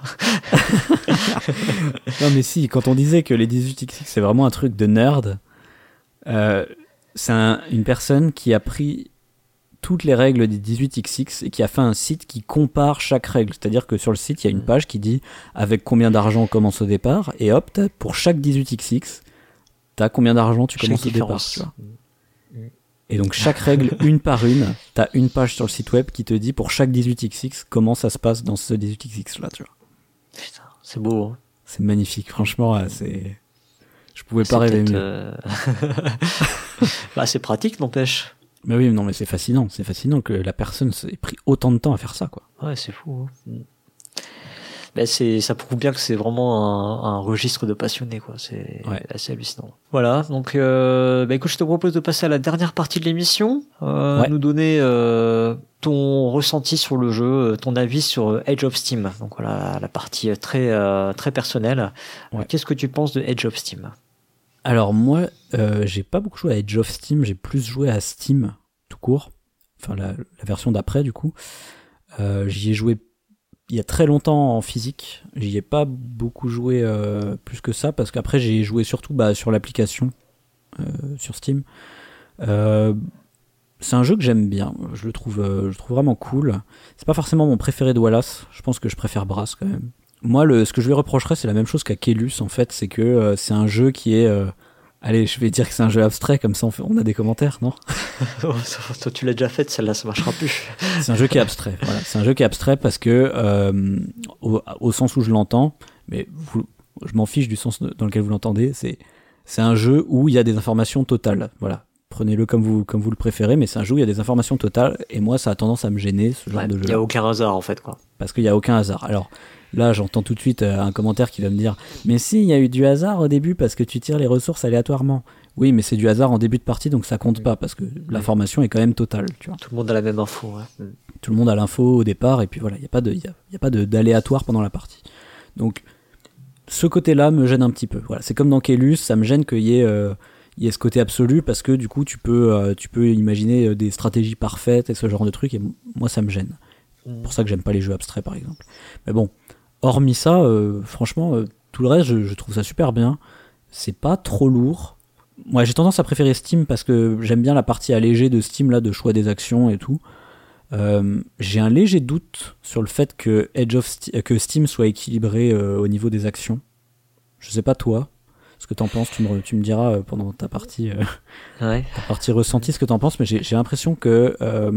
Non mais si, quand on disait que les 18xx c'est vraiment un truc de nerd, c'est une personne qui a pris toutes les règles des 18xx et qui a fait un site qui compare chaque règle. C'est-à-dire que sur le site, il y a une page qui dit avec combien d'argent on commence au départ, et hop, pour chaque 18xx, t'as combien d'argent tu commences au départ. Tu vois. Et donc chaque règle, une par une, t'as une page sur le site web qui te dit pour chaque 18xx comment ça se passe dans ce 18xx là, tu vois. Putain, c'est beau. Hein. C'est magnifique, franchement, c'est... Je pouvais pas rêver mieux. Bah, c'est pratique, n'empêche. Mais oui, non, mais c'est fascinant que la personne ait pris autant de temps à faire ça, quoi. Ouais, c'est fou. Hein. Ben ça prouve bien que c'est vraiment un registre de passionnés, quoi. C'est assez hallucinant. Voilà, donc écoute, je te propose de passer à la dernière partie de l'émission, nous donner ton ressenti sur le jeu, ton avis sur Age of Steam. Donc voilà, la partie très très personnelle. Ouais. Qu'est-ce que tu penses de Age of Steam ? Alors moi, j'ai pas beaucoup joué à Age of Steam, j'ai plus joué à Steam tout court, enfin la version d'après du coup. J'y ai joué il y a très longtemps en physique, j'y ai pas beaucoup joué plus que ça, parce qu'après j'ai joué surtout sur l'application sur Steam. C'est un jeu que j'aime bien, je le trouve vraiment cool. C'est pas forcément mon préféré de Wallace, je pense que je préfère Brass quand même. Moi, ce que je lui reprocherais, c'est la même chose qu'à Kelus, en fait, c'est que c'est un jeu qui est... allez, je vais dire que c'est un jeu abstrait, comme ça on a des commentaires, non ? Toi, tu l'as déjà faite, celle-là, ça marchera plus. C'est un jeu qui est abstrait, voilà. C'est un jeu qui est abstrait parce que, au sens où je l'entends, mais je m'en fiche du sens dans lequel vous l'entendez, c'est un jeu où il y a des informations totales, voilà. Prenez-le comme vous le préférez, mais c'est un jeu où il y a des informations totales, et moi, ça a tendance à me gêner, ce genre de jeu. Il n'y a aucun hasard, en fait, quoi. Parce qu'il n'y a aucun hasard. Alors, là, j'entends tout de suite un commentaire qui va me dire « Mais si, il y a eu du hasard au début parce que tu tires les ressources aléatoirement. » Oui, mais c'est du hasard en début de partie, donc ça compte pas, parce que l'information est quand même totale, tu vois. Tout le monde a la même info, ouais. Tout le monde a l'info au départ, et puis voilà, il n'y a pas d'aléatoire pendant la partie. Donc, ce côté-là me gêne un petit peu. Voilà, c'est comme dans Kelus, ça me gêne qu'il y ait ce côté absolu, parce que du coup, tu peux imaginer des stratégies parfaites et ce genre de trucs, et moi, ça me gêne. C'est pour ça que j'aime pas les jeux abstraits, par exemple. Mais bon, hormis ça, franchement, tout le reste, je trouve ça super bien. C'est pas trop lourd. Moi, j'ai tendance à préférer Steam parce que j'aime bien la partie allégée de Steam, là, de choix des actions et tout. J'ai un léger doute sur le fait que que Steam soit équilibré au niveau des actions. Je sais pas toi, ce que t'en penses. Tu me diras pendant ta partie, ta partie ressentie ce que t'en penses. Mais j'ai l'impression que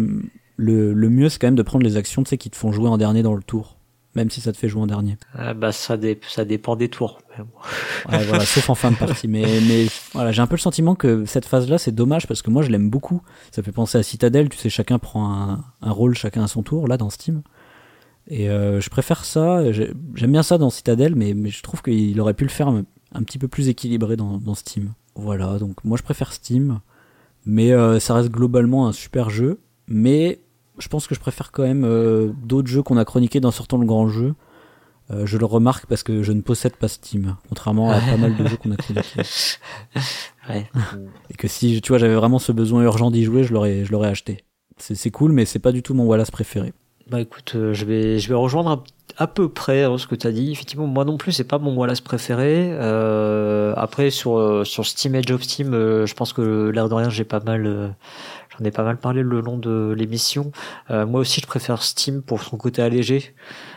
le mieux, c'est quand même de prendre les actions, tu sais, qui te font jouer en dernier dans le tour. Même si ça te fait jouer en dernier. Ça dépend des tours. Ouais, voilà, sauf en fin de partie. Mais voilà, j'ai un peu le sentiment que cette phase-là, c'est dommage parce que moi, je l'aime beaucoup. Ça fait penser à Citadel, tu sais, chacun prend un rôle, chacun à son tour, là, dans Steam. Et je préfère ça. J'aime bien ça dans Citadel, mais je trouve qu'il aurait pu le faire un petit peu plus équilibré dans Steam. Voilà, donc moi, je préfère Steam. Mais ça reste globalement un super jeu. Mais je pense que je préfère quand même d'autres jeux qu'on a chroniqués dans Sortons le Grand Jeu. Je le remarque parce que je ne possède pas Steam, contrairement à pas mal de jeux qu'on a chroniqués. Ouais. Et que si, tu vois, j'avais vraiment ce besoin urgent d'y jouer, je l'aurais acheté. C'est cool, mais c'est pas du tout mon Wallace préféré. Bah écoute, je vais rejoindre à peu près ce que tu as dit. Effectivement, moi non plus, c'est pas mon Wallace préféré. Après, sur Steam, Age of Steam, je pense que l'air de rien, j'en ai pas mal parlé le long de l'émission. Moi aussi, je préfère Steam pour son côté allégé.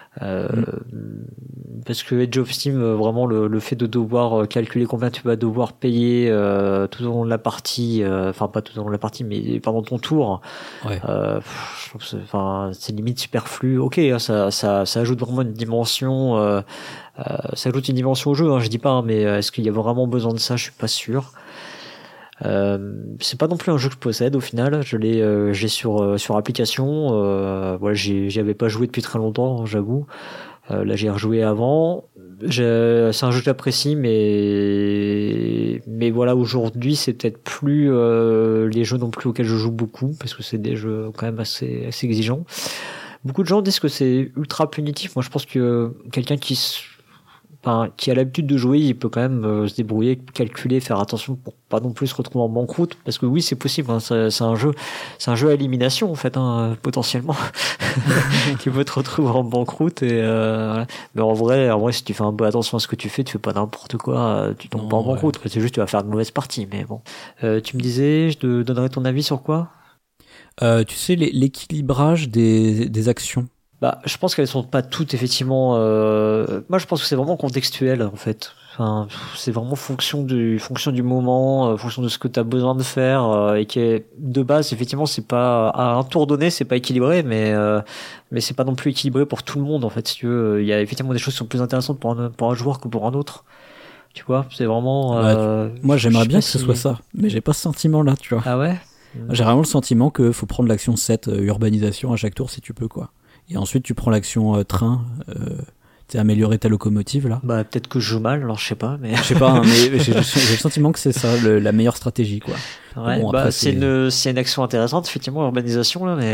Parce que Age of Steam, vraiment le fait de devoir calculer combien tu vas devoir payer tout au long de la partie, enfin pas tout au long de la partie, mais pendant ton tour, ouais. Je trouve que c'est limite superflu. Ok, ça ajoute vraiment une dimension, ça ajoute une dimension au jeu. Hein, je dis pas, hein, mais est-ce qu'il y a vraiment besoin de ça? Je suis pas sûr. C'est pas non plus un jeu que je possède au final. J'ai sur application. Voilà, j'y avais pas joué depuis très longtemps, hein, j'avoue. Là, j'ai rejoué avant. C'est un jeu que j'apprécie, mais voilà, aujourd'hui, c'est peut-être plus les jeux non plus auxquels je joue beaucoup, parce que c'est des jeux quand même assez exigeants. Beaucoup de gens disent que c'est ultra punitif. Moi, je pense que quelqu'un qui a l'habitude de jouer, il peut quand même se débrouiller, calculer, faire attention pour pas non plus se retrouver en banqueroute, parce que oui, c'est possible, hein, c'est un jeu à élimination en fait, hein, potentiellement, qui peut te retrouver en banqueroute et voilà. Mais en vrai, si tu fais un peu attention à ce que tu fais pas n'importe quoi, tu tombes pas en banqueroute. Ouais. C'est juste tu vas faire de mauvaises parties, mais bon. Tu me disais, je te donnerais ton avis sur quoi? Tu sais l'équilibrage des actions. Bah, je pense qu'elles sont pas toutes effectivement. Moi, je pense que c'est vraiment contextuel en fait. Enfin, c'est vraiment fonction du moment, fonction de ce que tu as besoin de faire et qui est de base effectivement c'est pas à un tour donné c'est pas équilibré, mais c'est pas non plus équilibré pour tout le monde en fait. Si tu veux, il y a effectivement des choses qui sont plus intéressantes pour un joueur que pour un autre. Tu vois, c'est vraiment. Moi, j'aimerais bien que ce soit ça, mais j'ai pas ce sentiment-là, tu vois. Ah ouais. J'ai vraiment le sentiment que faut prendre l'action 7 urbanisation à chaque tour si tu peux, quoi. Et ensuite, tu prends l'action train. Tu sais, améliorer ta locomotive là. Bah peut-être que je joue mal, alors je sais pas, mais. Je sais pas, hein, mais j'ai le sentiment que c'est ça la meilleure stratégie, quoi. Ouais, bon, bah après, c'est une action intéressante effectivement urbanisation là,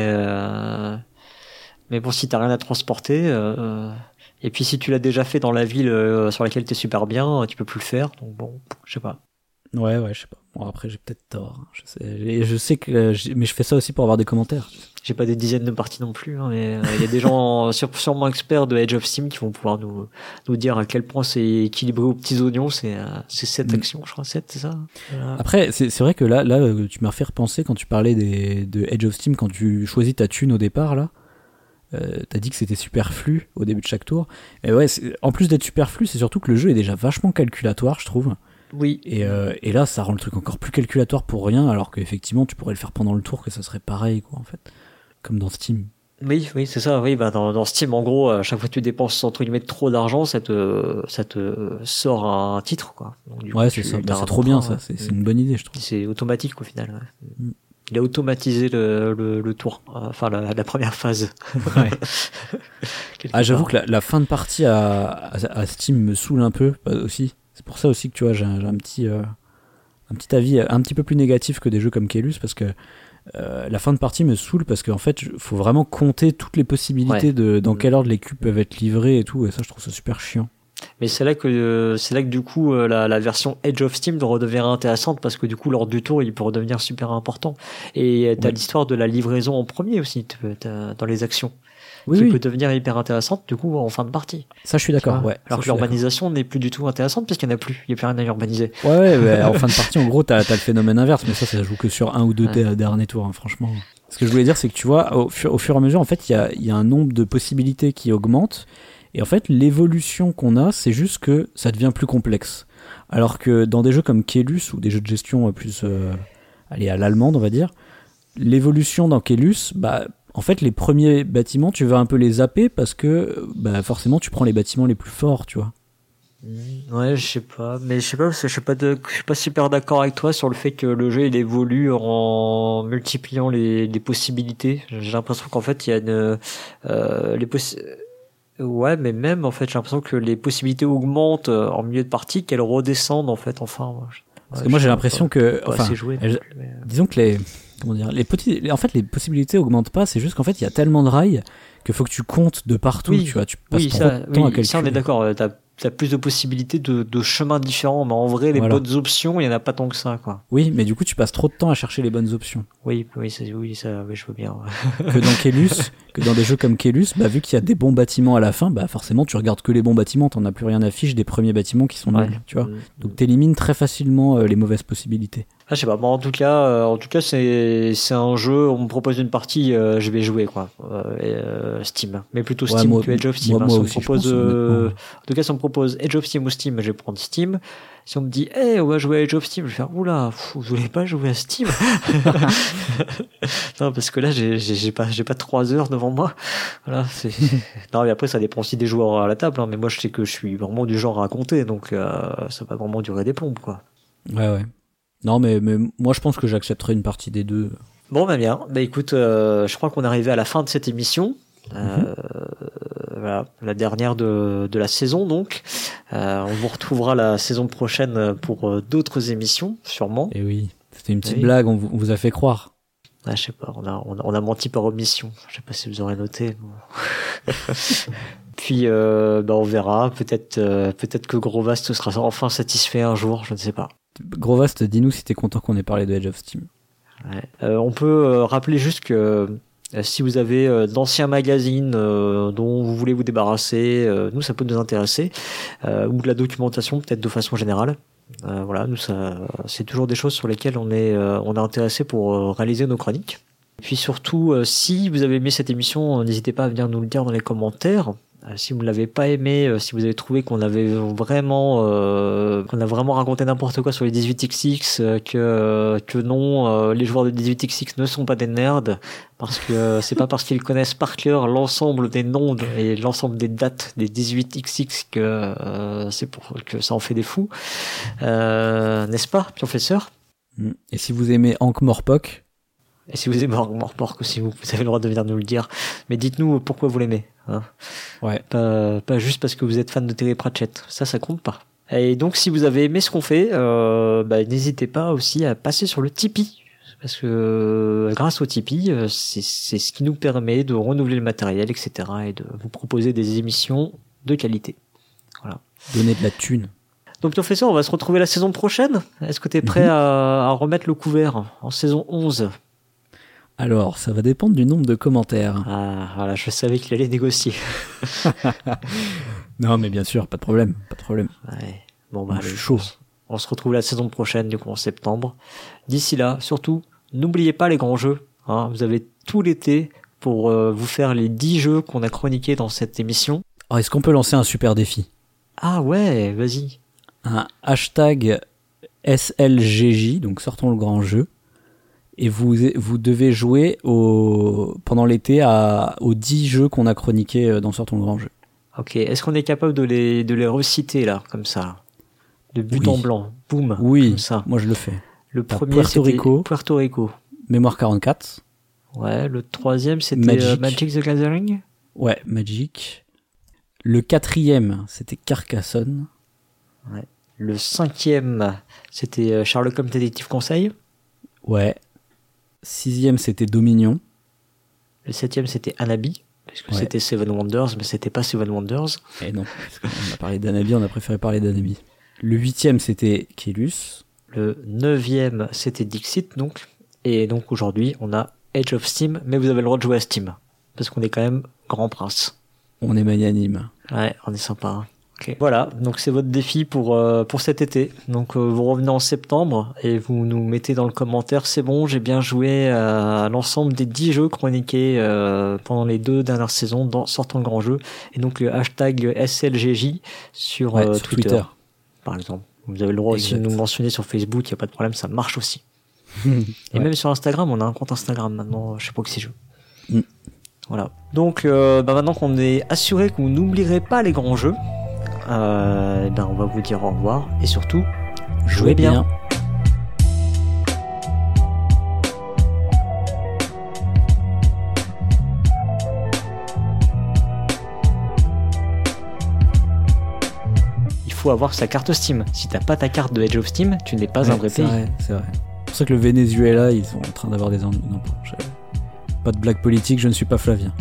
mais bon si t'as rien à transporter. Et puis si tu l'as déjà fait dans la ville sur laquelle t'es super bien, tu peux plus le faire. Donc bon, je sais pas. Ouais, je sais pas. Bon, après, j'ai peut-être tort. Je sais que, mais je fais ça aussi pour avoir des commentaires. J'ai pas des dizaines de parties non plus, hein, mais il y a des gens sûrement experts de Age of Steam qui vont pouvoir nous dire à quel point c'est équilibré aux petits oignons. C'est 7 actions, je crois, 7, c'est ça. Après, c'est vrai que là, tu m'as fait repenser quand tu parlais de Age of Steam, quand tu choisis ta thune au départ, là. T'as dit que c'était superflu au début de chaque tour. Et ouais, en plus d'être superflu, c'est surtout que le jeu est déjà vachement calculatoire, je trouve. Oui. Et là, ça rend le truc encore plus calculatoire pour rien, alors qu'effectivement, tu pourrais le faire pendant le tour, que ça serait pareil, quoi, en fait. Comme dans Steam. Oui, c'est ça. Oui, bah dans Steam, en gros, à chaque fois que tu dépenses entre guillemets trop d'argent, ça te sort un titre, quoi. Donc, du coup, c'est ça. Bah, c'est trop bien, ça. C'est une bonne idée, je trouve. C'est automatique au final. Ouais. Il a automatisé le tour, enfin la première phase. Ouais. J'avoue que la fin de partie à Steam me saoule un peu aussi. C'est pour ça aussi que tu vois, j'ai un petit avis un petit peu plus négatif que des jeux comme Keylus, parce que la fin de partie me saoule parce qu'en fait, faut vraiment compter toutes les possibilités dans quel ordre les cubes peuvent être livrés et tout, et ça, je trouve ça super chiant. Mais c'est là que du coup la version Age of Steam redevient intéressante parce que du coup l'ordre du tour il peut redevenir super important et t'as l'histoire de la livraison en premier aussi dans les actions qui peut devenir hyper intéressante du coup en fin de partie. Ça je suis d'accord. Ouais. Alors que l'urbanisation n'est plus du tout intéressante parce qu'il n'y en a plus, il n'y a plus rien à urbaniser. Ouais, en fin de partie en gros t'as le phénomène inverse, mais ça joue que sur un ou deux derniers tours, hein, franchement. Ce que je voulais dire c'est que tu vois au fur et à mesure en fait il y a un nombre de possibilités qui augmente. Et en fait, l'évolution qu'on a, c'est juste que ça devient plus complexe. Alors que dans des jeux comme Keylus, ou des jeux de gestion plus à l'allemande, on va dire, l'évolution dans Keylus, en fait, les premiers bâtiments, tu vas un peu les zapper parce que forcément, tu prends les bâtiments les plus forts, tu vois. Ouais, je sais pas, mais je suis pas super d'accord avec toi sur le fait que le jeu il évolue en multipliant les possibilités. J'ai l'impression qu'en fait, il y a ouais, mais même en fait, j'ai l'impression que les possibilités augmentent en milieu de partie, qu'elles redescendent en fait. Enfin, parce que moi j'ai l'impression que, disons que en fait les possibilités augmentent pas. C'est juste qu'en fait il y a tellement de rails qu'il faut que tu comptes de partout. Tu vois, tu passes trop de temps à calculer. Ça on est d'accord. T'as plus de possibilités de chemins différents, mais en vrai, les bonnes options, il y en a pas tant que ça, quoi. Oui, mais du coup, tu passes trop de temps à chercher les bonnes options. Oui, je veux bien. Que dans Keylus, que dans des jeux comme Keylus, vu qu'il y a des bons bâtiments à la fin, forcément, tu regardes que les bons bâtiments, t'en as plus rien à fiche des premiers bâtiments qui sont nuls, tu vois. Donc, t'élimines très facilement les mauvaises possibilités. Je sais pas. Bon, en tout cas, c'est un jeu. On me propose une partie, je vais jouer, quoi. Steam, mais plutôt Steam que Age of Steam. Moi aussi, en tout cas, si on me propose Age of Steam ou Steam, je vais prendre Steam. Si on me dit, on va jouer à Age of Steam, je vais faire, oula, vous voulez pas jouer à Steam? Non, parce que là, j'ai pas 3 heures devant moi. Voilà, non, mais après, ça dépend aussi des joueurs à la table, hein, mais moi, je sais que je suis vraiment du genre à raconter, donc, ça va vraiment durer des plombes, quoi. Ouais. Non, mais moi, je pense que j'accepterai une partie des deux. Bon, bien. Écoute, je crois qu'on est arrivé à la fin de cette émission. Voilà, la dernière de la saison, donc. On vous retrouvera la saison prochaine pour d'autres émissions, sûrement. Et oui, c'était une petite blague, on vous a fait croire. Je sais pas, on a menti par omission. Je sais pas si vous aurez noté. Puis, on verra. Peut-être que Grovast sera enfin satisfait un jour, je ne sais pas. Grovast, dis-nous si t'es content qu'on ait parlé de Age of Steam. Ouais. On peut rappeler juste que si vous avez d'anciens magazines dont vous voulez vous débarrasser, nous ça peut nous intéresser, ou de la documentation peut-être de façon générale. Voilà, nous c'est toujours des choses sur lesquelles on est intéressé pour réaliser nos chroniques. Et puis surtout, si vous avez aimé cette émission, n'hésitez pas à venir nous le dire dans les commentaires. Si vous ne l'avez pas aimé, si vous avez trouvé qu'on a vraiment raconté n'importe quoi sur les 18XX, que non, les joueurs de 18XX ne sont pas des nerds, parce que c'est pas parce qu'ils connaissent par cœur l'ensemble des noms et l'ensemble des dates des 18XX que que ça en fait des fous, n'est-ce pas, professeur? Et si vous aimez Ankh-Morpork, et si vous aimez Morpork aussi, vous avez le droit de venir nous le dire. Mais dites-nous pourquoi vous l'aimez. Hein. Ouais. Pas juste parce que vous êtes fan de Terry Pratchett. Ça compte pas. Et donc, si vous avez aimé ce qu'on fait, n'hésitez pas aussi à passer sur le Tipeee. Parce que grâce au Tipeee, c'est ce qui nous permet de renouveler le matériel, etc. et de vous proposer des émissions de qualité. Voilà. Donner de la thune. Donc, professeur, on va se retrouver la saison prochaine. Est-ce que tu es prêt à remettre le couvert en saison 11 ? Alors, ça va dépendre du nombre de commentaires. Ah, voilà, je savais qu'il allait négocier. Non, mais bien sûr, pas de problème. Ouais. Bon, Je suis chaud. On se retrouve la saison prochaine, du coup, en septembre. D'ici là, surtout, n'oubliez pas les grands jeux. Hein. Vous avez tout l'été pour vous faire les 10 jeux qu'on a chroniqués dans cette émission. Alors, est-ce qu'on peut lancer un super défi ? Ah ouais, vas-y. Un hashtag SLGJ, donc sortons le grand jeu. Et vous devez jouer pendant l'été aux 10 jeux qu'on a chroniqués dans Sortons le Grand Jeu. Ok, est-ce qu'on est capable de les reciter là, comme ça, de but en blanc, boum, oui, comme ça. Moi je le fais. Le premier c'était Puerto Rico. Mémoire 44. Ouais, le troisième c'était Magic the Gathering. Ouais, Magic. Le quatrième c'était Carcassonne. Ouais. Le cinquième c'était Sherlock Holmes Détective Conseil. Ouais. 6e c'était Dominion. Le 7e c'était Anabi, puisque c'était Seven Wonders, mais c'était pas Seven Wonders. Et non, parce qu'on a parlé d'Anabi, on a préféré parler d'Anabi. Le 8e c'était Keylus. Le 9e c'était Dixit, donc. Et donc aujourd'hui on a Age of Steam, mais vous avez le droit de jouer à Steam, parce qu'on est quand même Grand Prince. On est magnanime. Ouais, on est sympa. Hein. Okay. Voilà, donc c'est votre défi pour cet été. Donc vous revenez en septembre et vous nous mettez dans le commentaire, c'est bon, j'ai bien joué à l'ensemble des 10 jeux chroniqués pendant les 2 dernières saisons dans Sortons le Grand Jeu. Et donc le hashtag SLGJ sur Twitter, par exemple. Vous avez le droit aussi de nous mentionner sur Facebook, il n'y a pas de problème, ça marche aussi. Et même sur Instagram, on a un compte Instagram maintenant, je sais pas que c'est jeu. Voilà. Donc maintenant qu'on est assuré que vous n'oublierez pas les grands jeux, on va vous dire au revoir et surtout, jouez bien. Il faut avoir sa carte Steam. Si t'as pas ta carte de Age of Steam, tu n'es pas un vrai pays. C'est vrai. C'est pour ça que le Venezuela, ils sont en train d'avoir des... Non, pas de blague politique, je ne suis pas Flavien.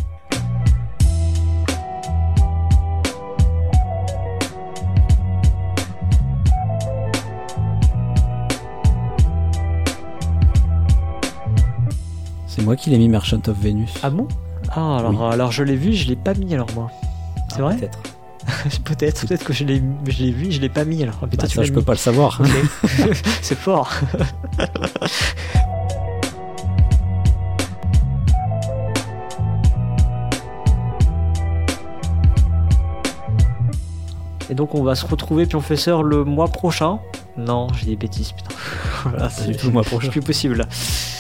C'est moi qui l'ai mis Merchant of Venus. Ah bon ? Ah alors je l'ai vu, je l'ai pas mis alors moi. C'est vrai ? Peut-être. peut-être que je l'ai vu, je l'ai pas mis alors. Ça je peux pas le savoir. Okay. C'est fort. Et donc on va se retrouver, professeur, le mois prochain. Non, j'ai des bêtises, putain. Voilà, c'est du tout le mois prochain. C'est plus possible là.